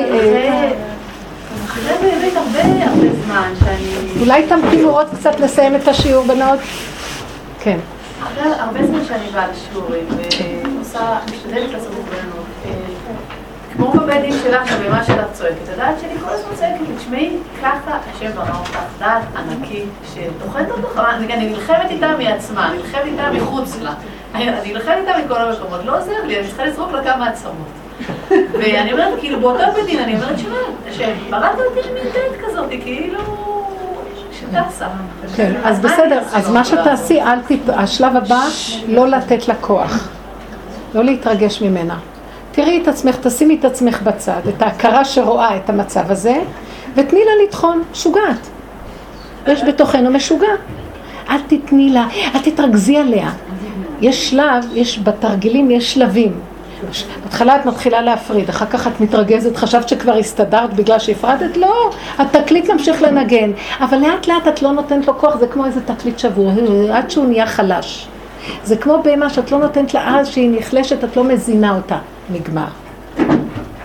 Speaker 2: זה באמת הרבה הרבה זמן שאני...
Speaker 1: אולי תמתינו עוד קצת לסיים את השיעור בנות? כן.
Speaker 2: אחרי הרבה זמן שאני באה לשיעורים ועושה, משתדלת לעשות את בנות. כמו בבית שלך, שבמה שלך צועקת, הדעת שלי כל הזמן צועקת, תשמעי, ככה השם ברא אותך, דעת ענקית שתוחת אותך, אני נלחמת איתה מעצמה, אני נלחמת איתה מחוץ לה, אני נלחמת איתה מכל המקומות, לא עוזר לי, אני צריכה לזרוק לה כמה עצמות. ואני אומרת, כאילו באותו בית דין, אני אומרת, שמע, השם, בראת אותי למינטית כזאת, כאילו... שתעשה.
Speaker 1: כן, אז בסדר, אז מה שתעשי, השלב הבא, לא לתת לה כוח, לא להתרגש ממנה. תראי את עצמך, תשימי את עצמך בצד, את ההכרה שרואה את המצב הזה, ותני לה לטחון, משוגעת. יש בתוכנו משוגע. אל תתני לה, אל תתרגזי עליה. יש שלב, יש בתרגילים, יש שלבים. בהתחלה את מתחילה להפריד, אחר כך את מתרגזת, חשבת שכבר הסתדרת בגלל שהפרדת? לא, התקליט ממשיך לנגן. אבל לאט לאט את לא נותנת לו כוח, זה כמו איזה תקליט שבור, עד שהוא נהיה חלש. זה כמו בהמה שאת לא נותנת לה אז שהיא נחלשת, את לא מזינה אותה. נגמר.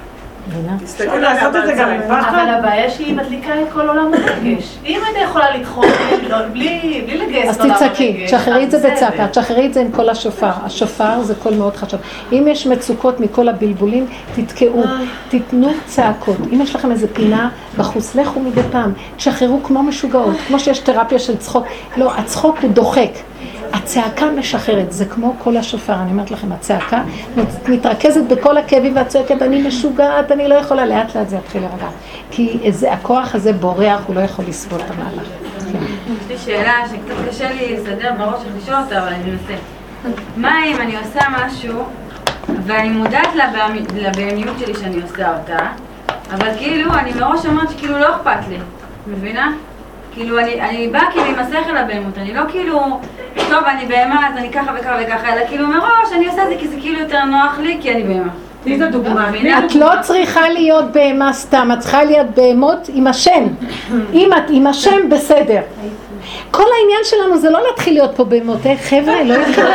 Speaker 5: תסתכל לעשות את זה גם עם פחד.
Speaker 2: אבל הבעיה שהיא מדליקה את כל עולם הרגש. אם אני יכולה לדחות בלי לגייס את עולם הרגש.
Speaker 1: אז תצעקי, תשחררי את זה בצעקה, תשחררי את זה עם כל השופר. השופר זה קול מאוד חשוב. אם יש מצוקות מכל הבלבולים, תתקעו, תתנו צעקות. אם יש לכם איזה פינה בחוץ, לכו מדי פעם, תשחררו כמו משוגעות, כמו שיש תרפיה של צחוק. לא, הצחוק הוא דוחק. הצעקה משחררת, זה כמו כל השופר, אני אומרת לכם, הצעקה מתרכזת בכל הכאבים והצועקת, אני משוגעת, אני לא יכולה, לאט לאט זה יתחיל לרגע. כי איזה, הכוח הזה בורח, הוא לא יכול לסבול את המהלך.
Speaker 8: יש לי שאלה שקצת קשה לי לסדר בראש איך לשאול אותה, אבל אני מנסה. מה אם אני עושה משהו, ואני מודעת לבהמיות שלי שאני עושה אותה, אבל כאילו, אני מראש אמרת שכאילו לא אכפת לי, מבינה? כאילו, אני, אני באה כאילו עם השכל הבהמות, אני לא כאילו, טוב, אני בהמה, אז אני ככה וככה וככה, אלא כאילו מראש, אני עושה את זה כי זה כאילו יותר נוח לי, כי אני בהמה.
Speaker 5: תהי את הדוגמה.
Speaker 1: את לא צריכה להיות בהמה סתם, את צריכה להיות בהמות עם השם. אם את עם השם, בסדר. כל העניין שלנו זה לא להתחיל להיות פה בהמות, אה? חבר'ה, לא יתחיל.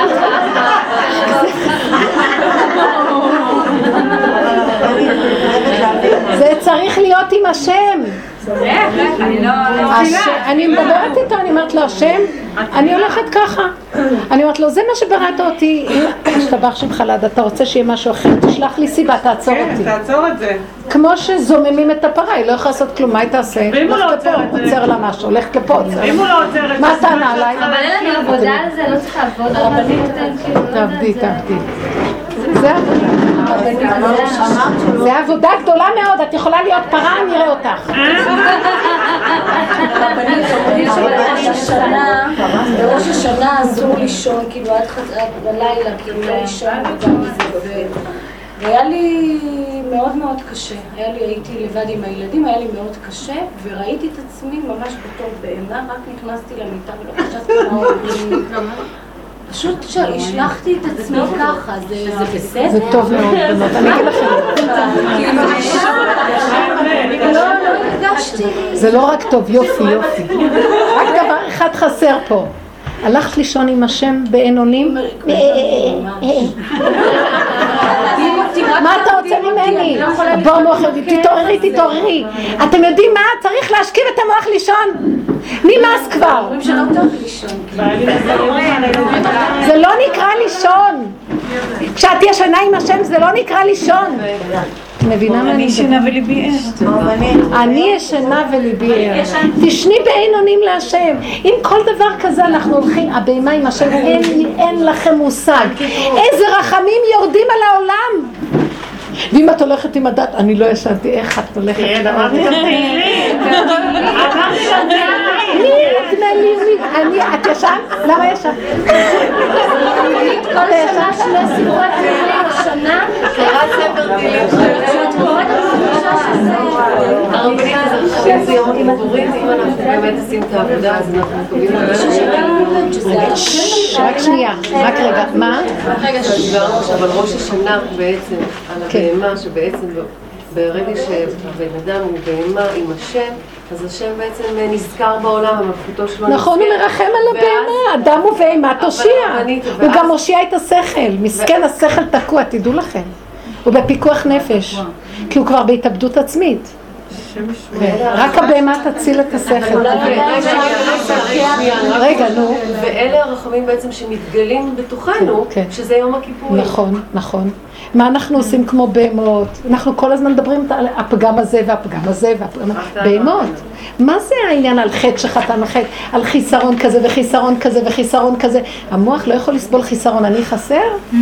Speaker 1: זה צריך להיות עם השם. אני מדברת איתו, אני אומרת לו, השם, אני הולכת ככה. אני אומרת לו, זה מה שבראת אותי. השתבח שמך ליד, אתה רוצה שיהיה משהו אחר, תשלח לי סיבה, תעצור אותי.
Speaker 5: כן, תעצור את זה.
Speaker 1: כמו שזוממים את הפרה, היא לא יכולה לעשות כלום, מה היא תעשה?
Speaker 5: ואם הוא לא עוצר את זה?
Speaker 1: עוצר לה משהו, הולכת לפה, עוצר.
Speaker 5: אם הוא לא עוצר את זה?
Speaker 1: מה טענה עליי?
Speaker 6: אבל אין לנו עבודה על זה, לא צריך לעבוד על זה.
Speaker 1: תעבדי, תעבדי. זה עבודה. זה עבודה גדולה מאוד, את יכולה להיות פרה, אני אראה אותך.
Speaker 7: בראש השנה, בראש השנה אסור לישון, כאילו עד בלילה, כאילו לא לישון וגם מזה. והיה לי מאוד מאוד קשה, היה לי, הייתי לבד עם הילדים, היה לי מאוד קשה, וראיתי את עצמי ממש בתור בהמה, רק נכנסתי למיטה ולא חשבתי מה אומרים. פשוט שהשלחתי את עצמי ככה, זה בסדר?
Speaker 1: זה טוב מאוד, בנות, אני אגיד לכם.
Speaker 7: לא, לא הרגשתי.
Speaker 1: זה לא רק טוב, יופי, יופי. רק דבר אחד חסר פה. הלכת לישון עם השם בעין עולים? מה אתה רוצה ממני? בוא מוח, תתעוררי, תתעוררי. אתם יודעים מה? צריך להשכיב את המוח לישון. נמאס כבר.
Speaker 7: אומרים שלא טוב לישון.
Speaker 1: זה לא נקרא לישון. כשאת ישנה עם השם זה לא נקרא לישון. מבינה מה אני ישנה וליבי אש. אני ישנה וליבי אש. תשני בעין עונים להשם. אם כל דבר כזה אנחנו הולכים, הבהמה עם השם, אין לכם מושג. איזה רחמים יורדים על העולם. ואם את הולכת עם הדת, אני לא ישנתי, איך את הולכת?
Speaker 5: כן, אמרתי גם תהילים. אמרתי גם
Speaker 1: תהילים. אני, את ישנת? למה ישנת?
Speaker 6: כל שנה שני ספרי תהילים, שנה,
Speaker 2: קראת ספר תהילים
Speaker 6: שאת קוראת את זה,
Speaker 2: הרבנית הזאת, זה יום הכיפורים, אם אנחנו באמת עושים את העבודה, אז אנחנו מקבלים
Speaker 1: רק שנייה, רק רגע, מה?
Speaker 2: רגע שדיברנו עכשיו על ראש השנה בעצם, על הבהמה שבעצם ברגע שהבן אדם הוא בהמה עם השם, אז השם בעצם נזכר בעולם, המלכותו שלו נזכר.
Speaker 1: נכון, הוא מרחם על הבהמה, אדם ובהמה תושיע. הוא גם מושיע את השכל, מסכן השכל תקוע, תדעו לכם. הוא בפיקוח נפש, כי הוא כבר בהתאבדות עצמית. רק הבהמה תציל את השכל. רגע, נו.
Speaker 2: ואלה הרחמים בעצם שמתגלים בתוכנו, שזה יום הכיפורים.
Speaker 1: נכון, נכון. מה אנחנו עושים כמו בהמות? אנחנו כל הזמן מדברים על הפגם הזה והפגם הזה והפגם הזה. בהמות. מה זה העניין על חטא שחטאנו חטא? על חיסרון כזה וחיסרון כזה וחיסרון כזה. המוח לא יכול לסבול חיסרון, אני חסר?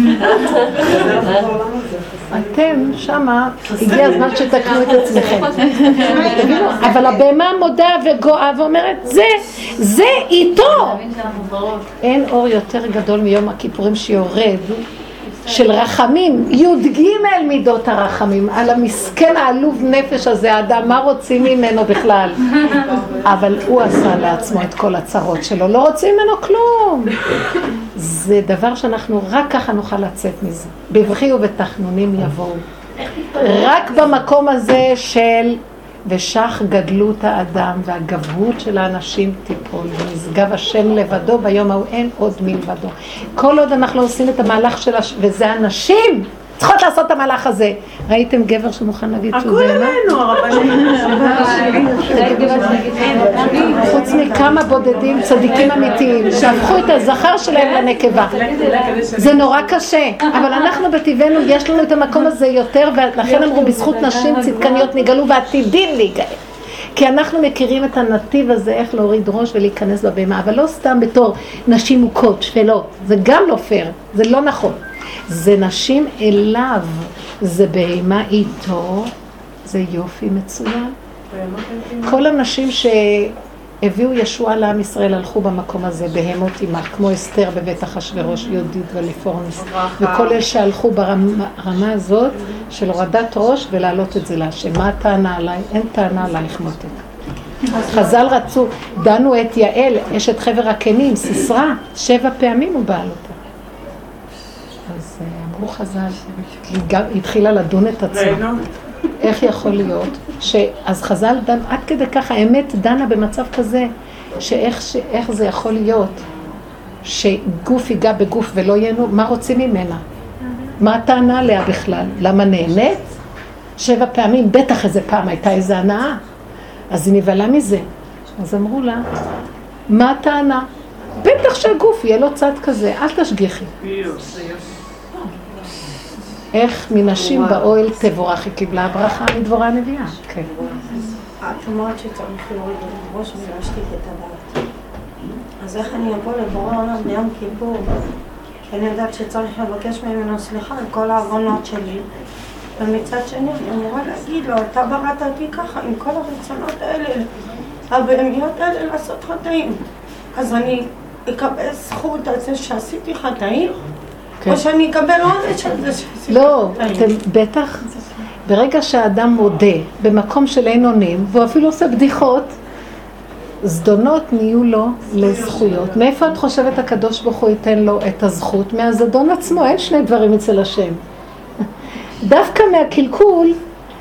Speaker 1: אתם שמה, הגיע הזמן שתקנו את עצמכם. אבל הבהמה מודה וגואה ואומרת, זה, זה איתו. אין אור יותר גדול מיום הכיפורים שיורד. של רחמים, י' ג' מידות הרחמים, על המסכן העלוב נפש הזה, האדם, מה רוצים ממנו בכלל? אבל הוא עשה לעצמו את כל הצרות שלו, לא רוצים ממנו כלום. זה דבר שאנחנו רק ככה נוכל לצאת מזה. בבכי ובתחנונים יבואו. רק במקום הזה של ושך גדלות האדם והגבהות של האנשים תיפול ונשגב השם לבדו ביום ההוא אין עוד מלבדו. כל עוד אנחנו עושים את המהלך של הש... וזה אנשים צריכות לעשות את המהלך הזה. ראיתם גבר שמוכן להגיד שהוא
Speaker 5: הכל
Speaker 1: בהמה?
Speaker 5: אלינו, הרבנים.
Speaker 1: חוץ מכמה בודדים צדיקים אמיתיים שהפכו את הזכר שלהם לנקבה. זה נורא קשה, אבל אנחנו בטבענו יש לנו את המקום הזה יותר, ולכן אמרו בזכות נשים צדקניות נגאלו ועתידים להיגאל. כי אנחנו מכירים את הנתיב הזה, איך להוריד ראש ולהיכנס בבהמה, אבל לא סתם בתור נשים מוכות, שפלות. זה גם לא פייר, זה לא נכון. זה נשים אליו, זה בהמה איתו, זה יופי מצוין. כל הנשים שהביאו ישוע לעם ישראל הלכו במקום הזה, בהמות עמך, כמו אסתר בבית אחשוורוש, יהודית וליפורנוס, וכל אלה שהלכו ברמה הזאת של הורדת ראש ולהעלות את זה להשם. מה הטענה עליי? אין טענה עלייך מותק. חז"ל רצו, דנו את יעל, אשת חבר הקנים, סיסרא, שבע פעמים הוא בעל אותה. אז אמרו חז"ל, היא גם התחילה לדון את עצמה. איך יכול להיות? אז חז"ל דן, עד כדי כך האמת דנה במצב כזה, שאיך שאיך זה יכול להיות שגוף ייגע בגוף ולא ייהנו, מה רוצים ממנה? מה הטענה עליה בכלל? למה נהנית? שבע פעמים, בטח איזה פעם הייתה איזה הנאה, אז היא נבהלה מזה. אז אמרו לה, מה הטענה? בטח שהגוף יהיה לו צד כזה, אל תשגיחי. איך מנשים באוהל תבורך, היא קיבלה ברכה מדבורה הנביאה. כן.
Speaker 4: את אומרת שצריך להוריד ראש ולהשתיק את הדעת. אז איך אני אבוא לבורא עולם ביום כיפור? כי אני יודעת שצריך לבקש ממנו סליחה על כל העוונות שלי. ומצד שני אני אמורה להגיד לו, אתה בראת אותי ככה עם כל הרצונות האלה, הבהמיות האלה לעשות חטאים. אז אני אקבל זכות על זה שעשיתי חטאים? או שאני אקבל עונש על זה שעשיתי
Speaker 1: לא, בטח, ברגע שהאדם מודה במקום של אין אונים, והוא אפילו עושה בדיחות, זדונות נהיו לו לזכויות. מאיפה את חושבת הקדוש ברוך הוא ייתן לו את הזכות? מהזדון עצמו, אין שני דברים אצל השם. דווקא מהקלקול,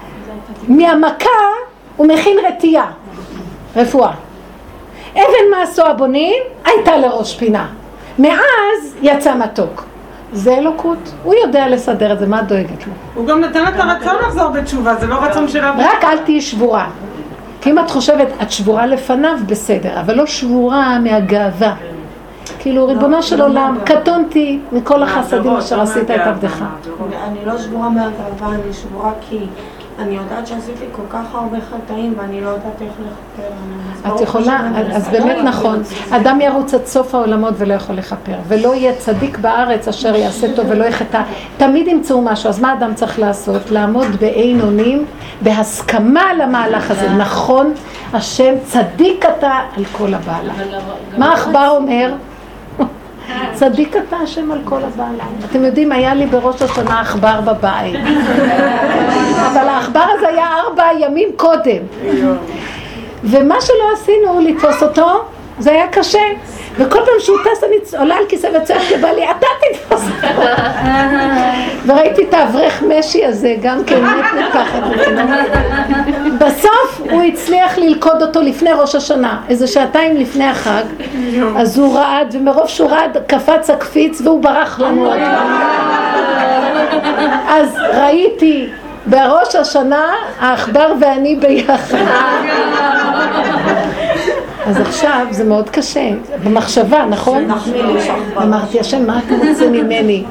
Speaker 1: מהמכה, הוא מכין רתיעה, רפואה. אבן מעשו הבונים הייתה לראש פינה. מאז יצא מתוק. זה אלוקות, הוא יודע לסדר את זה, מה דואגת לו?
Speaker 5: הוא גם נתן את הרצון לחזור בתשובה, זה לא רצון שלה.
Speaker 1: רק אל תהי שבורה. כי אם את חושבת, את שבורה לפניו בסדר, אבל לא שבורה מהגאווה. כאילו ריבונו של עולם, קטונתי מכל החסדים אשר עשית את עבדך.
Speaker 4: אני לא שבורה מהגאווה, אני שבורה כי אני יודעת שעשיתי כל כך הרבה חטאים ואני לא יודעת איך לכפר.
Speaker 1: את יכולה, אז באמת נכון, אדם ירוץ עד סוף העולמות ולא יכול לכפר, ולא יהיה צדיק בארץ אשר יעשה טוב ולא יחטא. תמיד ימצאו משהו, אז מה אדם צריך לעשות? לעמוד באין אונים, בהסכמה למהלך הזה. נכון, השם צדיק אתה על כל הבעלה. מה העכבר אומר? צדיק אתה השם על כל הבעלה. אתם יודעים, היה לי בראש השנה עכבר בבית. אבל העכבר הזה היה ארבע ימים קודם. ומה שלא עשינו לתפוס אותו, זה היה קשה. וכל פעם שהוא טס אני עולה על כיסא וצריך לבעלי, אתה תתפוס אותו. וראיתי את האברך משי הזה, גם כן מת לפחד. בסוף הוא הצליח ללכוד אותו לפני ראש השנה, איזה שעתיים לפני החג. אז הוא רעד, ומרוב שהוא רעד קפץ הקפיץ והוא ברח לנו. אז ראיתי בראש השנה העכבר ואני ביחד. אז עכשיו זה מאוד קשה, במחשבה, נכון? אמרתי, השם, מה אתה רוצה ממני?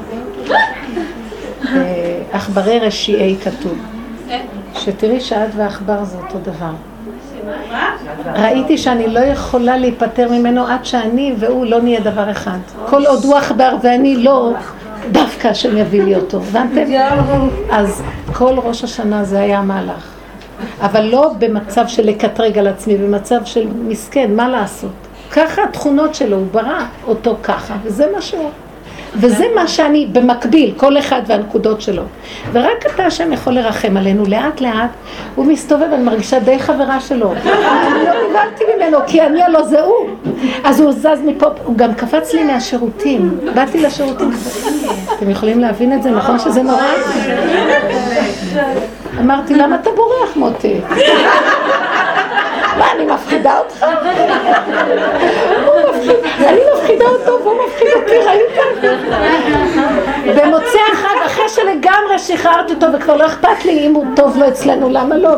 Speaker 1: עכברי רשיעי כתוב, שתראי שאת והעכבר זה אותו דבר. ראיתי שאני לא יכולה להיפטר ממנו עד שאני והוא לא נהיה דבר אחד. כל עוד הוא עכבר ואני לא, דווקא השם יביא לי אותו. אז כל ראש השנה זה היה מהלך. אבל לא במצב של לקטרג על עצמי, במצב של מסכן, מה לעשות? ככה התכונות שלו, הוא ברא אותו ככה, וזה מה שהוא. וזה מה שאני במקביל, כל אחד והנקודות שלו. ורק אתה השם יכול לרחם עלינו לאט לאט, הוא מסתובב, אני מרגישה די חברה שלו. אני לא נבלתי ממנו, כי אני הלא זה הוא. אז הוא זז מפה, הוא גם קפץ לי מהשירותים. באתי לשירותים. אתם יכולים להבין את זה, נכון שזה נורא? אמרתי, למה אתה בורח מוטי? מה, אני מפחידה אותך? אני מפחידה אותו והוא מפחיד אותי, ראית? במוצאי החג, אחרי שלגמרי ששחררתי אותו וכבר לא אכפת לי אם הוא טוב לו אצלנו, למה לא?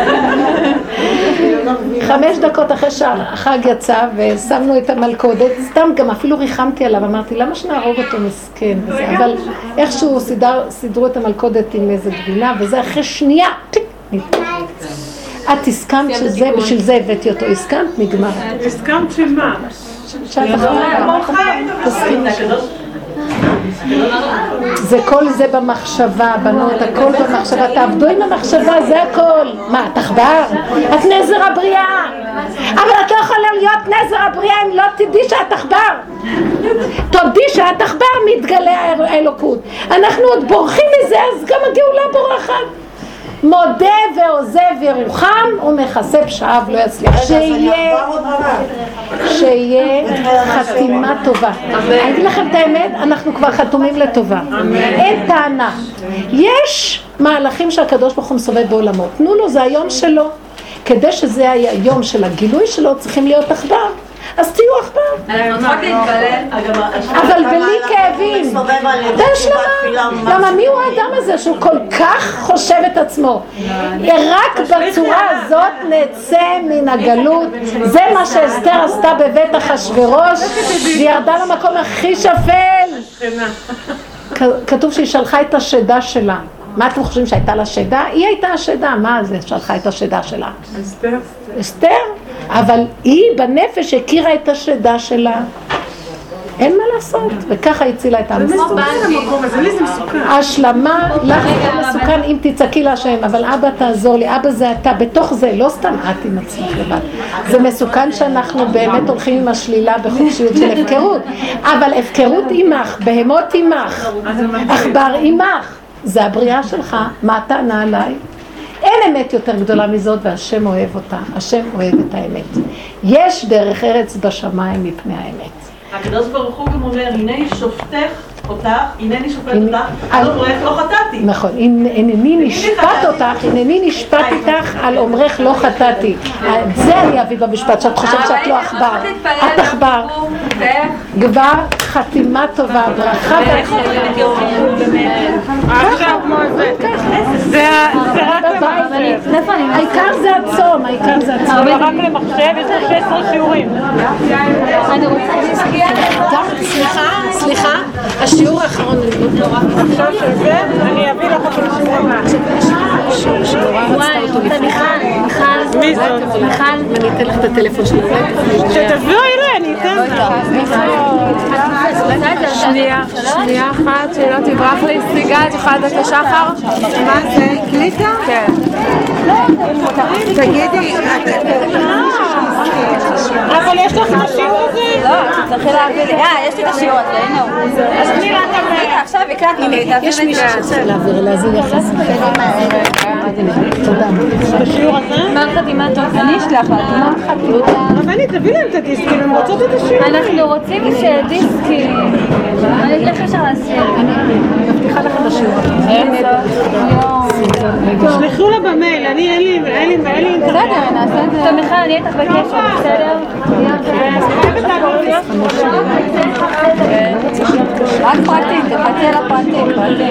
Speaker 1: חמש דקות אחרי שהחג יצא ושמנו את המלכודת, סתם גם אפילו ריחמתי עליו, אמרתי למה שנהרוג אותו מסכן וזה, אבל איכשהו סידר, סידרו את המלכודת עם איזה גבינה וזה אחרי שנייה, את הסכמת שזה, בשביל זה הבאתי אותו, הסכמת? נגמר.
Speaker 5: הסכמת של מה?
Speaker 1: שאת אחרי זה כל זה במחשבה, בנות, הכל במחשבה, תעבדו עם המחשבה, זה הכל. מה, את עכבר? את נזר הבריאה. אבל את לא יכולה להיות נזר הבריאה אם לא תדעי שאת עכבר. תודי שאת עכבר מתגלה האלוקות. אנחנו עוד בורחים מזה, אז גם הגאולה בורחת. מודה ועוזב ירוחם ומכסה פשעיו לא יצליח. שיהיה שיהיה חתימה טובה. אני אגיד לכם את האמת, אנחנו כבר חתומים לטובה. אין טענה. יש מהלכים שהקדוש ברוך הוא מסובב בעולמו. תנו לו, זה היום שלו. כדי שזה היום של הגילוי שלו צריכים להיות עכבר. אז תהיו עכבר. אבל בלי כאבים. תש למה? למה מי הוא האדם הזה שהוא כל כך חושב את עצמו? רק בצורה הזאת נצא מן הגלות. זה מה שאסתר עשתה בבית אחשוורוש. היא ירדה למקום הכי שפל. כתוב שהיא שלחה את השדה שלה. מה אתם חושבים שהייתה לה שדה? היא הייתה השדה, מה זה שלחה את השדה שלה?
Speaker 5: אסתר.
Speaker 1: אסתר, אבל היא בנפש הכירה את השדה שלה. אין מה לעשות, וככה הצילה את העם.
Speaker 5: זה מסוכן המקום הזה, לי זה מסוכן.
Speaker 1: השלמה, לך זה מסוכן אם תצעקי להשם, אבל אבא תעזור לי, אבא זה אתה, בתוך זה, לא סתם את עם עצמך לבד. זה מסוכן שאנחנו באמת הולכים עם השלילה בחופשיות של הפקרות, אבל הפקרות עמך, בהמות עמך, עכבר עמך. זה הבריאה שלך, מה אתה ענה עליי? אין אמת יותר גדולה מזאת והשם אוהב אותה, השם אוהב את האמת. יש דרך ארץ בשמיים מפני האמת.
Speaker 3: הקדוש ברוך הוא גם אומר, הנה שופטך אותך, הנני שופט אותך, על אומרך לא חטאתי. נכון, הנני נשפט אותך, הנני נשפט איתך על אומרך לא חטאתי. זה אני אביא במשפט, שאת חושבת שאת לא עכבר. את עכבר. כבר חתימה טובה, ברכה והצלחה.
Speaker 5: עכשיו כמו זה. זה רק למחשב.
Speaker 1: העיקר זה הצום, העיקר זה הצום.
Speaker 5: זה רק למחשב, יש לך שש עשרה שיעורים.
Speaker 6: אני רוצה להשקיע.
Speaker 1: סליחה, סליחה. השיעור האחרון
Speaker 5: עכשיו של זה, אני אביא לך את השיעור
Speaker 1: שנורא רצתה אותו לפני.
Speaker 6: מיכל,
Speaker 5: מי זאת?
Speaker 6: מיכל,
Speaker 1: אני אתן לך את הטלפון שלי.
Speaker 5: שתביאו אליי, אני אתן לך.
Speaker 6: שנייה, שנייה אחת, שלא תברח לי, סיגה, את יכולה לתת לשחר?
Speaker 9: מה זה? קליטה?
Speaker 6: כן.
Speaker 9: תגידי,
Speaker 5: אבל יש לך את השיעור הזה?
Speaker 8: לא, תצטרכי להביא לי. אה, יש לי את השיעור הזה, הנה הוא.
Speaker 5: אז תני לה את
Speaker 8: הנה, עכשיו הקלטנו לי.
Speaker 1: יש מישהו שצריך להעביר אליה, זה יחס. תודה.
Speaker 5: בשיעור הזה?
Speaker 6: מה חתימה טובה?
Speaker 8: אני אשלח לה.
Speaker 5: רבני, תביא להם את הדיסקים, הם רוצות את השיעור.
Speaker 6: אנחנו רוצים שדיסקים. איך אפשר לעשות?
Speaker 1: אני מבטיחה לך את השיעור.
Speaker 5: תשלחו לה במייל, אני אין לי, אין לי, אין לי.
Speaker 6: בסדר, נעשה את זה. טוב, מיכל, אני איתך בקשר, בסדר?
Speaker 8: רק פרטים, תפתי על הפרטים.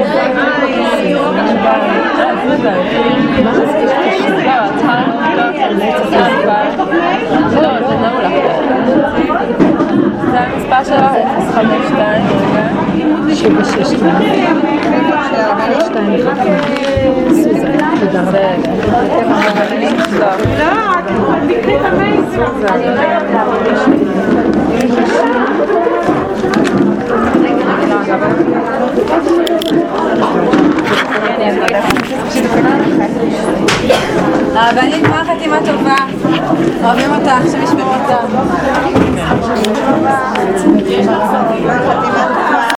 Speaker 6: זה המספר שלו, אפס חמש שתיים.
Speaker 1: שבע שש שתיים אחד. סוזן, תודה רבה.
Speaker 5: לא, תקחי את המייל.
Speaker 8: הרבנית, מה חתימה טובה? אוהבים אותך, שמשמעו אותך.